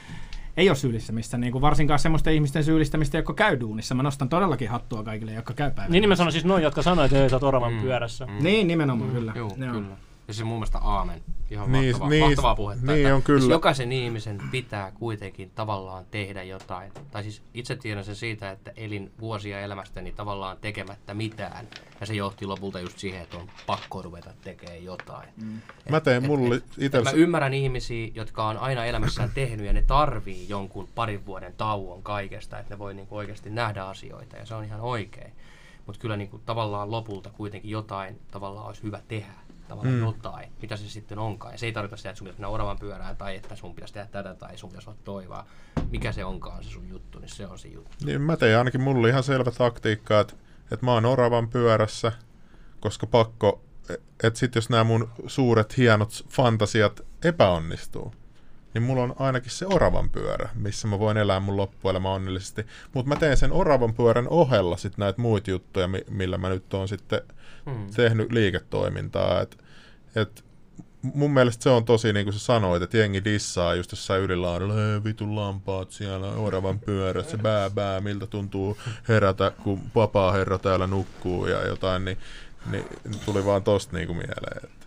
ei ole syyllistämistä, niin kuin varsinkaan semmoisten ihmisten syyllistämistä, jotka käy duunissa. Mä nostan todellakin hattua kaikille, jotka käy päivänä. Niin, niin mä sanon siis noin, jotka sanoivat, että sä oot oravan mm, pyörässä. Mm. Niin, nimenomaan, mm, kyllä. Joo, kyllä. Ja se mun mielestä aamen. Ihan niin, mahtavaa, niin, mahtavaa puhetta. Niin on kyllä. Jokaisen ihmisen pitää kuitenkin tavallaan tehdä jotain. Tai siis itse tiedän sen siitä, että elin vuosia elämästäni tavallaan tekemättä mitään. Ja se johti lopulta just siihen, että on pakko ruveta tekemään jotain. Mm. Et, mä tein et, mulle et, itse... et mä ymmärrän ihmisiä, jotka on aina elämässään tehnyt ja ne tarvii jonkun parin vuoden tauon kaikesta, että ne voi niinku oikeasti nähdä asioita ja se on ihan oikein. Mutta kyllä niinku tavallaan lopulta kuitenkin jotain tavallaan olisi hyvä tehdä. Tavallaan mm. jotain, mitä se sitten onkaan. Ja se ei tarkoita sitä, että sun pitäisi mennä oravan pyörään tai että sun pitäisi tehdä tätä tai sun pitäisi olla toivaa. Mikä se onkaan se sun juttu, niin se on se juttu. Niin, mä tein ainakin mulle ihan selvä taktiikka, että, että mä oon oravan pyörässä, koska pakko, että sit jos nämä mun suuret hienot fantasiat epäonnistuu, niin mulla on ainakin se oravan pyörä, missä mä voin elää mun loppuelämä onnellisesti. Mutta mä teen sen oravan pyörän ohella sit näitä muita juttuja, millä mä nyt oon sitten hmm. tehnyt liiketoimintaa. Et, et mun mielestä se on tosi, niin kuin sä sanoit, että jengi dissaa just jossain ylilaadalla, hei vitun lampaat siellä oravan pyörässä, bää bää, miltä tuntuu herätä, kun vapaa herra täällä nukkuu ja jotain, niin, niin tuli vaan tosta niin kuin mieleen. Että.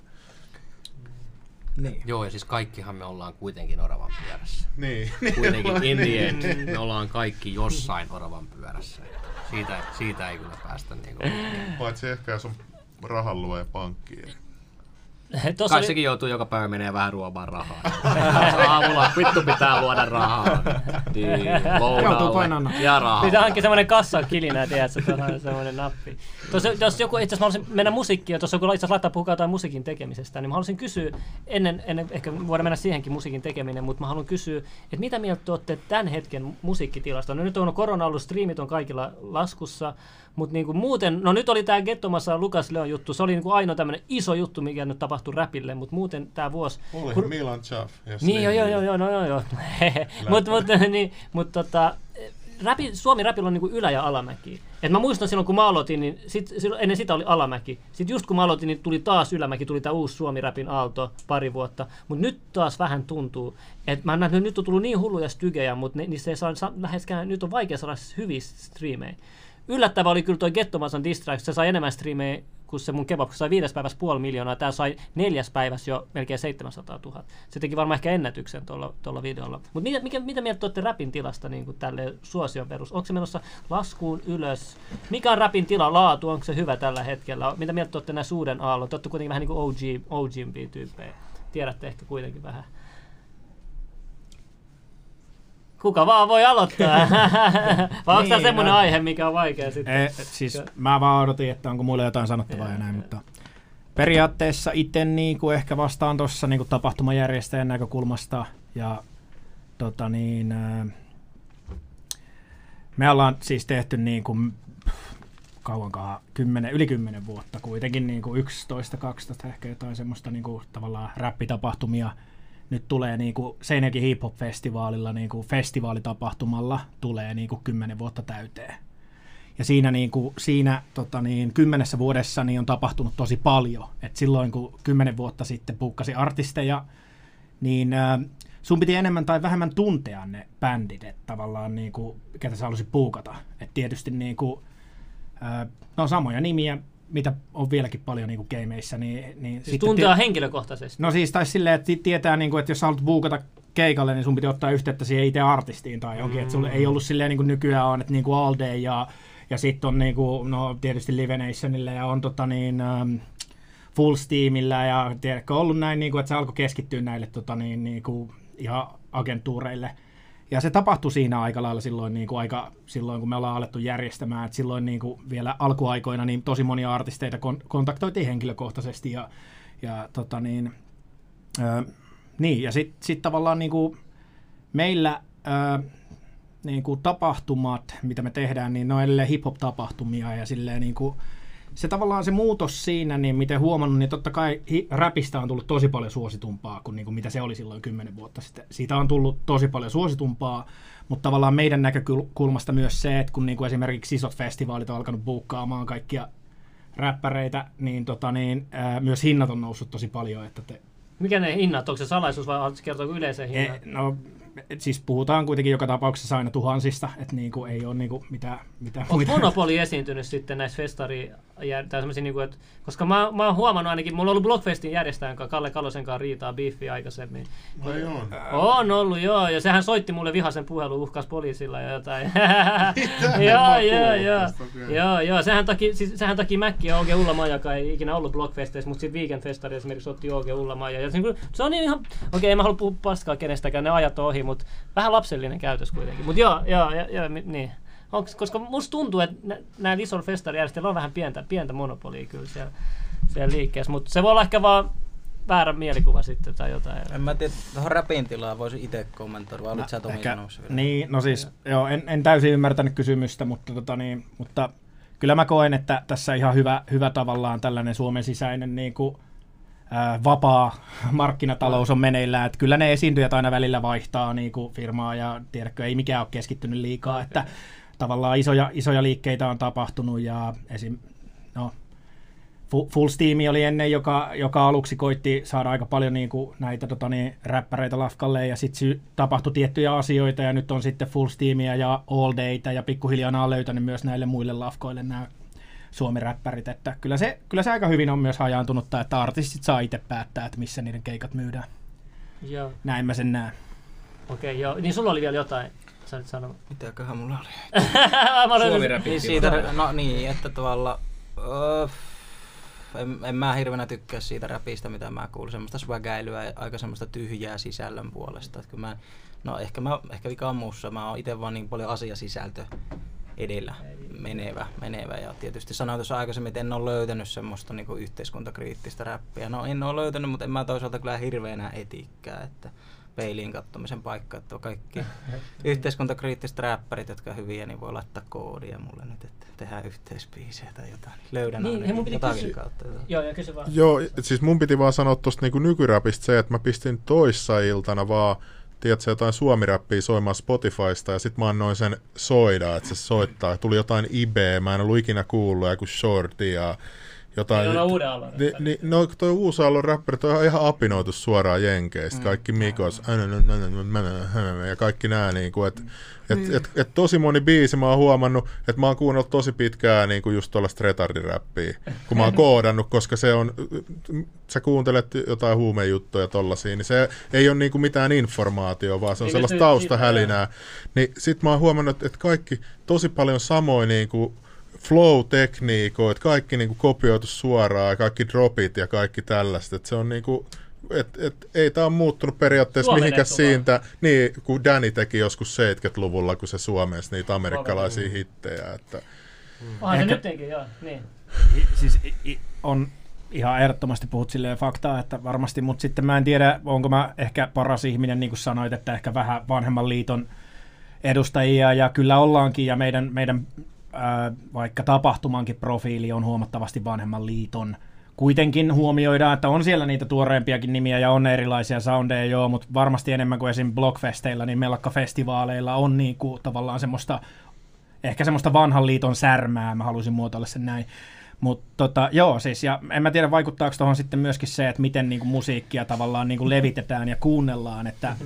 Niin. Joo, ja siis kaikkihan me ollaan kuitenkin oravan pyörässä. Niin. Kuitenkin in the end, me ollaan kaikki jossain oravan pyörässä. Siitä, siitä ei kyllä päästä niin kuin. Paitsi ehkä jos on rahan luoja pankkiin. Kai oli... sekin joutuu joka päivä menee vähän ruomaan rahaa. Aamulla vittu pitää luoda rahaa. Niin, lounaalle ja rahaa. Pitää hankkia semmoinen kassan kilinä, tiedätkö, tuossa on semmoinen nappi. Tuossa, jos joku, itse asiassa mä haluaisin mennä musiikkiin, tuossa kun itse asiassa laittaa puhutaan jotain musiikin tekemisestä, niin mä haluaisin kysyä, ennen, ennen ehkä voidaan mennä siihenkin musiikin tekeminen, mutta mä haluan kysyä, että mitä mieltä te olette tämän hetken musiikkitilasta? No nyt on korona ollut, striimit on kaikilla laskussa, mutta niinku muuten, no nyt oli tää Gettomassa Lukas Leon juttu, se oli niinku ainoa tämmönen iso juttu, mikä nyt tapahtui räpille, mutta muuten tää vuosi... Oli kun... Milan Chaff. Niin, joo, joo, joo, joo, no, joo, joo. Mutta mut, niin, mut, tota, räpi, Suomi-räpillä on niinku ylä- ja alamäki. Et mä muistan silloin, kun mä aloitin, niin sit, silloin, ennen sitä oli alamäki. Sitten just kun mä aloitin, niin tuli taas ylämäki, tuli tää uusi Suomi-räpin aalto pari vuotta. Mutta nyt taas vähän tuntuu, että mä näen, että nyt on tullut niin hulluja stygejä, mutta niin se ei saa läheskään, nyt on vaikea saada hyviä striimejä. Yllättävä oli kyllä toi Gettomasan distrack, se sai enemmän striimejä kuin se mun kebab, se sai viides päivässä puoli miljoonaa, tää sai neljäs päivässä jo melkein seitsemänsataatuhatta. Se teki varmaan ehkä ennätyksen tuolla videolla. Mutta mitä, mikä, mitä mieltä olette räpin tilasta niin kuin tälle suosion perus? Onko se menossa laskuun ylös? Mikä on räpin tila, laatu, onko se hyvä tällä hetkellä? Mitä mieltä olette näin uuden aallon? Te olette kuitenkin vähän niin kuin O G, O G M-tyyppejä. Tiedätte ehkä kuitenkin vähän. Kuka vaan voi aloittaa. Vai onko niin, tämä semmoinen no, aihe, mikä on vaikea sitten? E, siis mä vaan odotin, että onko mulle jotain sanottavaa ja näin, mutta periaatteessa itse niin kuin ehkä vastaan tuossa niin kuin tapahtumajärjestäjän näkökulmasta ja tota niin, me ollaan siis tehty niin kuin kauankaan, kymmenen, yli kymmenen vuotta kuitenkin, niin kuin yksitoista kaksitoista ehkä jotain semmoista niin kuin tavallaan räppitapahtumia. Nyt tulee niinku Seinäjoki Hip Hop Festivaalilla, niinku festivaalitapahtumalla tulee niinku kymmenen vuotta täyteen. Ja siinä, niinku, siinä tota niin, kymmenessä vuodessa niin on tapahtunut tosi paljon. Et silloin kun kymmenen vuotta sitten puukkasi artisteja, niin äh, sun piti enemmän tai vähemmän tuntea ne bändit, et tavallaan niinku, ketä sä halusit puukata. Et tietysti niinku, äh, no samoja nimiä, mitä on vieläkin paljon niinku gameissa. Niin, niin siis tuntea tie- henkilökohtaisesti? No siis taisi silleen, että tietää, niinku, että jos sä haluat buukata keikalle, niin sun piti ottaa yhteyttä siihen itse artistiin tai johonkin, mm. että sulla ei ollut silleen niin kuin nykyään on, että niin kuin All Day ja, ja sitten on niin kuin, no tietysti Live Nationilla ja on tota niin, um, Full Steamillä ja tiedätkö, ollut näin, niin kuin, että se alkoi keskittyä näille tota niin, niin kuin ihan agentuureille. Ja se tapahtui siinä aika lailla silloin, niin kuin aika, silloin kun me ollaan alettu järjestämään, että silloin niin kuin vielä alkuaikoina niin tosi monia artisteita kon- kontaktoitiin henkilökohtaisesti ja, ja tota niin, ö, niin, ja sitten sit tavallaan niin kuin meillä ö, niin kuin tapahtumat, mitä me tehdään, niin ne on edelleen hip-hop-tapahtumia ja silleen niin kuin se tavallaan se muutos siinä, niin miten huomannut, niin totta kai hi- räpistä on tullut tosi paljon suositumpaa kuin, niin kuin mitä se oli silloin kymmenen vuotta sitten. Siitä on tullut tosi paljon suositumpaa, mutta tavallaan meidän näkökulmasta myös se, että kun niin kuin esimerkiksi isot festivaalit on alkanut buukkaamaan kaikkia räppäreitä, niin, tota, niin ää, myös hinnat on noussut tosi paljon. Että te... Mikä ne hinnat? Onko se salaisuus vai haluatko kertoa yleisen hinnan? E, no, siis puhutaan kuitenkin joka tapauksessa aina tuhansista, että niinku ei ole niinku mitään, mitään muita. Onko Monopoli esiintynyt sitten näissä festari, niinku, että, koska mä, mä oon huomannut ainakin, mulla on ollut Blockfestin järjestäjän kanssa, Kalle Kalosen kanssa riitaa, beefiä aikaisemmin. Vai on? On ollut, joo, ja sehän soitti mulle vihaisen puhelun, uhkas poliisilla ja jotain. joo, joo, joo, joo, joo, sehän takia, siis, sehän takia Mäkki ja O G Ullamaja, joka ei ikinä ollut Blockfesteissa, mutta sitten Weekend-festari esimerkiksi otti O G Ullamaja. Ja se, se on niin ihan, okei, okay, en mä halua puhua paskaa kenestäkään, ne ajat on ohi, mutta vähän lapsellinen käytös kuitenkin. Mutta joo, joo, joo, joo, niin. Onks, koska musta tuntuu, että näillä isoilla festarijärjestöillä on vähän pientä, pientä monopolia kyllä siellä, siellä liikkeessä, mutta se voi olla ehkä vaan väärä mielikuva sitten tai jotain. En mä tiedä, tuohon räpin tilaa voisi itse kommentoida, vai olit sä Tomi sanomassa vielä? Niin, no siis, joo, en, en täysin ymmärtänyt kysymystä, mutta, tota niin, mutta kyllä mä koen, että tässä ihan hyvä, hyvä tavallaan tällainen Suomen sisäinen niin kuin, ää, vapaa markkinatalous on meneillään, että kyllä ne esiintyjät aina välillä vaihtaa niin kuin firmaa ja tiedätkö, ei mikään ole keskittynyt liikaa, okay. Että tavallaan isoja, isoja liikkeitä on tapahtunut ja esim. No, Full Steam oli ennen, joka, joka aluksi koitti saada aika paljon niin kuin näitä tota niin, räppäreitä lafkalle ja sitten sy- tapahtui tiettyjä asioita ja nyt on sitten Full Steamia ja All Dayta ja pikkuhiljaa on löytänyt myös näille muille lafkoille nämä Suomi-räppärit, että kyllä se, kyllä se aika hyvin on myös hajaantunutta, että artistit saa itse päättää, että missä niiden keikat myydään. Joo. Näin mä sen näen. Okei, okay, joo. Niin sulla oli vielä jotain, sä nyt sanoa. Mitäköhän mulla oli? Suomi-räpit. Niin, siitä, no niin, että tavallaan... Öö, en, en mä hirveänä tykkää siitä räpistä, mitä mä kuulin. Semmoista swaggäilyä ja aika semmoista tyhjää sisällön puolesta. Että mä, no ehkä, mä, ehkä vika on muussa. Mä oon ite vaan niin paljon asiasisältö edellä menevä, menevä. Ja tietysti sanoin tuossa aikaisemmin, että en ole löytänyt semmoista niin kuin yhteiskuntakriittistä räppiä. No en ole löytänyt, mutta en mä toisaalta kyllä hirveänä etiikkää. Että peiliin katsomisen paikka, että kaikki yhteiskuntakriittiset räppärit, jotka on hyviä, niin voi laittaa koodia mulle nyt, että tehdään yhteispiisejä tai jotain. Löydän niin, aina jotakin kysy... kautta. Joo, ja kysy vaan. Joo, siis mun piti vaan sanoa tuosta niinku nykyräpistä se, että mä pistin toissa iltana vaan, tiedätkö, jotain suomiräppiä soimaan Spotifysta ja sit mä annoin sen soida, että se soittaa. Tuli jotain Ibeä, mä en ollut ikinä kuullut, joku Shorty ja jotain. Ei ole uuden aallon räppäri. Ni, no toi uusi aallon räppäri, toi on ihan apinoitu suoraan jenkeistä. Mm. Kaikki Mikos ja kaikki nää niinku, että et, mm. et, et tosi moni biisi mä oon huomannut, että mä oon kuunnellut tosi pitkään niinku just tuollaista retardiräppiä, kun mä oon koodannut, koska se on, sä kuuntelet jotain huumejuttuja tollasia, niin se ei ole niinku mitään informaatiota, vaan se on sellaista taustahälinää. Niin sit mä oon huomannut, että kaikki tosi paljon samoin niinku flow-tekniikoita, kaikki niinku kopioitu suoraan ja kaikki dropit ja kaikki tällaista, että se on niinku, et, et, ei tää on muuttunut periaatteessa mihinkään siitä, niin kuin Danny teki joskus seitsemänkymmentäluvulla, kun se suomensi niitä amerikkalaisia hittejä. Että. Onhan se nyttenkin, joo, niin. Siis on ihan ehdottomasti puhut silleen faktaa, että varmasti, mutta sitten mä en tiedä, onko mä ehkä paras ihminen, niin kuin sanoit, että ehkä vähän vanhemman liiton edustajia, ja kyllä ollaankin, ja meidän, meidän ää, vaikka tapahtumankin profiili on huomattavasti vanhemman liiton. Kuitenkin huomioidaan, että on siellä niitä tuoreempiakin nimiä ja on erilaisia soundeja, joo, mutta varmasti enemmän kuin esim. Blockfesteillä, niin Melkka-festivaaleilla on niinku tavallaan semmoista, ehkä semmoista vanhan liiton särmää, mä haluaisin muotoilla sen näin. Mutta tota, joo, siis, ja en mä tiedä vaikuttaako tuohon sitten myöskin se, että miten niinku musiikkia tavallaan niinku levitetään ja kuunnellaan, että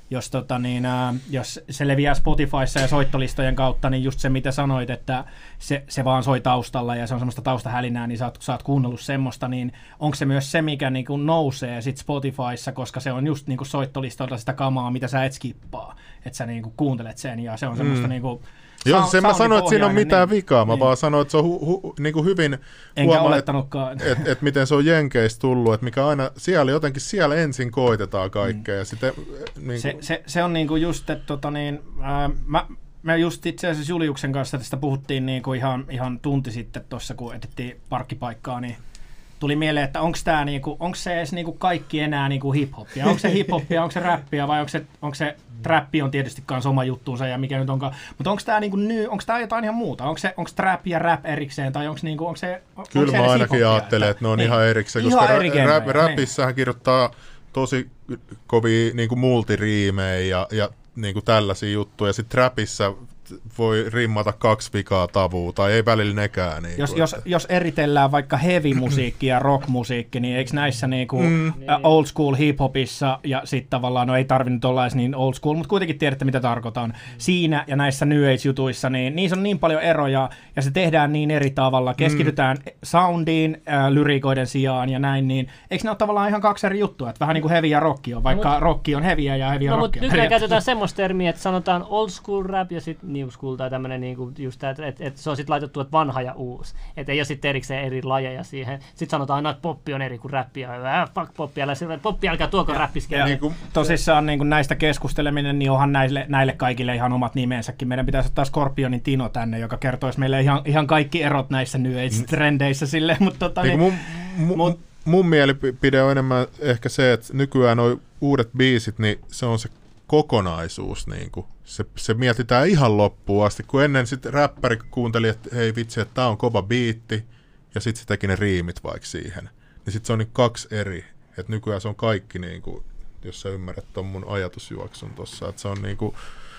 jos, tota, niin, ää, jos se leviää Spotifyssa ja soittolistojen kautta, niin just se mitä sanoit, että se, se vaan soi taustalla ja se on semmoista taustahälinää, niin sä oot, sä oot kuunnellut semmoista, niin onko se myös se, mikä niin kuin nousee sit Spotifyssa, koska se on just niin kuin soittolistoilta sitä kamaa, mitä sä et skippaa, että sä niin kuin kuuntelet sen ja se on semmoista mm. niin kuin Joo, sen mä sanoin, että siinä on mitään niin, vikaa, mä niin. vaan sanoin, että se on hu, hu, niin kuin hyvin enkä olettanutkaan. Että et, et miten se on Jenkeistä tullut, että mikä aina siellä jotenkin siellä ensin koitetaan kaikkea. Mm. Ja sitten, niin se, se, se on niinku just, että tota niin, ää, mä, me just itse asiassa Juliuksen kanssa tästä puhuttiin niinku ihan, ihan tunti sitten tuossa, kun edettiin parkkipaikkaa, niin tuli mieleen, että onko tämä niinku, onko se edes niinku kaikki enää niinku hip-hopia? Onko se hip-hopia, onko se rappia vai onko se, onko se trappi on tietysti kans oma juttuunsa ja mikä nyt onkaan. Mutta onko tämä niinku onko tämä jotain ihan muuta? Onko se onko trap ja rap erikseen tai onko niinku onko se onko kyllä se mä ainakin ajattelen, että ne on niin, ihan erikseen, koska ihan eri rap, rapissahan niin. kirjoittaa tosi kovia niinku multiriimejä ja, ja niinku tällaisia juttuja. Sitten trapissa voi rimmata kaksi vikaa tavua, tai ei välillä nekään. Niin jos, jos, jos eritellään vaikka heavy-musiikki ja rock-musiikki, niin eikö näissä niinku mm. old school hip-hopissa, ja sitten tavallaan, no ei tarvinnut olla edes niin old school, mutta kuitenkin tiedätte, mitä tarkoitan. Siinä ja näissä New Age-jutuissa, niin niissä on niin paljon eroja, ja se tehdään niin eri tavalla. Keskitytään mm. soundiin, äh, lyrikoiden sijaan ja näin, niin eikö ne ole tavallaan ihan kaksi eri juttua? Että vähän niin kuin heavy ja rock on, vaikka no, rocki on heavyä ja heavy ja no, rockia. Mutta nykyään käytetään semmoista termiä, että sanotaan old school rap ja sitten new school tai tämmöinen niinku just että et, et se on sitten laitettu, että vanha ja uusi. Että ei ole sitten erikseen eri lajeja siihen. Sitten sanotaan aina, että poppi on eri kuin räppi ja äh, fuck poppi, älä poppi älkää tuoko räppiskellä. Niin tosissaan niin kuin näistä keskusteleminen, niin onhan näille, näille kaikille ihan omat nimensäkin. Meidän pitäisi ottaa Scorpionin Tino tänne, joka kertoisi meille ihan, ihan kaikki erot näissä New Age-trendeissä silleen. Mutta tota, niin, mun, mun, mut, mun mielipide on enemmän ehkä se, että nykyään nuo uudet biisit, niin se on se kokonaisuus, niin kuin. Se, se mietitään ihan loppuun asti, kun ennen sitten räppäri kuunteli, että hei vitsi, että tää on kova biitti, ja sitten se teki ne riimit vaikka siihen. Niin sitten se on niin kaksi eri, että nykyään se on kaikki, niin kuin, jos sä ymmärrät ton mun ajatusjuoksun tossa, että se on niin kuin,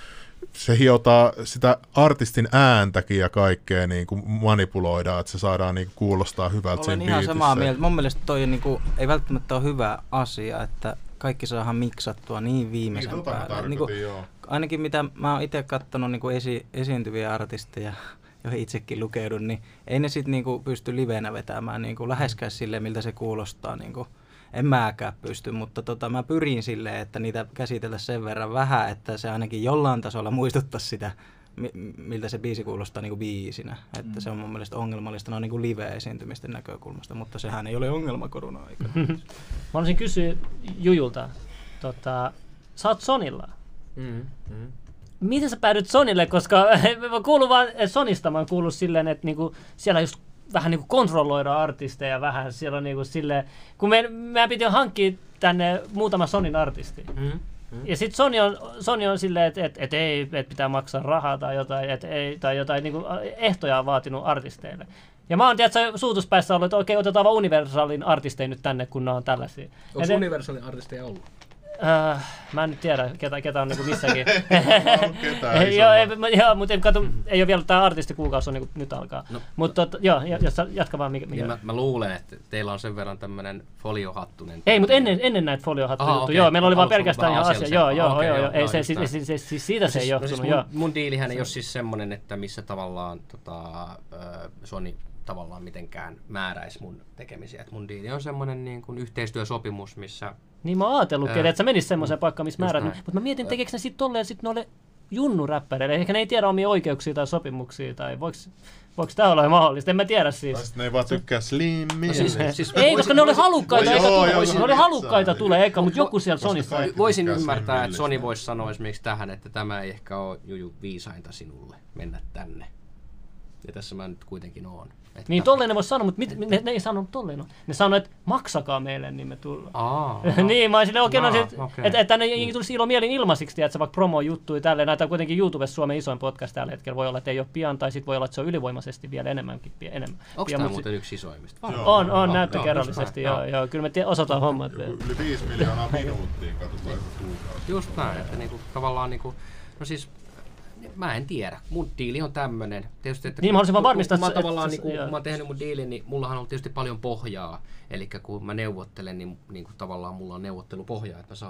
se hiotaan sitä artistin ääntäkin ja kaikkea niin kuin manipuloidaan, että se saadaan niin kuin kuulostaa hyvältä siinä biitissä. Olen ihan samaa mieltä. Mun mielestä toi niin kuin, ei välttämättä ole hyvä asia, että kaikki saadaan miksattua niin viimeisen niin, päälle. Niin kuin, ainakin mitä mä oon itse katsonut niin kuin esi- esiintyviä artisteja, joihin itsekin lukeudun, niin ei ne sitten niin kuin pysty livenä vetämään niin kuin läheskään silleen, miltä se kuulostaa. Niin kuin, en mäkään pysty, mutta tota, mä pyrin silleen, että niitä käsitellään sen verran vähän, että se ainakin jollain tasolla muistuttaisi sitä, miltä se biisi kuulostaa niin kuin biisinä. Että mm. se on mun mielestä ongelmallista noin niin kuin live-esiintymisten näkökulmasta, mutta sehän ei ole ongelma korona-aikana. Mä haluaisin kysyä Jujulta, tota, sä oot Sonylla. Mm, mm. Miten sä päädyt Sonylle, koska mä kuulun vaan Sonysta, mä oon kuullut silleen, että niinku, siellä just vähän niinku kontrolloidaan artisteja vähän, siellä on niinku silleen, kun me, meidän piti hankkia tänne muutama Sonyn artisti. Mm. Mm. Ja sitten Sony on, Sony on silleen, että et, et ei, et pitää maksaa rahaa tai jotain, et ei, tai jotain niinku ehtoja on vaatinut artisteille. Ja mä oon tiedätkö, suutuspäissä ollut, että okei, otetaan vaan Universalin artisteja nyt tänne, kun ne on tällaisia. Onko Universalin artisteja ollut? Uh, mä en nyt tiedä, ketä, ketä on niinku missäkin. ketään joo, ei, joo, mutta ei, kato, ei ole vielä tämä artistikuukausi on niinku nyt alkaa. No, mutta no, joo, jos jatka vaan mikä. mikä. Niin mä, mä luulen, että teillä on sen verran tämmöinen foliohattunen. Ei, mutta ennen, ennen näitä foliohattuja juttuja. Okay. Joo, meillä oli vaan pelkästään ihan asia. Joo, joo, okay, joo, joo. Ei, se, siis, siis, siis, siis siitä no, se ei siis, johtunut. No, siis mun, mun diilihän ei ole siis semmoinen, että missä tavallaan tota, Sony tavallaan mitenkään määräisi mun tekemisiä. Et mun diili on semmoinen niin kuin yhteistyösopimus, missä... Niin mä oon ajatellutkin, että sä menisit semmoiseen mm, paikkaan, missä määrät. Mutta mä mietin, tekeekö ne sitten tolleen sit noille junnuräppäreille. Ehkä ne ei tiedä omia oikeuksia tai sopimuksia, tai voiko, voiko tämä olla mahdollista? En mä tiedä siis. Tai ne ei vaan tykkää slimmiä. No siis, siis ei, koska ne oli halukkaita, eikä tule. Ne oli halukkaita tulee, eikä, mutta joku siellä Sonyssa... Voisin ymmärtää, että Sony voisi sanoa esimerkiksi tähän, että tämä ei ehkä ole Juju viisainta sinulle mennä tänne. Ja tässä mä nyt kuitenkin oon. Että... Niin tolleen ne vois sanoa, mutta mit, ne, ne ei sanonut tolleen. Ne sanoi, että maksakaa meille, niin me tullaan. Aa, niin, mä oon silleen oikein, no, että okay. et, et tänne jengi tulisi ilo mielin ilmaisiksi, että se vaikka promo-juttuja tälleen. Näitä on kuitenkin YouTubessa Suomen isoin podcast tällä hetkellä. Voi olla, että ei ole pian, tai sitten voi olla, että se on ylivoimaisesti vielä enemmänkin. Enemmän. Onko tämä muuten yksi isoimmista? On, on, on näyttökerrallisesti, joo, joo. Kyllä me tie, osataan hommat. Yli viisi miljoonaa minuuttia katsotaan kuukausi. Just näin, että niinku, tavallaan niinku, no siis... Mä en tiedä. Mun diili on tämmönen. Tietysti, että niin, mä haluaisin vaan varmistaa, kun, kun, mä, tavallaan, niin, kun mä oon tehnyt mun diilin, niin mullahan on tietysti paljon pohjaa. Eli kun mä neuvottelen, niin, niin kuin tavallaan mulla on neuvottelupohjaa, että mä saan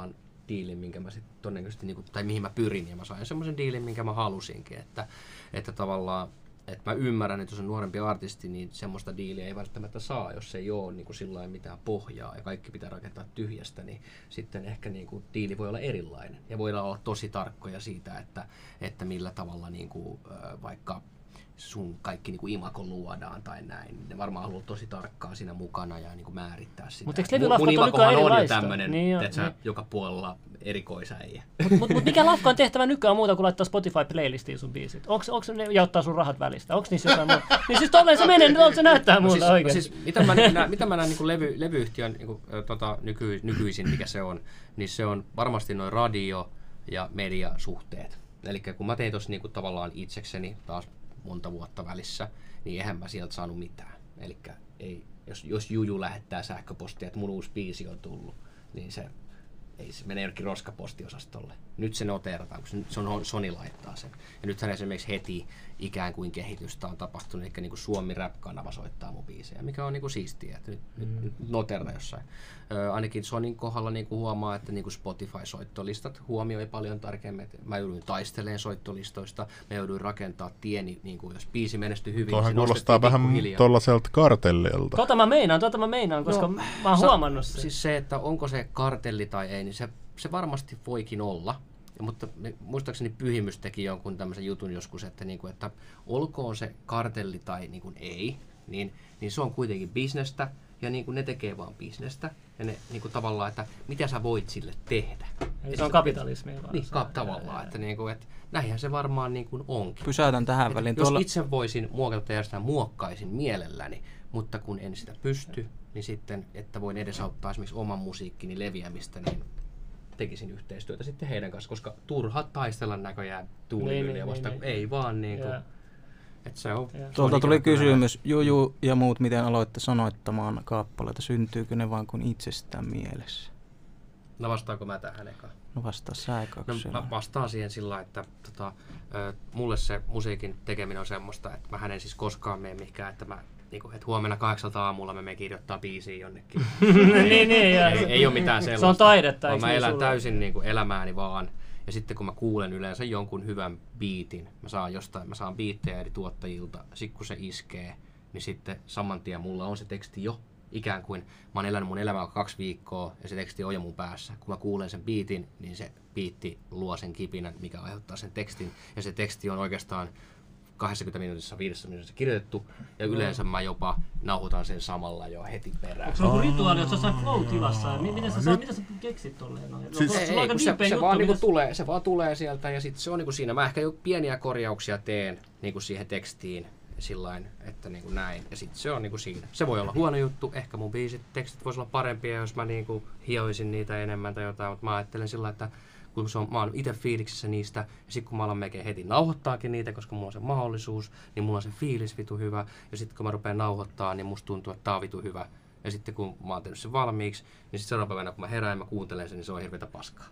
diilin, minkä mä sitten todennäköisesti, niin kuin, tai mihin mä pyrin, ja mä sain semmoisen diilin, minkä mä halusinkin, että, että tavallaan että mä ymmärrän, että jos on nuorempi artisti, niin semmoista diiliä ei välttämättä saa, jos ei ole niin kuin sillä mitään pohjaa ja kaikki pitää rakentaa tyhjästä, niin sitten ehkä niin kuin diili voi olla erilainen. Ja voidaan olla tosi tarkkoja siitä, että, että millä tavalla niin kuin, vaikka sun kaikki niin kuin imako luodaan tai näin. Ne varmaan haluaa tosi tarkkaa siinä mukana ja niin kuin määrittää sitä. Mutta eikö levylafkat ole nykyään on erilaista? jo tämmöinen, niin että niin. joka puolella erikoisäijä. Mutta mut, mut mikä lafka on tehtävä nykyään muuta kuin laittaa Spotify-playlistiin sun biisit? Onko ne ja ottaa sun rahat välistä? Onko niissä jotain muuta? Niin siis tolleen se menee, niin se näyttää muuta no oikein. Siis, mitä mä, niin näen, mitä mä näen niin kuin levy, levyyhtiön niin kuin, tota, nyky, nykyisin, mikä se on, niin se on varmasti noin radio- ja mediasuhteet. Eli kun mä tein tuossa niin kuin tavallaan itsekseni taas monta vuotta välissä, niin eihän mä sieltä saanut mitään. Eli ei, jos, jos Juju lähettää sähköpostia, että mun uusi biisi on tullut, niin se, ei, se menee jonnekin roskapostiosastolle. Nyt se noteerataan, kun se on, Sony laittaa sen. Ja nythän esimerkiksi heti ikään kuin kehitystä on tapahtunut, eli niin kuin Suomi Rap-kanava soittaa mun biisejä, mikä on niin kuin siistiä, että nyt, mm. nyt, nyt noteerataan jossain. Ö, ainakin Sonyn kohdalla niin kuin huomaa, että niin kuin Spotify-soittolistat huomioi paljon tarkemmin. Mä jouduin taistelemaan soittolistoista, mä jouduin rakentaa tieni, niin kuin jos biisi menestyi hyvin. Tuohan kuulostaa vähän tuollaiselta kartellilta. Tota mä meinaan, tota mä meinaan, koska no, mä oon huomannut sen. Siis se, että onko se kartelli tai ei, niin se, se varmasti voikin olla. Mutta muistaakseni Pyhimys teki jonkun tämmöisen jutun joskus, että, niinku, että olkoon se kartelli tai niinku ei, niin, niin se on kuitenkin bisnestä ja niinku ne tekee vaan bisnestä. Ja ne niinku tavallaan, että mitä sä voit sille tehdä. Eli se on kapitalismia vaan. Niin, ka- tavallaan, että, niinku, että näinhän se varmaan niinku onkin. Pysäytän tähän väliin. Jos Tuolla... itse voisin muokata järjestää, muokkaisin mielelläni, mutta kun en sitä pysty, niin sitten, että voin edesauttaa esimerkiksi oman musiikkini leviämistä, niin tekisin yhteistyötä sitten heidän kanssa, koska turha taistella näköjään tuuliyliä vasta, niin, niin, ei niin. vaan niin kuin, yeah. että se on. Yeah. Tuolta tuli kysymys, Juju ja muut, miten aloitte sanoittamaan kappaleita, syntyykö ne vaan kuin itsestään mielessä? No vastaanko mä tähän ekaan? No vastaa sä ekaan. No, mä vastaan siihen sillä, että tota, mulle se musiikin tekeminen on semmoista, että mä en siis koskaan mene mihinkään, että mä Niinku, että huomenna kahdeksalta aamulla me me kirjoittaa biisiä jonnekin. niin, niin, ei, ei ole mitään sellaista. Se on taidetta. Mä niin elän sulla? täysin niinku elämääni vaan. Ja sitten kun mä kuulen yleensä jonkun hyvän biitin, mä saan jostain, mä saan biittejä eri tuottajilta. Sitten kun se iskee, niin sitten saman tien mulla on se teksti jo. Ikään kuin mä oon elänyt mun elämää kaksi viikkoa ja se teksti on jo mun päässä. Kun mä kuulen sen biitin, niin se biitti luo sen kipinän, mikä aiheuttaa sen tekstin. Ja se teksti on oikeastaan kaksikymmentä minuutissa, viidessä minuutissa kirjoitettu, ja yleensä mä jopa nauhoitan sen samalla jo heti perään. Onko se joku rituaali, että sä oot flow-tilassa? Miten sä, saa, mitä sä keksit tolleen? No, siis, ei, ei, se, se, juttu, vaan niinku tulee, se vaan tulee sieltä, ja sitten se on niinku siinä. Mä ehkä jo pieniä korjauksia teen niinku siihen tekstiin, sillain, että niinku näin, ja sitten se on niinku siinä. Se voi olla huono juttu, ehkä mun biisit, tekstit vois olla parempia, jos mä niinku hioisin niitä enemmän tai jotain, mutta mä ajattelen sillä, että kun se on, mä oon itse fiiliksissä niistä, ja sitten kun mä alan melkein heti nauhoittaakin niitä, koska mulla on se mahdollisuus, niin mulla on se fiilis vitu hyvä, ja sitten kun mä rupean nauhoittaa, niin musta tuntuu, että tää on vitu hyvä. Ja sitten kun mä oon tehnyt sen valmiiksi, niin sitten seuraavana päivänä kun mä herään ja mä kuuntelen sen, niin se on hirveätä paskaa.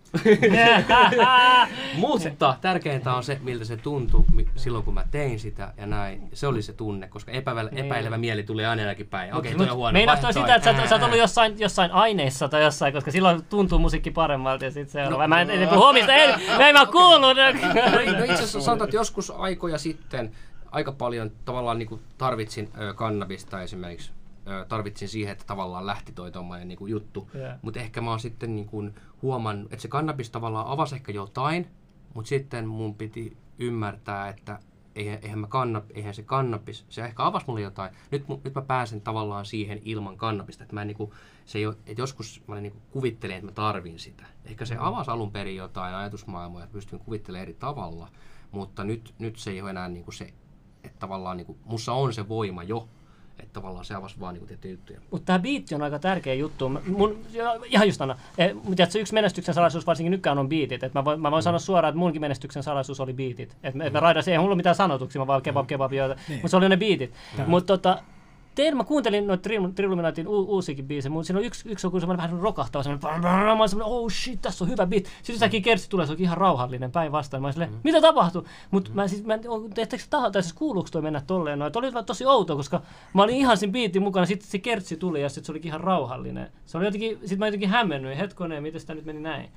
Mutta tärkeintä on se, miltä se tuntui silloin, kun mä tein sitä ja näin. Se oli se tunne, koska epäilevä, epäilevä mieli tuli aina ainakin päin. Okei, okay, toi on huono. Meinaatko sitä, että sä, sä oot ollut jossain, jossain aineissa tai jossain, koska silloin tuntuu musiikki paremmalta ja sitten seuraava. No, mä en, en huomista, ei, ei mä kuullut. No itse asiassa sanotaan, että joskus aikoja sitten aika paljon tavallaan niin kuin tarvitsin ö, kannabista esimerkiksi. Tarvitsin siihen, että tavallaan lähti toi tommoinen niinku juttu. Yeah. Mutta ehkä mä oon sitten niinku huomannut, että se kannabis tavallaan avasi ehkä jotain, mutta sitten mun piti ymmärtää, että eihän, eihän, mä kannab, eihän se kannabis, se ehkä avasi mulle jotain. Nyt, nyt mä pääsen tavallaan siihen ilman kannabista. Että mä en niinku, se ei ole, että joskus mä niinku kuvittelin, että mä tarvin sitä. Ehkä se avasi alun perin jotain ajatusmaailmaa ja pystyn kuvittelemaan eri tavalla. Mutta nyt, nyt se ei ole enää niinku se, että tavallaan niinku, mussa on se voima jo. Että tavallaan se avasi vaan niinku tiettyjä juttuja. Mutta tämä biitti on aika tärkeä juttu. Mun, ihan just Anna, tiedätkö, yksi menestyksen salaisuus varsinkin nykyään on biitit. Et mä voin, mä voin mm. sanoa suoraan, että munkin menestyksen salaisuus oli biitit. Että mm. mä raidasin, ei mulla mitään sanotuksia, mä vaan kebab, kebab, mm. mutta se oli ne biitit. Mm. Mutta tota, tein, mä kuuntelin noita Triluminatin u- uusiakin biisejä, mutta siinä on yksi, yksi on semmoinen vähän rokahtava, semmoinen, mä oon semmoinen, oh shit, tässä on hyvä beat. Sitten yhtäkkiä kertsi tulee, se onkin ihan rauhallinen päinvastoin. Mä oon silleen, mm. mitä tapahtuu? Mutta mm. mä siis, mä en, etteikö se taho, tai siis kuuluuko toi mennä tolleen noin? Oli tosi outo, koska mä olin ihan siinä biitin mukana, sitten se kertsi tuli ja sitten se olikin ihan rauhallinen. Se oli jotenkin, sit mä jotenkin hämmennyin, hetkoneen, miten sitä nyt meni näin.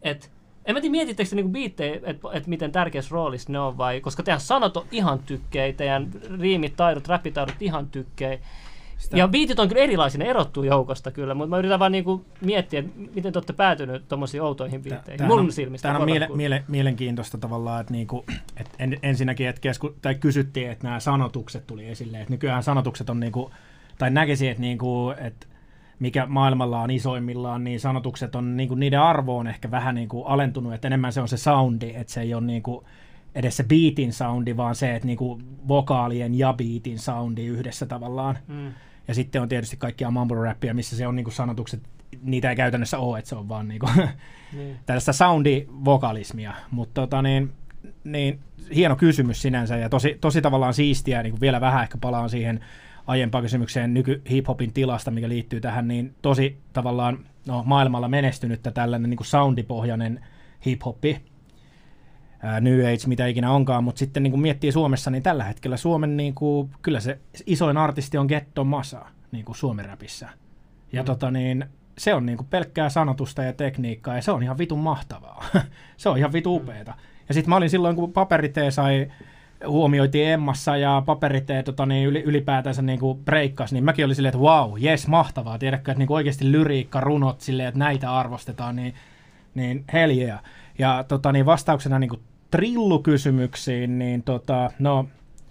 että en mä tiedä, mietittekö te niinku biittejä, että et miten tärkeässä roolissa ne on vai, koska teidän sanat on ihan tykkeitä, teidän riimit, taidot, räppitaidot ihan tykkeä. Sitä. Ja biitit on kyllä erilaisia, ne erottuu joukosta kyllä, mutta mä yritän vaan niinku miettiä, että miten te olette päätynyt tommosiin outoihin biitteihin, mun on, silmistä. Tämä on miele, miele, mielenkiintoista tavallaan, että niinku, et en, ensinnäkin että kesku, tai kysyttiin, että nämä sanotukset tuli esille, että nykyään sanotukset on, niinku, tai näkisin, että niinku, et mikä maailmalla on isoimmillaan, niin sanotukset on, niinku, niiden arvo on ehkä vähän niinku alentunut, että enemmän se on se soundi, että se ei ole niinku edes se beatin soundi, vaan se, että niinku vokaalien ja beatin soundi yhdessä tavallaan. Mm. Ja sitten on tietysti kaikkia mumble-rappia, missä se on niinku sanotukset, niitä ei käytännössä ole, että se on vaan niinku niin. tällaista soundivokalismia. Mutta tota niin, niin, hieno kysymys sinänsä ja tosi, tosi tavallaan siistiä, niin vielä vähän ehkä palaan siihen aiempaan kysymykseen nyky-hiphopin tilasta, mikä liittyy tähän, niin tosi tavallaan no, maailmalla menestynyttä tällainen niinku soundipohjainen hip-hoppi. New Age, mitä ikinä onkaan, mutta sitten niin kun miettii Suomessa, niin tällä hetkellä Suomen, niin kuin, kyllä se isoin artisti on Getto Masa niin kuin Suomen räpissä. Ja mm. tota, niin, se on niin kuin pelkkää sanotusta ja tekniikkaa, ja se on ihan vitun mahtavaa. Se on ihan vitun upeeta. Ja sitten mä olin silloin, kun Paperitee sai, huomioitiin Emmassa, ja Paperitee tota, niin ylipäätänsä niin kuin breikkasi, niin mäkin olin silleen, että wow, jes, mahtavaa. Tiedätkö, että niin kuin oikeasti lyriikka, runot silleen, että näitä arvostetaan, niin, niin hell yeah. Ja tota, niin vastauksena niin kuin trillukysymyksiin, niin tota, no,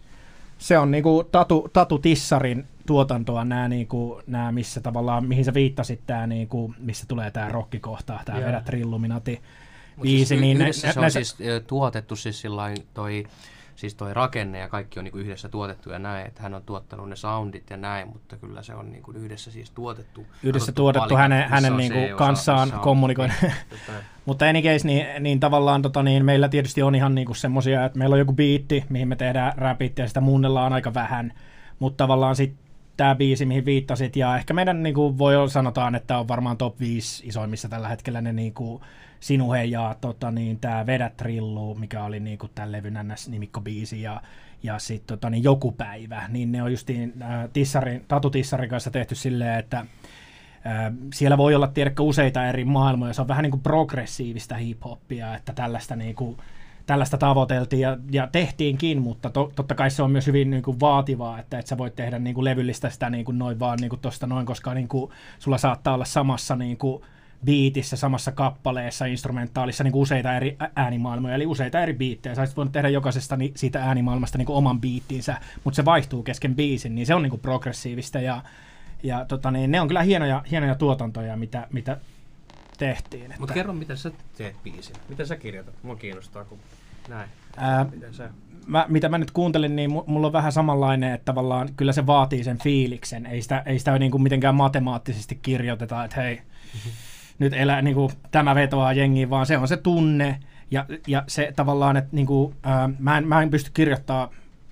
se on niinku Tatu, Tatu Tissarin tuotantoa nämä, niinku, nämä missä tavallaan, mihin sä viittasit, tää, niinku, missä tulee tämä rockikohta, tämä yeah. Vedä Trilluminati biisi. Siis niin yhdessä nä, se on näissä... siis tuotettu siis sillain toi, siis toi rakenne ja kaikki on niinku yhdessä tuotettu ja näin, että hän on tuottanut ne soundit ja näin, mutta kyllä se on niinku yhdessä siis tuotettu. Yhdessä tuotettu palikat, hänen, hänen niinku kanssaan kommunikoin. Mutta any case, niin, niin tavallaan tota, niin meillä tietysti on ihan niinku semmosia, että meillä on joku biitti, mihin me tehdään rapit ja sitä muunnellaan aika vähän, mutta tavallaan sitten tämä biisi, mihin viittasit, ja ehkä meidän niinku, voi sanotaan, että on varmaan top viisi isoimmissa tällä hetkellä ne niinku, Sinuhe ja tota, niin, tämä Vedä Trillu, mikä oli niinku, tämän levyn nimikkobiisi, ja, ja sitten tota, niin, Joku päivä, niin ne on justiin äh, tissarin, Tatu Tissarin kanssa tehty silleen, että äh, siellä voi olla tiedäkö useita eri maailmoja, se on vähän niin kuin progressiivista hip-hoppia, että tällaista, niin kuin, tällaista tavoiteltiin ja, ja tehtiinkin, mutta to, totta kai se on myös hyvin niin kuin vaativaa, että et sä voit tehdä niin kuin levyllistä sitä niin kuin noin vaan niin kuin tosta noin, koska niin kuin, sulla saattaa olla samassa niin kuin biitissä, samassa kappaleessa, instrumentaalissa niin kuin useita eri äänimaailmoja, eli useita eri biittejä. Sä olisit voinut tehdä jokaisesta ni, siitä äänimaailmasta niin kuin oman biittinsä, mutta se vaihtuu kesken biisin, niin se on niin kuin progressiivista ja Ja tota, niin, ne on kyllä hienoja, hienoja tuotantoja, mitä, mitä tehtiin. Mutta kerro, miten sä teet biisin? Miten sä kirjoitat? Mua kiinnostaa, kun näin. Ää, miten sä... mä, mitä mä nyt kuuntelin, niin mulla on vähän samanlainen, että tavallaan kyllä se vaatii sen fiiliksen. Ei sitä, ei sitä niin kuin mitenkään matemaattisesti kirjoiteta, että hei, mm-hmm. nyt elää, niin kuin, tämä vetoaa jengiin, vaan se on se tunne. Ja, ja se tavallaan, että niin kuin, ää, mä, en, mä en pysty kirjoittamaan.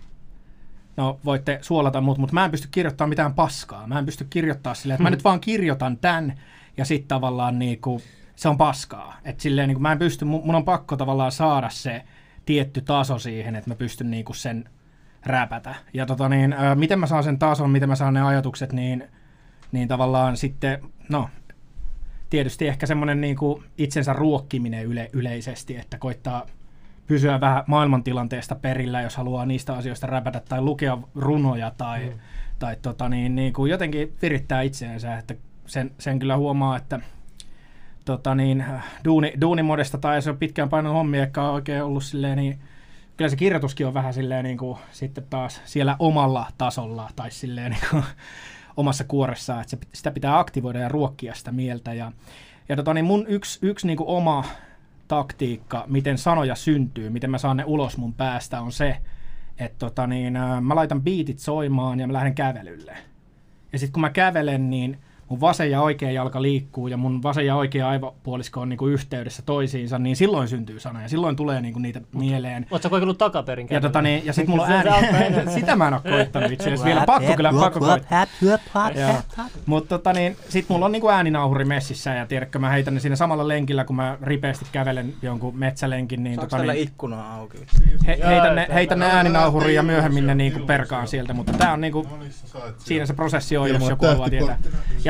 No voitte suolata mut, mutta mä en pysty kirjoittamaan mitään paskaa. Mä en pysty kirjoittamaan silleen, että mä nyt vaan kirjoitan tän ja sit tavallaan niinku, se on paskaa. Et silleen niinku, mä en pysty, mun on pakko tavallaan saada se tietty taso siihen, että mä pystyn niinku sen räpätä. Ja tota niin, ää, miten mä saan sen tason, miten mä saan ne ajatukset, niin, niin tavallaan sitten, no tietysti ehkä semmonen niinku itsensä ruokkiminen yle, yleisesti, että koittaa pysyä vähän maailmantilanteesta perillä, jos haluaa niistä asioista räpätä tai lukea runoja tai, mm. tai tota niin, niin kuin jotenkin virittää itseensä, että sen, sen kyllä huomaa, että tota niin, duuni, duunimodesta tai se on pitkään painon hommia, eikä ole oikein ollut silleen, niin kyllä se kirjoituskin on vähän silleen niin kuin sitten taas siellä omalla tasolla tai silleen niin kuin omassa kuoressaan, että se, sitä pitää aktivoida ja ruokkia sitä mieltä ja, ja tota niin mun yksi, yksi niin kuin oma taktiikka, miten sanoja syntyy, miten mä saan ne ulos mun päästä, on se, että tota niin, mä laitan biitit soimaan ja mä lähden kävelylle. Ja sitten kun mä kävelen, niin mun vasen ja oikea jalka liikkuu ja mun vasen ja oikea aivopuolisko on niinku yhteydessä toisiinsa, niin silloin syntyy sana ja silloin tulee niinku niitä mieleen. Ootko sä kokeillut takaperin ja, tota niin, ja sit mulla on ääni. Sitä mä en oo koittanut itse asiassa vielä. Pakko kyllä, pakko koittaa. Mutta tota niin, sit mulla on niinku ääninauhuri messissä ja tiedätkö, mä heitän ne siinä samalla lenkillä, kun mä ripeästi kävelen jonkun metsälenkin. Niin, saanko tota tällä niin, ikkuna auki? He, heitän ne, heitän ne ääninauhuriin ja myöhemmin ne niinku perkaan sieltä, mutta tää on niinku, siinä se prosessi on, jos joku haluaa tietää. Ja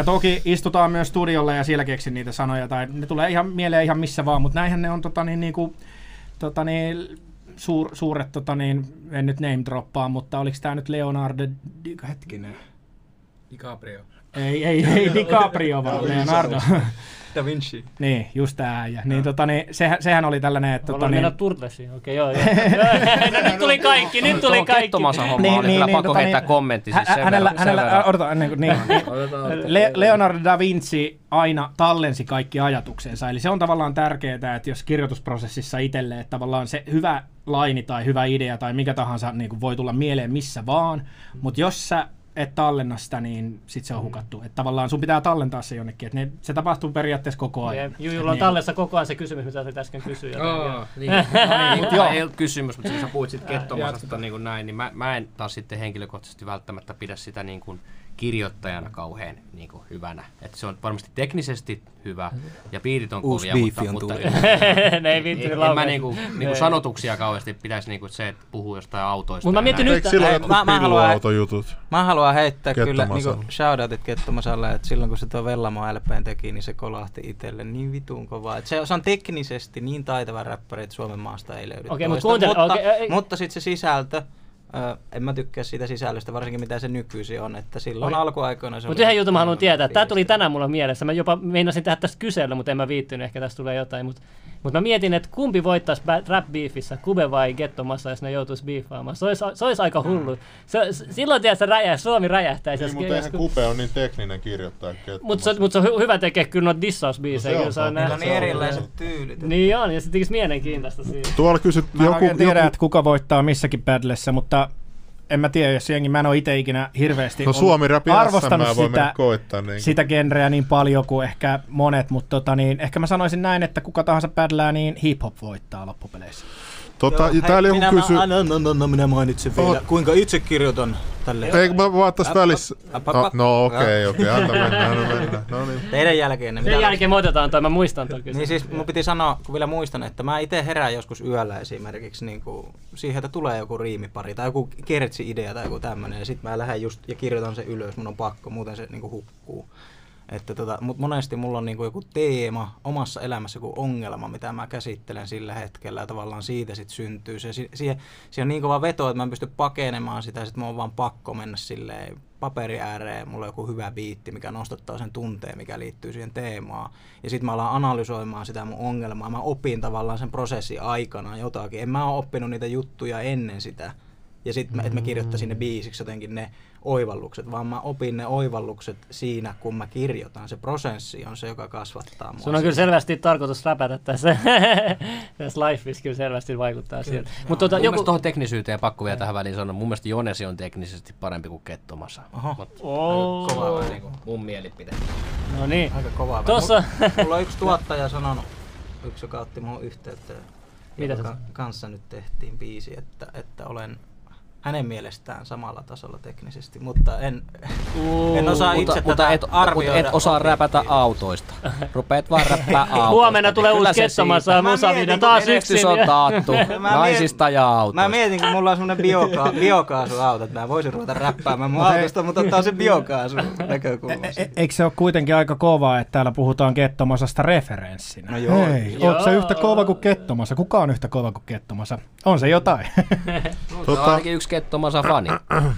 toki istutaan myös studiolla ja siellä keksin niitä sanoja, tai ne tulee ihan mieleen ihan missä vaan, mutta näinhän ne on tota niin, niinku, tota niin, suur, suuret, tota niin, en nyt name droppaa, mutta oliko tää nyt Leonardo, Di, hetkinen. DiCaprio. Ei, ei, ei DiCaprio, vaan Leonardo. Da Vinci. Niin, just tää äijä. Niin, tota, niin, sehän, sehän oli tällainen, että... Ollaan tota, mennä Turtlesiin, okei okay, joo. joo. No nyt tuli kaikki, nyt tuli kaikki. Kettomassa homma niin, oli niin, kyllä niin, pakko tota, heittää niin, kommentti. Siis hä, hänellä, hänellä, odota, ennen kuin, niin, niin, Le, Leonardo da Vinci aina tallensi kaikki ajatuksensa. Eli se on tavallaan tärkeää, että jos kirjoitusprosessissa itselle, että tavallaan se hyvä laini tai hyvä idea tai mikä tahansa niin kuin voi tulla mieleen missä vaan, mutta jos sä et tallenna sitä, niin sit se on hukattu. Että tavallaan sun pitää tallentaa se jonnekin. Että ne, se tapahtuu periaatteessa koko ajan. Jujulla on niin. Tallessa koko ajan se kysymys, mitä sä äsken kysyit. Oh, niin. no, niin, joo. Ei ollut kysymys, mutta kun sä puhuit sit Kettomasasta niin kuin näin, niin mä, mä en taas sitten henkilökohtaisesti välttämättä pidä sitä niin kuin kirjoittajana kauhean niin kuin hyvänä. Että se on varmasti teknisesti hyvä ja piirit on kovia, mutta, on mutta ne ei viittynyt en, en mä niinku, niinku sanotuksia kauheasti pitäisi niinku se, että puhuu jostain autoista. Mutta mä mietin nyt, että silloin mä, mä, haluan, autojutut. mä haluan heittää kyllä niinku shoutoutit Kettomasalle, että silloin kun se tuo Vellamo L P:n teki, niin se kolahti itselle niin vitun kovaa. Et se, se on teknisesti niin taitava räppäri, että Suomen maasta ei löydy okay, toista. Mutta, mutta, okay, mutta sitten se sisältö, Öö, en mä tykkää siitä sisällöstä, varsinkin mitä se nykyisin on, että silloin okay. alkuaikoina se Mutta yhden jutun mä haluan tietää, tämä tuli tänään mulla mielessä, mä jopa meinasin tehdä tästä kyselyä, mutta en mä viittynyt, ehkä tästä tulee jotain, mutta mut mä mietin, että kumpi voittaisi rap-beefissä, Kube vai Kettomassa, jos ne joutuisi beefaamaan, se olisi, se olisi aika hullu. Se, silloin tiedät, räjää, Suomi räjähtäisi. Niin, mutta eihän Kube on niin tekninen kirjoittaja Kettomassa. Mutta se, mut se on hyvä tekee kyllä noita dissausbiisejä. No se on, niillä on niin erilaiset tyylit. Niin on, ja se tekisi mielenkiintoista siitä. Tuolla kysyt mä joku... en tiedä, joku... että kuka voittaa missäkin battlessa, mutta en mä tiedä, jos jengi, mä en ole itse ikinä hirveästi no, arvostanut sitä, niin sitä genreä niin paljon kuin ehkä monet, mutta tota, niin, ehkä mä sanoisin näin, että kuka tahansa battlää, niin hip-hop voittaa loppupeleissä. Tota, Joo, hei, joku minä, kysy... mä, no, no, no, no, minä mainitsen vielä, oh. kuinka itse kirjoitan tälleen. Eikö mä vaan tässä välissä... No, no okei, okay, okei, okay, anna mennä, anna mennä. No niin. Teidän jälkeen. Ne, Sen jälkeen me otetaan toi, mä muistan toi kysymys. Niin siis mun piti sanoa, kun vielä muistan, että mä itse herään joskus yöllä esimerkiksi niin kuin siihen, että tulee joku riimipari tai joku kertsi-idea tai joku tämmönen, ja sit mä lähden just ja kirjoitan sen ylös, mun on pakko, muuten se niin kuin hukkuu. Että tota, mutta monesti mulla on niinku joku teema omassa elämässä, joku ongelma, mitä mä käsittelen sillä hetkellä, ja tavallaan siitä sitten syntyy se. Siihen, siihen on niin kova veto, että mä en pysty pakenemaan sitä, ja sitten mun on vaan pakko mennä silleen paperi ääreen, mulla on joku hyvä biitti, mikä nostattaa sen tunteen, mikä liittyy siihen teemaan. Ja sitten mä alan analysoimaan sitä mun ongelmaa, mä opin tavallaan sen prosessin aikana jotakin. En mä ole oppinut niitä juttuja ennen sitä. Ja sitten, että mä kirjoittaisin ne biisiksi jotenkin ne oivallukset, vaan mä opin ne oivallukset siinä, kun mä kirjoitan. Se prosessi on se, joka kasvattaa mua. Sun on kyllä selvästi tarkoitus räpätä tässä. Tässä lifeissa kyllä selvästi vaikuttaa sieltä. Mutta tuota, mun joku... mielestä tuohon teknisyyteen pakko vielä tähän väliin sanoa. Mun mielestä Jonesi on teknisesti parempi kuin Kettomassa. Oh. Aika kova niin kuin mun mielipide. No niin. Aika kova. Tossa... Mulla on yksi tuottaja sanonut, yksi joka otti mun yhteyttä, mitä joka kanssa nyt tehtiin biisi, että, että olen hänen mielestään samalla tasolla teknisesti, mutta en, uh, en osaa mutta, itse mutta tätä et, arvioida. Mutta et osaa räpätä autoista. Rupeat vaan räppää autoista. Huomenna tulee uusi Kettomassa musavideo taas yksin. on taattu. Naisista ja autoista. Mä mietin, kun mulla on semmonen bioka- biokaasuauto, että mä voisin ruveta räppäämään mun autosta, mutta ottaa sen biokaasun näkökulmasta. E- eikö se ole kuitenkin aika kovaa, että täällä puhutaan Kettomasasta referenssinä? No joo. Hei, ootko sä yhtä kova kuin Kettomassa? Kuka on yhtä kova kuin Kettomassa? On se jotain. Tota, on ainakin yksi Kettomassa fani.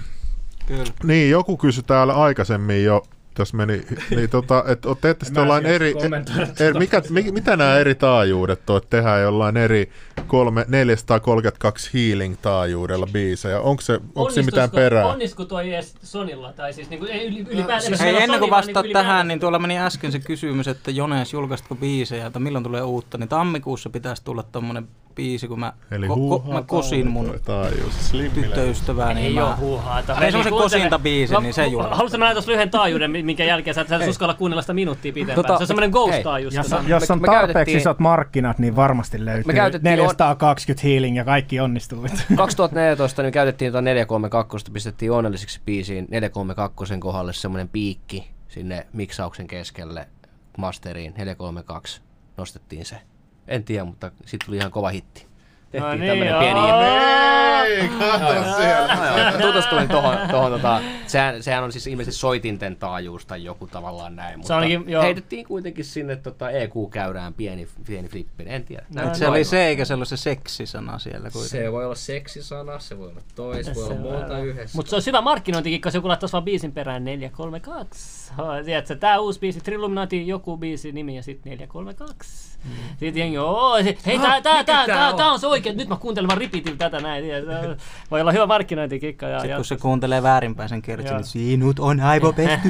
Kyllä. Niin, joku kysyi täällä aikaisemmin jo, tässä meni, niin tota, että teette sitten jollain eri, eri mikä, mikä, mitä nämä eri taajuudet on, että tehdään jollain eri kolme, neljäsataakolmekymmentäkaksi healing taajuudella biisejä, onko se, onko se mitään perää? Onnisko toi edes Sonilla, tai siis niinku, ylipäätään... Hei, ennen kuin vastaat niin tähän, niin tuolla meni äsken se kysymys, että Jones, julkaisitko biisejä, että milloin tulee uutta, niin tammikuussa pitäisi tulla tommonen biisi, kun mä, Eli ko- ko- mä kosin mun tyttöystävää. Niin ei mä... oo huuhaata. Ei semmosen kosintabiisi, niin se julkaisi. Haluatko mä näin tuossa lyhyen taajuuden, minkä jälkeen sä et uskalla kuunnella sitä minuuttia pitempään? Tota, se on semmonen ghost-taajuus. Jos, jos on me, me tarpeeksi isot markkinat, niin varmasti löytyy neljäsataakaksikymmentä healing ja kaikki onnistuu. kaksituhattaneljätoista niin käytettiin tuota neljä kolme kaksi, pistettiin onnellisiksi biisiin neljä kolme kaksi kohdalle semmoinen piikki sinne miksauksen keskelle masteriin, neljä kolme kaksi nostettiin se. En tiedä, mutta siitä tuli ihan kova hitti. Tehtiin no niin, tämmönen pieni... Ei, kato siellä. Tutustuin tohon, tohon tota sehän, sehän on siis ilmeisesti soitinten taajuus tai joku tavallaan näin, mutta ainakin, heitettiin kuitenkin sinne tota, E Q-käyrään pieni, pieni flippi, en tiedä. No, se oli se, eikä se ollut se seksisana siellä kuitenkin. Se voi olla seksisana, se voi olla tois, se voi olla muuta yhdessä. Mutta se on hyvä markkinointikin, jos joku laittaisi vaan biisin perään neljä kolme kaksi. Tiedätkö, tää uusi biisi, Trilluminati, joku biisi nimi ja sitten neljä kolme kaksi. Mm. Sitten jengi, oo, hei tää, tää, tää, tää, tää on se oikein, nyt mä kuuntelen vaan repeatillä tätä näin. Voi olla hyvä markkinointikikka. Ja sitten kun se kuuntelee väärinpäin sen kertsin, niin sinut on aivopehty.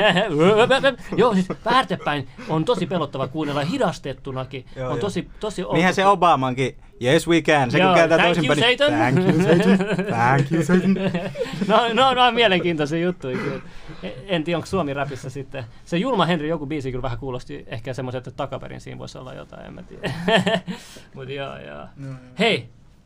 Joo, siis väärtepäin on tosi pelottava kuunnella hidastettunakin. On tosi, tosi niinhän se Obamankin, yes we can, se kun kääntää toisinpäin. Thank you Satan. Thank you Satan. Thank you Satan. No, no, no on mielenkiintoisia juttuja. En tiedä, onko Suomi-räpissä sitten. Se Julma Henry joku biisi kyllä vähän kuulosti ehkä semmoisen, että takaperin siinä voisi olla jotain, en mä tiedä. Mut joo, joo. No, hei!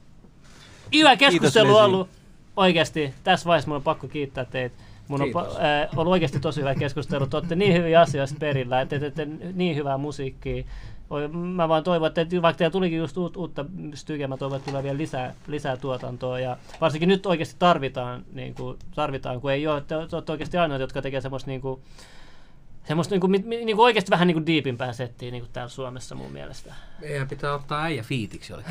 Hyvä keskustelu ollut oikeasti. Tässä vaiheessa mun on pakko kiittää teitä. Mun on pa- äh, ollut oikeasti tosi hyvä keskustelu. Te olette niin hyviä asioista perillä, että teette niin hyvää musiikkia. Mä vaan toivon, että vaikka teillä tulikin just uut, uutta stykeä, mä toivon, että tulee vielä lisää, lisää tuotantoa. Ja varsinkin nyt oikeasti tarvitaan, niin kuin, tarvitaan kun ei ole, te olette oikeasti ainoat, jotka tekee semmoista, niin kuin, semmoista niin kuin, niin kuin oikeasti vähän niin kuin deepimpää settiä niin kuin täällä Suomessa mun mielestä. Meidän pitää ottaa äijä fiitiksi jollekin.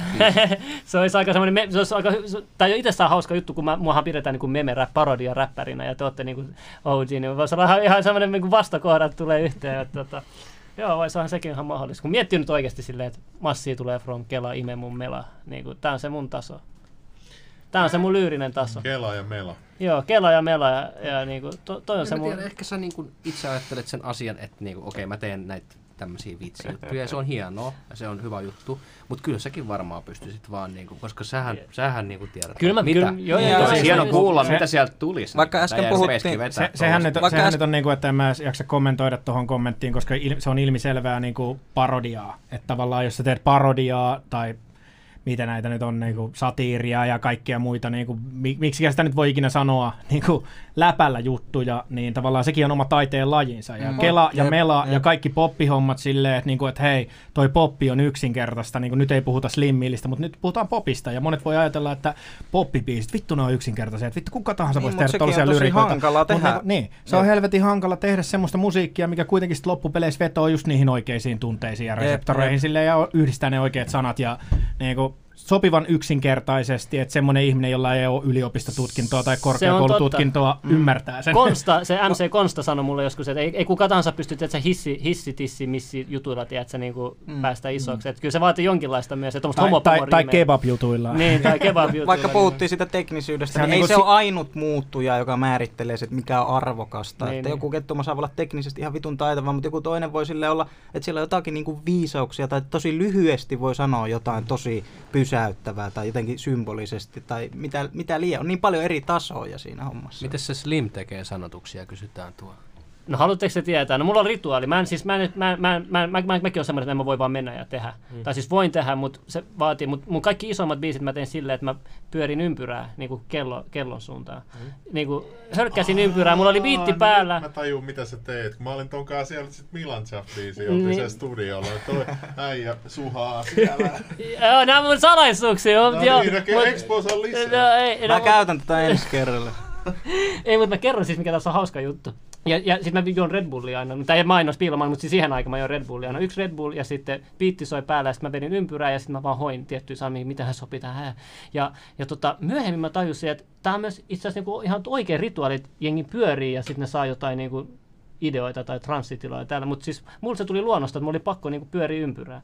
Se olisi aika semmoinen, se olisi aika, tämä on itsessään hauska juttu, kun mä, muahan pidetään niin kuin meme-rap, parodia räppärinä ja te olette niin kuin O G, niin voisi olla ihan semmoinen niin kuin vastakohdat tulee yhteen. Että, että, joo, voisihan sekin ihan mahdollista. Kun miettii nyt oikeasti silleen, että massia tulee from Kela, ime mun mela. Niin kuin, tää on se mun taso. Tää on se mun lyyrinen taso. Kela ja mela. Joo, Kela ja mela. Ja, ja niin kuin, to, toi on en se mun... Tiedä, ehkä sä niin kuin itse ajattelet sen asian, että niin okei, okay, mä teen näitä tämmöisiä vitsijuttuja ja se on hienoa ja se on hyvä juttu. Mutta kyllä säkin varmaan pystyisit vaan, niinku, koska sähän, sähän niinku tiedät, kyllä mä, mitä. Kyllä, joo, joo, joo, hieno kuulla, se, mitä sieltä tulisi. Vaikka äsken puhuttiin. Se, sehän nyt, sehän nyt on, niinku, että en mä jaksa kommentoida tuohon kommenttiin, koska il, se on ilmiselvää niinku parodiaa. Että tavallaan jos sä teet parodiaa tai mitä näitä nyt on, niinku satiiria ja kaikkia muita, niinku, miksi sitä nyt voi ikinä sanoa, niinku läpällä juttuja, niin tavallaan sekin on oma taiteen lajinsa. Ja mm. Kela ja Mela jep, ja kaikki poppihommat silleen, että, niinku, että hei, toi poppi on yksinkertaista, niinku, nyt ei puhuta slimmillistä, mutta nyt puhutaan popista. Ja monet voi ajatella, että poppibiisit, vittu ne on yksinkertaisia, että vittu kuka tahansa niin, voisi tehdä tollaisia lyrikoita. Hankala tehdä. Mut, niin, se on helvetin hankala tehdä semmoista musiikkia, mikä kuitenkin loppupeleissä vetoo just niihin oikeisiin tunteisiin ja reseptoreihin silleen, ja yhdistää ne oikeat sanat ja niinku, sopivan yksinkertaisesti, että semmoinen ihminen, jolla ei ole yliopistotutkintoa tai korkeakoulututkintoa, ymmärtää sen. Konsta, se M C Konsta sanoi mulle joskus, että ei, ei kuka tahansa pysty, että sä hissi, hissitissi, missi jutuilla, tiedät sä niinku mm. päästä isoksi. Mm. Kyllä se vaatii jonkinlaista myös, että tai, tai, tai kebab-jutuilla. Niin, tai kebab-jutuilla. Vaikka puhuttiin sitä teknisyydestä, niin, niin ei se si- ole ainut muuttuja, joka määrittelee se, mikä on arvokasta. Niin, että niin. Joku kettuma saa olla teknisesti ihan vitun taitava, mutta joku toinen voi sille olla, että siellä on jotakin niinku viisauksia tai tosi lyhyesti voi sanoa jotain tosi pysäyttävää tai jotenkin symbolisesti tai mitä, mitä liian. On niin paljon eri tasoja siinä hommassa. Miten se Slim tekee sanotuksia, kysytään tuo. No haluatteko se tietää? No mulla on rituaali. Mä en siis, mä en, mä, mä, mä, mä, mä, mäkin on semmoinen, että en mä voi vaan mennä ja tehdä. Mm. Tai siis voin tehdä, mutta se vaatii. Mut mun kaikki isommat biisit mä teen silleen, että mä pyörin ympyrää niin kuin kello, kellon suuntaan. Mm. Niin kuin hölkkäsin ympyrää. Mulla oli biitti päällä. Mä tajun, mitä sä teet. Kun mä olin tonkaan siellä sit Milan Chat-biisi, oltiin niin. Siellä studiolla. Toi äijä suhaa siellä. Joo, nää on mun salaisuuksia. No niin, Exposa lisää. Mä käytän tätä ensi kerralla. Ei, mutta mä kerron siis, mikä tässä on hauska juttu. Ja, ja sitten mä juon Red Bullia aina, tai en mainos piilomaan, mutta siis siihen aikaan mä juon Red Bullia aina. Yksi Red Bull ja sitten biitti soi päällä ja sitten mä vedin ympyrää ja sitten mä vaan hoin tiettyjä sanoja, mitä hän sopii tähän. Ja, ja tota, myöhemmin mä tajusin, että tää on myös itse asiassa niinku ihan oikein rituaali, että jengi pyörii ja sitten ne saa jotain niinku ideoita tai transsitiloja täällä. Mutta siis mulla se tuli luonnosta, että mulla oli pakko niinku pyöriä ympyrää.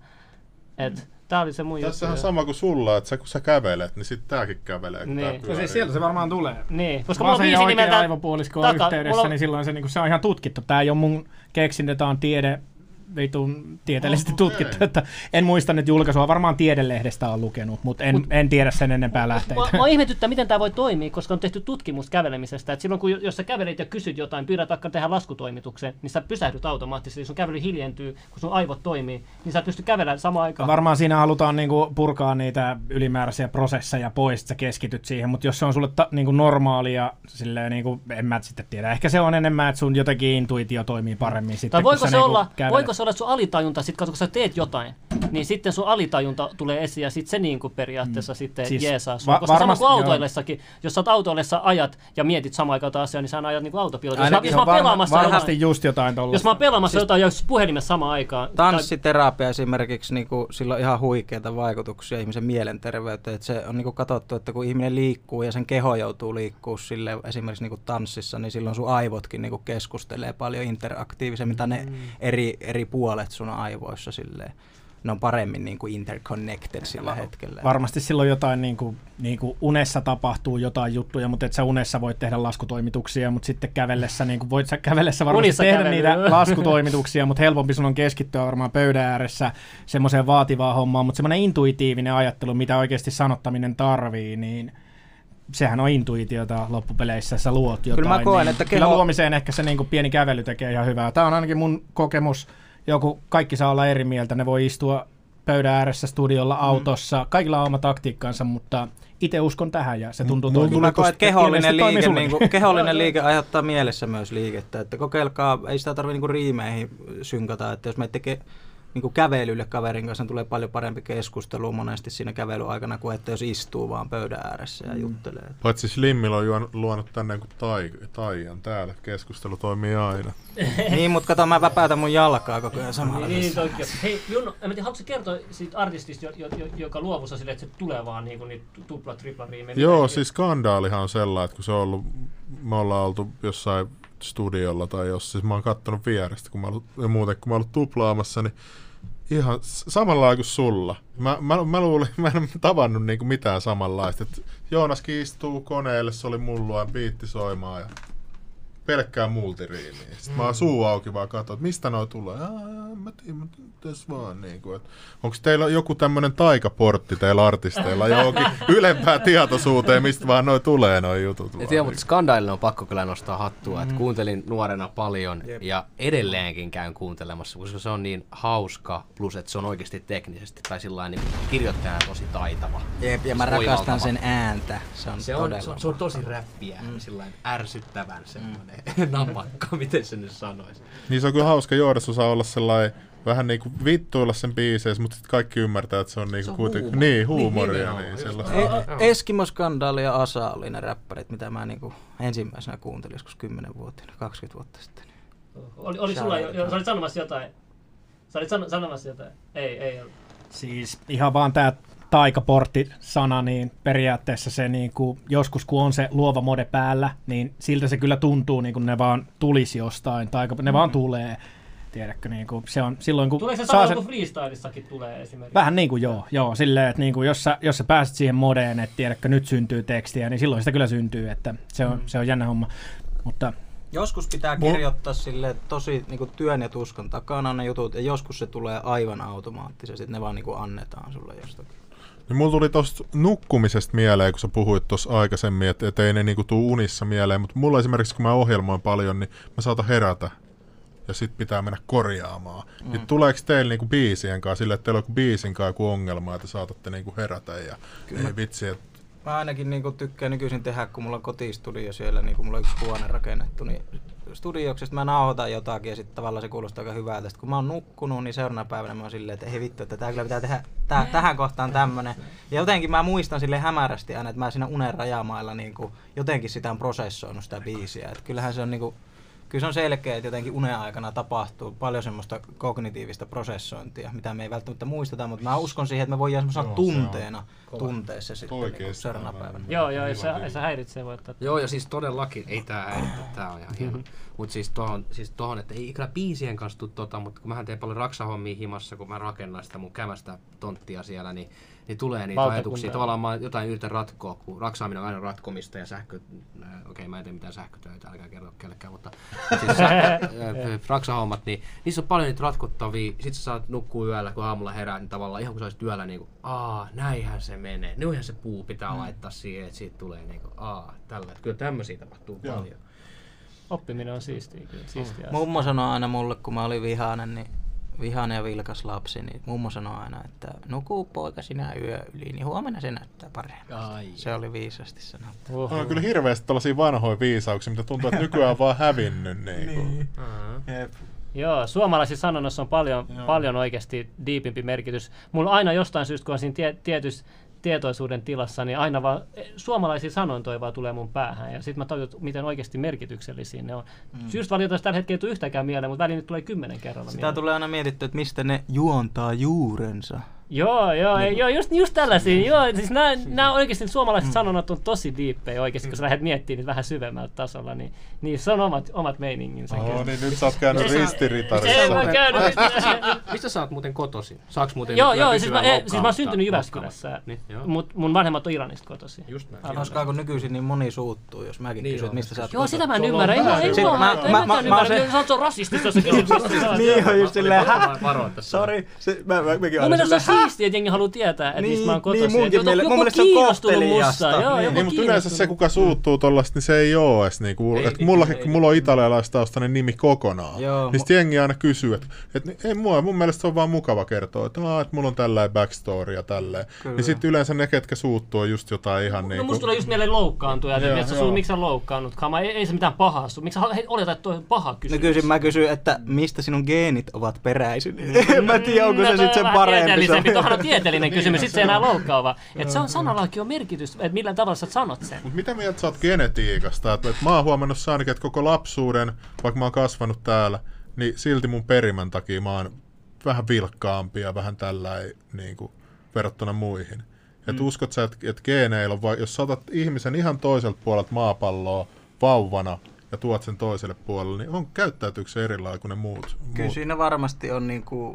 Et, tää oli se mun tässä juttu. on sama kuin sulla, että sä, kun sä kävelet, niin sitten tääkin kävelee. Niin. No siis sieltä se varmaan tulee. Niin, koska mulla on biisi nimeltä aivopuolisko on yhteydessä, on... niin silloin se, niin se on ihan tutkittu. Tää ei ole mun keksintä, tää on tiede, vitun tieteellisesti oh, tutkittu. Okay. Että en muista nyt julkaisua, varmaan Tiedelehdestä on lukenut, mutta en, Mut, en tiedä sen enempää lähteitä. Mä, mä ihmetyttää, miten tämä voi toimia, koska on tehty tutkimus kävelemisestä. Et silloin kun jos sä kävelit ja kysyt jotain, pyydät vaikka tehdä laskutoimituksen, niin sä pysähdyt automaattisesti. Jos sun kävely hiljentyy, kun sun aivot toimii, niin sä et pysty kävelemään samaan aikaan. Varmaan siinä halutaan niinku purkaa niitä ylimääräisiä prosesseja pois, että sä keskityt siihen, mutta jos se on sulle ta, niinku normaalia, silleen, niinku, en mä sitten tiedä. Ehkä se on enemmän, että sun jotenkin intuitio toimii paremmin sitten, tai voiko kun se sä olla, niinku voiko se olla, että sun alitajunta, sit, kun sä teet jotain, niin sitten sun alitajunta tulee esiin ja sitten se niin kuin periaatteessa mm. sitten siis jeesaa sua. Va- Koska sama kuin joo. autoillessakin, jos sä oot autoillessa ajat ja mietit samaan aikaan asiaa, niin sä ajat niin kuin autopilotilla. Jos, Ainakin mä, jos mä oon pelaamassa varmasti just jotain tollaista. Jos mä oon pelaamassa siis jotain jos puhelimessa samaan aikaan. Tanssiterapia esimerkiksi, niin kuin, sillä on ihan huikeita vaikutuksia ihmisen mielenterveyteen. Että se on niin kuin katsottu, että kun ihminen liikkuu ja sen keho joutuu liikkuu sille, esimerkiksi niin kuin tanssissa, niin silloin sun aivotkin niin kuin keskustelee paljon interaktiivisemmin, mitä ne mm. eri, eri puolet sun aivoissa silleen. Ne on paremmin niin kuin interconnected sillä hetkellä. Varmasti silloin jotain, niin kuin, niin kuin unessa tapahtuu jotain juttuja, mutta et sä unessa voit tehdä laskutoimituksia, mutta sitten kävellessä, niin kuin voit sä kävellessä varmasti Unissa tehdä kävely. niitä laskutoimituksia, mutta helpompi sun on keskittyä varmaan pöydän ääressä semmoiseen vaativaan hommaan, mutta semmoinen intuitiivinen ajattelu, mitä oikeasti sanottaminen tarvii, niin sehän on intuitiota loppupeleissä, sä luot jotain. Kyllä mä koen, niin, että kyllä keho... luomiseen ehkä se niin kuin pieni kävely tekee ihan hyvää. Tämä on ainakin mun kokemus. Joku, kaikki saa olla eri mieltä, ne voi istua pöydän ääressä, studiolla, autossa, kaikilla on oma taktiikkansa, mutta itse uskon tähän ja se tuntuu toimimaan. Kehollinen, liike, niin kuin, kehollinen liike aiheuttaa mielessä myös liikettä, että kokeilkaa, ei sitä tarvitse niin kuin riimeihin synkata, että jos me tekee niin kuin kävelylle kaverin kanssa, tulee paljon parempi keskustelu monesti siinä kävelyaikana kuin että jos istuu vaan pöydän ääressä ja juttelee. Mm. Paitsi Slimmillä on juon, luonut tänne kuin tai, taian täällä, keskustelu toimii aina. Niin, mutta kato, mä väpäytän mun jalkaa koko ajan samalla. Niin, toki. Hei, Junno, en tiedä, haluatko kertoa siitä artistista, jo, jo, joka luovussa sille, että se tulee vaan niin kuin niitä tupla, tripla riimejä? Joo, siis skandaalihan on sellainen, että kun se on ollut, me ollaan oltu jossain studiolla tai jos, siis mä oon kattonut vierestä, kun mä ollut, ja muuten kun mä oon ollut tuplaamassa, niin ihan samalla lailla kuin sulla. Mä, mä, mä luulin, mä en tavannut niinku mitään samanlaista. Et Joonaskin istuu koneelle, se oli mullua biitti soimaan ja pelkkää multiriimiä. Sitten mm. mä oon suu auki vaan katsoin, että mistä noi tulee. Aa, mä tiedän, tässä vaan niinku. Onko teillä joku tämmönen taikaportti teillä artisteilla johonkin ylempää tietoisuuteen, mistä vaan noi tulee noi jutut? Ja tiedä, mutta skandaalille on pakko kyllä nostaa hattua, mm. että kuuntelin nuorena paljon Jep. ja edelleenkin käyn kuuntelemassa, koska se on niin hauska, plus että se on oikeasti teknisesti tai sillain niin kirjoittajana tosi taitava. Jep, ja mä rakastan sen ääntä. Se on, se on, se on, se on tosi räppiä, mm. sillain ärsyttävän semmoinen mm. namakka, miten se nyt sanoisi. Niin se on kyllä hauska johdossa saa olla sellainen vähän niinku vittuilla sen biiseissä, mutta sitten kaikki ymmärtää, että se on niinku kuitenkin niin huumoria. Niin, niin e- Eskimo-skandaali ja Asa oli ne räppärit, mitä mä niinku ensimmäisenä kuuntelin joskus kymmenen vuotta, kaksikymmentä vuotta sitten. Oli, oli sulla jo, jo, sä olit sanomassa jotain? Sä olit san, sanomassa jotain? Ei, ei ollut. Siis ihan vaan tää taikaportti-sana, niin periaatteessa se niinku, joskus kun on se luova mode päällä, niin siltä se kyllä tuntuu, niin kuin ne vaan tulisi jostain, taika, ne mm-hmm. vaan tulee. Tiedätkö, niin kuin se on silloin, kun tulee se sama kuin freestylissakin tulee esimerkiksi? Vähän niin kuin joo, joo silleen, että niin kuin jos, sä, jos sä pääset siihen modeen, että tiedätkö, nyt syntyy tekstiä, niin silloin sitä kyllä syntyy, että se on, mm. se on jännä homma. Mutta joskus pitää kirjoittaa sille tosi niin kuin työn ja tuskan takana ne jutut, ja joskus se tulee aivan automaattisesti, että ne vaan niin kuin annetaan sulle jostakin. Niin mulla tuli tosta nukkumisesta mieleen, kun sä puhuit tuossa aikaisemmin, että et ei ne niinku tuu unissa mieleen, mutta mulla esimerkiksi, kun mä ohjelmoin paljon, niin mä saatan herätä ja sit pitää mennä korjaamaan. Mm. Niin tuleeko teillä niinku biisien kanssa sille, että teillä on joku biisin kanssa joku ongelma, että saatatte niinku herätä ja Kyllä. ei vitsi, että mä ainakin niinku tykkään nykyisin tehdä, kun mulla on kotistudio siellä, niin kun mulla on yksi huone rakennettu, niin studioksesta mä nauhoitan jotakin ja sitten tavallaan se kuulostaa aika hyvältä. Sitten kun mä oon nukkunut, niin seuraavana päivänä mä oon silleen, että ei vittu, että tää kyllä pitää tehdä tää, tähän kohtaan tämmönen. Ja jotenkin mä muistan silleen hämärästi aina, että mä siinä unen rajamailla niinku, jotenkin sitä on prosessoinut sitä biisiä. Et kyllähän se on niinku, kyllä se on selkeä, että jotenkin unen aikana tapahtuu paljon semmoista kognitiivista prosessointia, mitä me ei välttämättä muisteta, mutta mä uskon siihen, että me voidaan semmoisena tunteena tuntea se sitten niin seuraavana päivänä. Joo, joo, jos se, se häiritsee, voi ottaa. Joo, ja siis todellakin, ei tää häiritse, tää on ihan hieno. Mutta siis tohon, siis tohon, että ei ikinä biisien kanssa tuu tota, mutta kun mähän teen paljon raksahommia himassa, kun mä rakennan sitä mun kämästä tonttia siellä, niin niin tulee niitä ajatuksia. Tavallaan mä jotain yritän ratkoa, kun raksaaminen on aina ratkomista ja sähkö... Okei, okay, mä en tee mitään sähkötöitä, älkää kerro kellekään, mutta siis sähkö, raksahommat, niin niissä on paljon niitä ratkottavia. Sitten sä saat nukkua yöllä, kun aamulla herää, niin tavallaan ihan kun sä olisit yöllä niin kuin, aa, näinhän se menee. Niinhän se puu pitää mm. laittaa siihen, että siitä tulee niin kuin, aa, tällä. Kyllä tämmöisiä tapahtuu Joo. paljon. Oppiminen on siistiä, kyllä. Siistiä oh. Mummo sanoi aina mulle, kun mä olin vihainen, niin vihainen ja vilkas lapsi, niin mummo sanoi aina, että nuku poika sinä yö yli, niin huomenna se näyttää paremmin. Se oli viisasti sanottu. On kyllä hirveästi tällaisia vanhoja viisauksia, mitä tuntuu, että nykyään on vaan hävinnyt. Niin. niin. Joo, suomalaisissa sanonnoissa on paljon, paljon oikeasti diipimpi merkitys. Mulla aina jostain syystä, kun on siinä tie, tietyssä tietoisuuden tilassa, niin aina vaan suomalaisia sanontoja vaan tulee mun päähän. Ja sitten mä tajun, miten oikeasti merkityksellisiä ne on. Mm. Syystä tällä hetkellä ei tule yhtäkään mieleen, mutta väliin nyt tulee kymmenen kerralla. Sitä tulee aina mietitty, että mistä ne juontaa juurensa. Joo, joo, mm. joo just, just tällaisia. Joo, siis nämä, nämä oikeasti suomalaiset mm. sanonnat on tosi diippejä oikeasti, kun sä lähdet miettimään niitä vähän syvemmällä tasolla, niin, niin se on omat, omat meininginsä. Oh, niin nyt sä oot käynyt ristiritarissa. Ei mä käynyt. Mistä sä oot muuten kotoisin? Saaks muuten joo, joo, siis mä, siis mä oon syntynyt Jyväskylässä, niin, mutta mun vanhemmat on Iranista kotoisin. Just näin. Hauskaa, kun nykyisin niin moni suuttuu, jos mäkin niin kysyn, että mistä sä oot joo, sitä mä en ymmärrä. Ei mä ymmärrä. Sä oot rasistista tuossa kysymyksessä. Niin on just silleen, sori. Mun mielestä se on siistiä, että jengi haluaa tietää, että mistä mä oon kotoisin. Niin, munkin mielestä. Mun mielestä se on kohteliasta. Niin, mutta yleensä se, kuka suuttuu tollaista, niin se ei oo edes niinku, että mullakin, kun mulla on italialaistaustainen nimi kokonaan, niin sitten jengi aina kysyy, että ei mua, mun mielestä se on vaan mukava kertoa, että mulla on tällainen backstory ja tälleen. Niin sitten yleensä ne, ketkä suuttuu, on just jotain ihan niinku... No musta tulee just mieleen loukkaantua, että miksi sä loukkaannutkaan, ei se mitään pahaa sun, miksi sä oletat, että toi on paha kysymys? No kysyn, mä kysyn, että mistä sinun geenit ovat peräisin? En mä tiedä, onko se sitten sen parempi. Tuohan on tieteellinen kysymys, sit se ei enää loukkaava. Että se on sanallakin on merkitys, että millä tavalla sä sanot sen. Mut mitä mieltä sä oot genetiikasta? Et, et mä oon huomannut ainakin, että koko lapsuuden, vaikka mä oon kasvanut täällä, niin silti mun perimän takia mä oon vähän vilkkaampi ja vähän tällainen niin kuin verrattuna muihin. Et mm. uskot sä, että et geeneillä on, jos sä otat ihmisen ihan toiselta puolelta maapalloa vauvana ja tuot sen toiselle puolelle, niin on käyttäytyykö se erilainen kuin ne muut? Kyllä muut? Siinä varmasti on niinku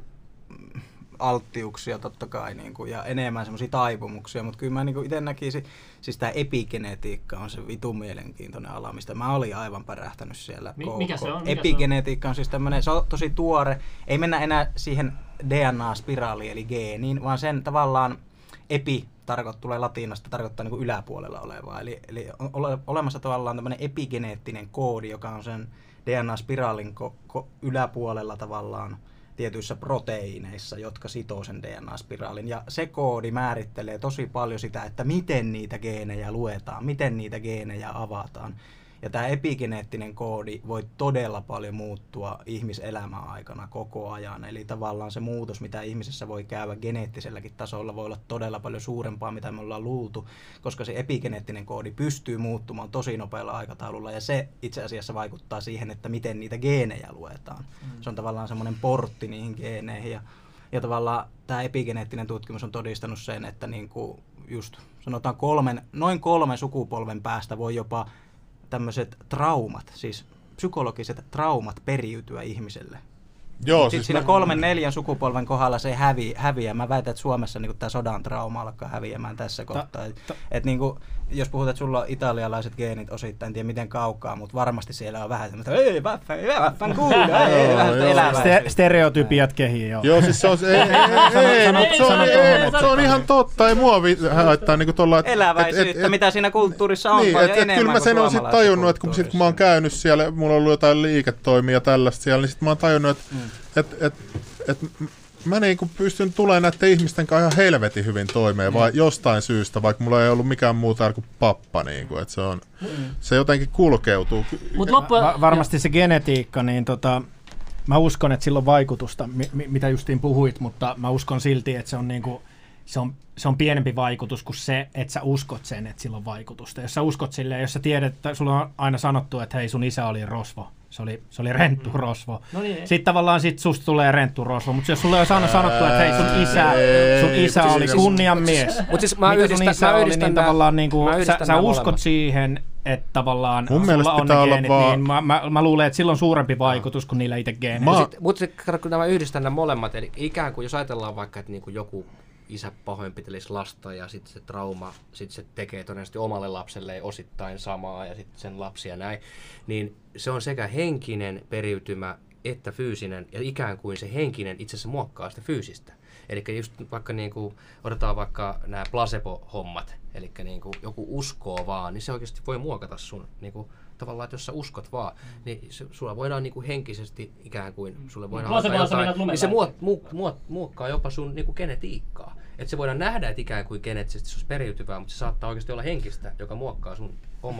alttiuksia totta kai niinku, ja enemmän semmoisia taipumuksia, mutta kyllä mä niinku itse näkisin, siis tämä epigenetiikka on se vitun mielenkiintoinen ala, mistä mä olin aivan pärähtänyt siellä. Mi- mikä se on? Mikä epigenetiikka on siis tämmöinen, se on tosi tuore, ei mennä enää siihen D N A-spiraaliin eli geeniin, vaan sen tavallaan epi tarkoittaa, tulee latinasta, tarkoittaa niin kuin yläpuolella olevaa. Eli, eli on ole, olemassa tavallaan tämmöinen epigeneettinen koodi, joka on sen D N A-spiraalin ko, ko, yläpuolella tavallaan tietyissä proteiineissa, jotka sitoo sen D N A-spiraalin. Ja se koodi määrittelee tosi paljon sitä, että miten niitä geenejä luetaan, miten niitä geenejä avataan. Ja tämä epigeneettinen koodi voi todella paljon muuttua ihmiselämän aikana koko ajan. Eli tavallaan se muutos, mitä ihmisessä voi käydä geneettiselläkin tasolla, voi olla todella paljon suurempaa, mitä me ollaan luultu, koska se epigeneettinen koodi pystyy muuttumaan tosi nopealla aikataululla, ja se itse asiassa vaikuttaa siihen, että miten niitä geenejä luetaan. Mm. Se on tavallaan semmoinen portti niihin geeneihin, ja, ja tavallaan tämä epigeneettinen tutkimus on todistanut sen, että niinku just sanotaan kolmen, noin kolmen sukupolven päästä voi jopa tämmöiset traumat, siis psykologiset traumat periytyä ihmiselle. Joo, siis siinä mä... kolmen, neljän sukupolven kohdalla se hävi, häviää. Mä väitän, että Suomessa niin tämä sodan trauma alkaa häviämään tässä ta, kohtaa. Ta, et, niin kuin, jos puhutaan, että sulla on italialaiset geenit osittain, en tiedä miten kaukaa, mutta varmasti siellä on vähän semmoista, ei vaffan, ei vaffan kuuda, ei vähän eläväisyyttä. Stereotypiat kehiin, joo. Joo, siis se on, ei, ei, mutta se on, se on ihan totta, ei mua haittaa niin kuin tuolla. Eläväisyyttä, mitä siinä kulttuurissa on niin, paljon et, enemmän kyllä mä sen olen sitten tajunnut, että kun, sit, kun mä oon käynyt siellä, mulla on ollut jotain liiketoimia ja tällaista siellä, niin sitten mä oon tajunnut, että mm. et, et, et, mä niinku pystyn tulemaan näiden ihmisten kanssa ihan helvetin hyvin toimeen, vai jostain syystä, vaikka mulla ei ollut mikään muuta kuin pappa. Niinku, että se, on, mm. se jotenkin kulkeutuu. Mut loppujen... Va- varmasti se genetiikka, niin tota, mä uskon, että sillä on vaikutusta, mi- mitä justiin puhuit, mutta mä uskon silti, että se on, niinku, se on, se on pienempi vaikutus kuin se, että sä uskot sen, että sillä on vaikutusta. Jos sä uskot silleen, jos sä tiedät, että sulla on aina sanottu, että hei, sun isä oli rosvo. Se oli, se oli renttu rosvo. No niin. Sitten tavallaan sit susta tulee renttu rosvo, mutta jos sulle on aina sanottu, että hei, sun isä, sun isä oli kunnianmies. Mutta siis mä mitä sun isä mä oli, niin tavallaan niinku, sä, sä uskot molemmat siihen, että tavallaan mun sulla on ne geenit, vaan... niin mä, mä, mä luulen, että sillä on suurempi vaikutus kuin niillä itse geeneillä. Mä... Mutta kun mä yhdistän nämä molemmat, eli ikään kuin jos ajatellaan vaikka, että niinku joku isä pahoinpitelisi lasta ja sitten se trauma, sitten se tekee todennäköisesti omalle lapselleen osittain samaa ja sitten sen lapsia näin, niin se on sekä henkinen periytymä että fyysinen, ja ikään kuin se henkinen itse asiassa muokkaa sitä fyysistä. Eli just vaikka niinku, otetaan vaikka nämä placebo-hommat, eli niinku joku uskoo vaan, niin se oikeasti voi muokata sun niinku, tavallaan, että jos sä uskot vaan, niin se, sulla voidaan niinku henkisesti ikään kuin, sulle voidaan alkaa jotain, niin se muot, muok, muok, muokkaa jopa sun niinku genetiikkaa. Että se voidaan nähdä, että ikään kuin geneettisesti se olisi periytyvää, mutta se saattaa oikeasti olla henkistä, joka muokkaa sun omaa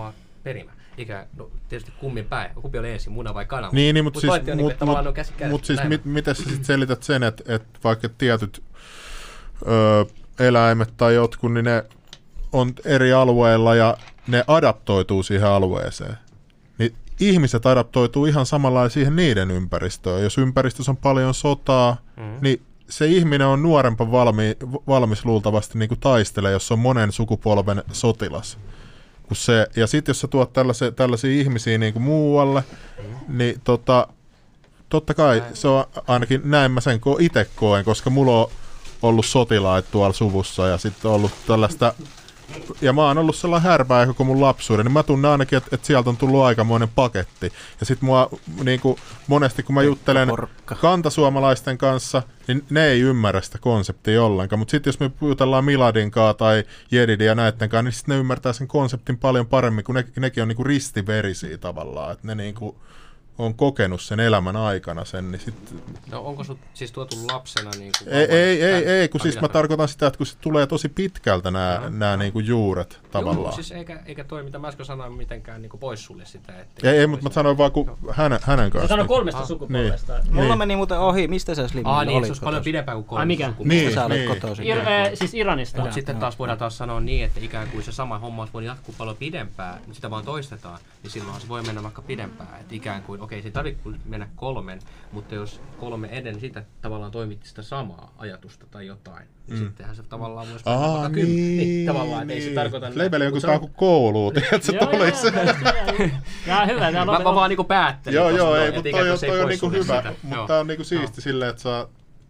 perimä. Eikä, no, tietysti kummin päin. Kumpi oli ensin, muna vai kana? Niin, niin mutta mut siis, on, mut, niin, mut, on käsi mut siis mit, miten sä sit selität sen, että et vaikka tietyt ö, eläimet tai jotkut, niin ne on eri alueilla ja ne adaptoituu siihen alueeseen. Niin ihmiset adaptoituu ihan samalla siihen niiden ympäristöön. Jos ympäristössä on paljon sotaa, mm-hmm. niin se ihminen on nuorempa valmi, valmis luultavasti niin kuin taistelemaan, jos on monen sukupolven sotilas. Kun se, ja sitten jos sä tuot tällaisia, tällaisia ihmisiä niin kuin muualle, mm-hmm. niin tota, totta kai näin. Se on ainakin näin mä sen itse koen, koska mulla on ollut sotilaita tuolla suvussa ja sitten on ollut tällaista. Ja mä oon ollut sellainen härpää koko mun lapsuuden, niin mä tunnen ainakin, että, että sieltä on tullut aikamoinen paketti. Ja sit mua niin kuin, monesti kun mä juttelen Porkka. kantasuomalaisten kanssa, niin ne ei ymmärrä sitä konseptia ollenkaan. Mutta sitten jos me jutellaan Miladin kanssa tai Jedidin ja näitten kanssa, niin sitten ne ymmärtää sen konseptin paljon paremmin, kun ne, nekin on niin kuin ristiverisiä tavallaan. Että ne niin kuin on kokenut sen elämän aikana sen, niin sitten. No onko sut siis tuotu lapsena niin kuin ei, ei, ei, ei, kun siis mä tarkoitan sitä, että kun se tulee tosi pitkältä nämä, no. nämä niin kuin juuret tavallaan. Joo, siis eikä, eikä toi, mitä mä äsken sanoin, mitenkään niin kuin poissulje sitä. Että ei, ei mutta mä sanoin vaan kun hänen, hänen kanssa. Sä sanoin kolmesta ah, sukupolvesta. Niin. Mulla niin. meni muuten ohi, mistä sä Slim ah, niin, se olisi paljon pidempään kuin kolmesta sukupolvesta. Niin, sä olet niin. kotoisin. Ir, äh, siis Iranista. Mutta sitten taas voidaan taas sanoa niin, että ikään kuin se sama homma voi jatkuu paljon pidempään, mutta sitä vaan toistetaan, niin silloin se voi mennä vaikka pidempään. Että ikään kuin, okei, se ei tarvitse mennä kolmen, mutta jos kolme ennen sitä tavallaan toimitti sitä samaa ajatusta tai jotain, niin mm. sittenhän se tavallaan myös Aa, vaikka niin, niin, niin, tavallaan, että ei se tarkoita. Lebeli joku tää kuin kouluun, että se tulee se. Jaa, hyvä. Mä, mä vaan niinku päättelin. Joo, joo, ei, mutta toi, toi on niinku hyvä, mutta tää on niinku siisti silleen, että saa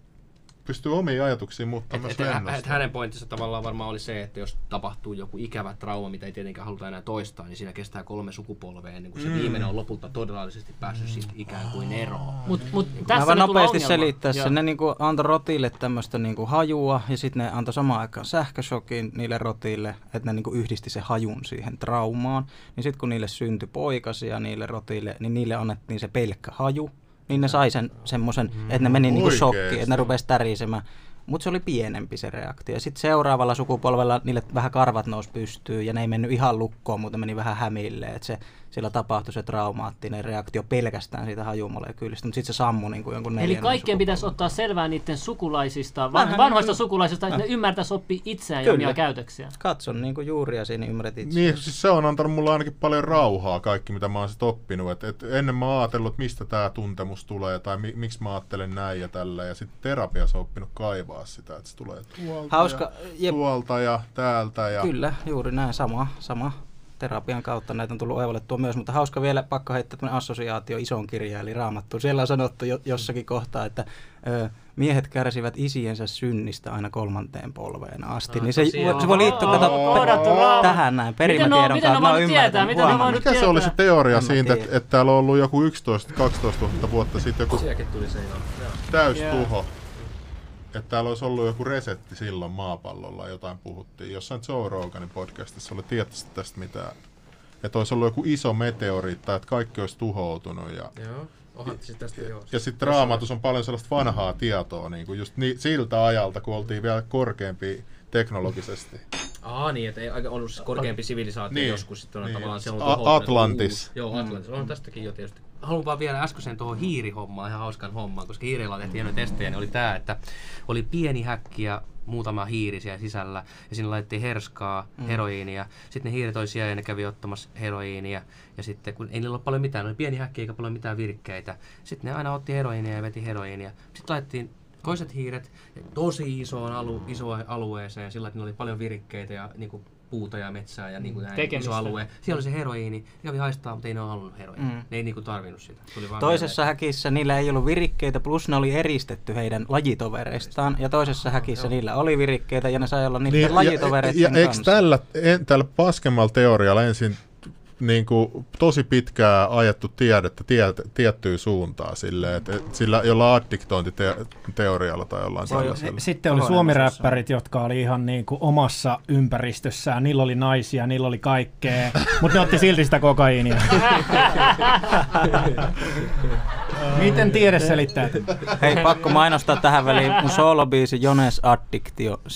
pystyy omiin ajatuksiin muuttamaan myös lennosta. Et hänen pointtinsa tavallaan varmaan oli se, että jos tapahtuu joku ikävä trauma, mitä ei tietenkään haluta enää toistaa, niin siinä kestää kolme sukupolvea ennen kuin se mm. viimeinen on lopulta todellisesti päässyt siitä ikään kuin eroon. Mut, mut, tässä mä voin nopeasti selittää sen. Ne niinku antoi rotille tämmöistä niinku hajua ja sitten ne antoi samaan aikaan sähköshokin niille rotille, että ne niinku yhdisti se hajun siihen traumaan. Niin sitten kun niille syntyi poikasia niille rotille, niin niille annettiin se pelkkä haju. Niin ne sai sen semmoisen, että ne meni niinku shokkiin, että ne rupesi tärisemään. Mutta se oli pienempi se reaktio. Sitten seuraavalla sukupolvella niille vähän karvat nousi pystyyn ja ne ei mennyt ihan lukkoon, mutta meni vähän hämille. Että se, siellä tapahtui se traumaattinen reaktio pelkästään siitä hajumolekyylistä, mutta sitten se sammui niin kuin jonkun neljännen. Eli kaikkien pitäisi ottaa selvää niiden sukulaisista, van, vanhoista niin, sukulaisista, että ne ymmärtäisi oppia itseään ja omia käytöksiä. Katson niin kuin juuriasi, niin ymmärrät itse. Niin, siis se on antanut mulle ainakin paljon rauhaa kaikki, mitä mä oon sit oppinut. Et, et ennen mä oon ajatellut, että mistä tää tuntemus tulee tai mi, miksi mä ajattelen näin ja tällä. Ja sitten terapiassa on oppinut kaivaa sitä, että se tulee tuolta, Hauska, ja, tuolta ja täältä. Ja kyllä, juuri näin, sama, sama. Terapian kautta näitä on tullut oivallettua myös, mutta hauska vielä pakko heittää tämmöinen assosiaatio isoon kirjaan, eli Raamattuun. Siellä on sanottu jo, jossakin kohtaa, että ö, miehet kärsivät isiensä synnistä aina kolmanteen polveen asti. Ah, niin se, se voi liittyä oh, tähän näin perimätiedon kautta. Mä oon tietää, miten on Mikä tietää? Se oli se teoria siitä, että, että täällä on ollut joku yksitoista kaksitoista tuhatta vuotta sitten joku tuli se täystuho. Että täällä olisi ollut joku resetti silloin maapallolla, jotain puhuttiin. Jossain Joe Roganin podcastissa oli tietysti tästä mitään. Että olisi ollut joku iso meteoriitta, että kaikki olisi tuhoutunut. Ja, joo, onhan siis tästä joo. Ja sitten Raamatus on paljon sellaista vanhaa tietoa, niin kuin just ni, siltä ajalta, kun oltiin vielä korkeampi teknologisesti. Aa niin, että ei ollut korkeampi sivilisaatio niin, joskus sitten on niin, tavallaan se on A- Atlantis. Joo, Atlantis. On tästäkin jo tietysti. Haluan vaan vielä äskeiseen tuohon hiirihommaan, ihan hauskan hommaan, koska hiirillä tehtiin hienoja testejä, niin oli tää, että oli pieni häkki ja muutama hiiri siellä sisällä, ja siinä laitettiin herskaa, mm. heroiinia, sitten ne hiiret oli siellä ja ne kävi ottamassa heroiinia, ja sitten kun ei niillä ollut paljon mitään, oli pieni häkki eikä paljon mitään virkkeitä, sitten ne aina otti heroiinia ja veti heroiinia, sitten laitettiin toiset hiiret tosi isoon alu, isoon alueeseen, sillä että ne oli paljon virkkeitä ja niin kuin puuta ja metsää ja niin kuin näin iso alue. Siellä oli se heroiini, ne kävi haistaa, mutta ei ne ole halunnut heroiini. Mm. Ne ei niin kuin tarvinnut sitä. Toisessa mieleen. Häkissä niillä ei ollut virikkeitä, plus ne oli eristetty heidän lajitovereistaan. Ja toisessa häkissä niillä oli virikkeitä ja ne sai olla niiden niin, lajitovereiden ja, kanssa. Ja eikö tällä, en, tällä paskemmalla teorialla ensin niin kuin tosi pitkään ajettu tiedettä tiet, tiettyyn suuntaan silleen, että et sillä jollain addiktointiteorialla tai jollain sellaisella. Sitten oli suomiräppärit, jotka oli ihan niin kuin omassa ympäristössään. Niillä oli naisia, niillä oli kaikkea, mutta ne otti silti sitä kokaiinia. Miten tiede selittää? Hei, pakko mainostaa tähän väliin mun soolobiisi Jones Addiktio. Siinä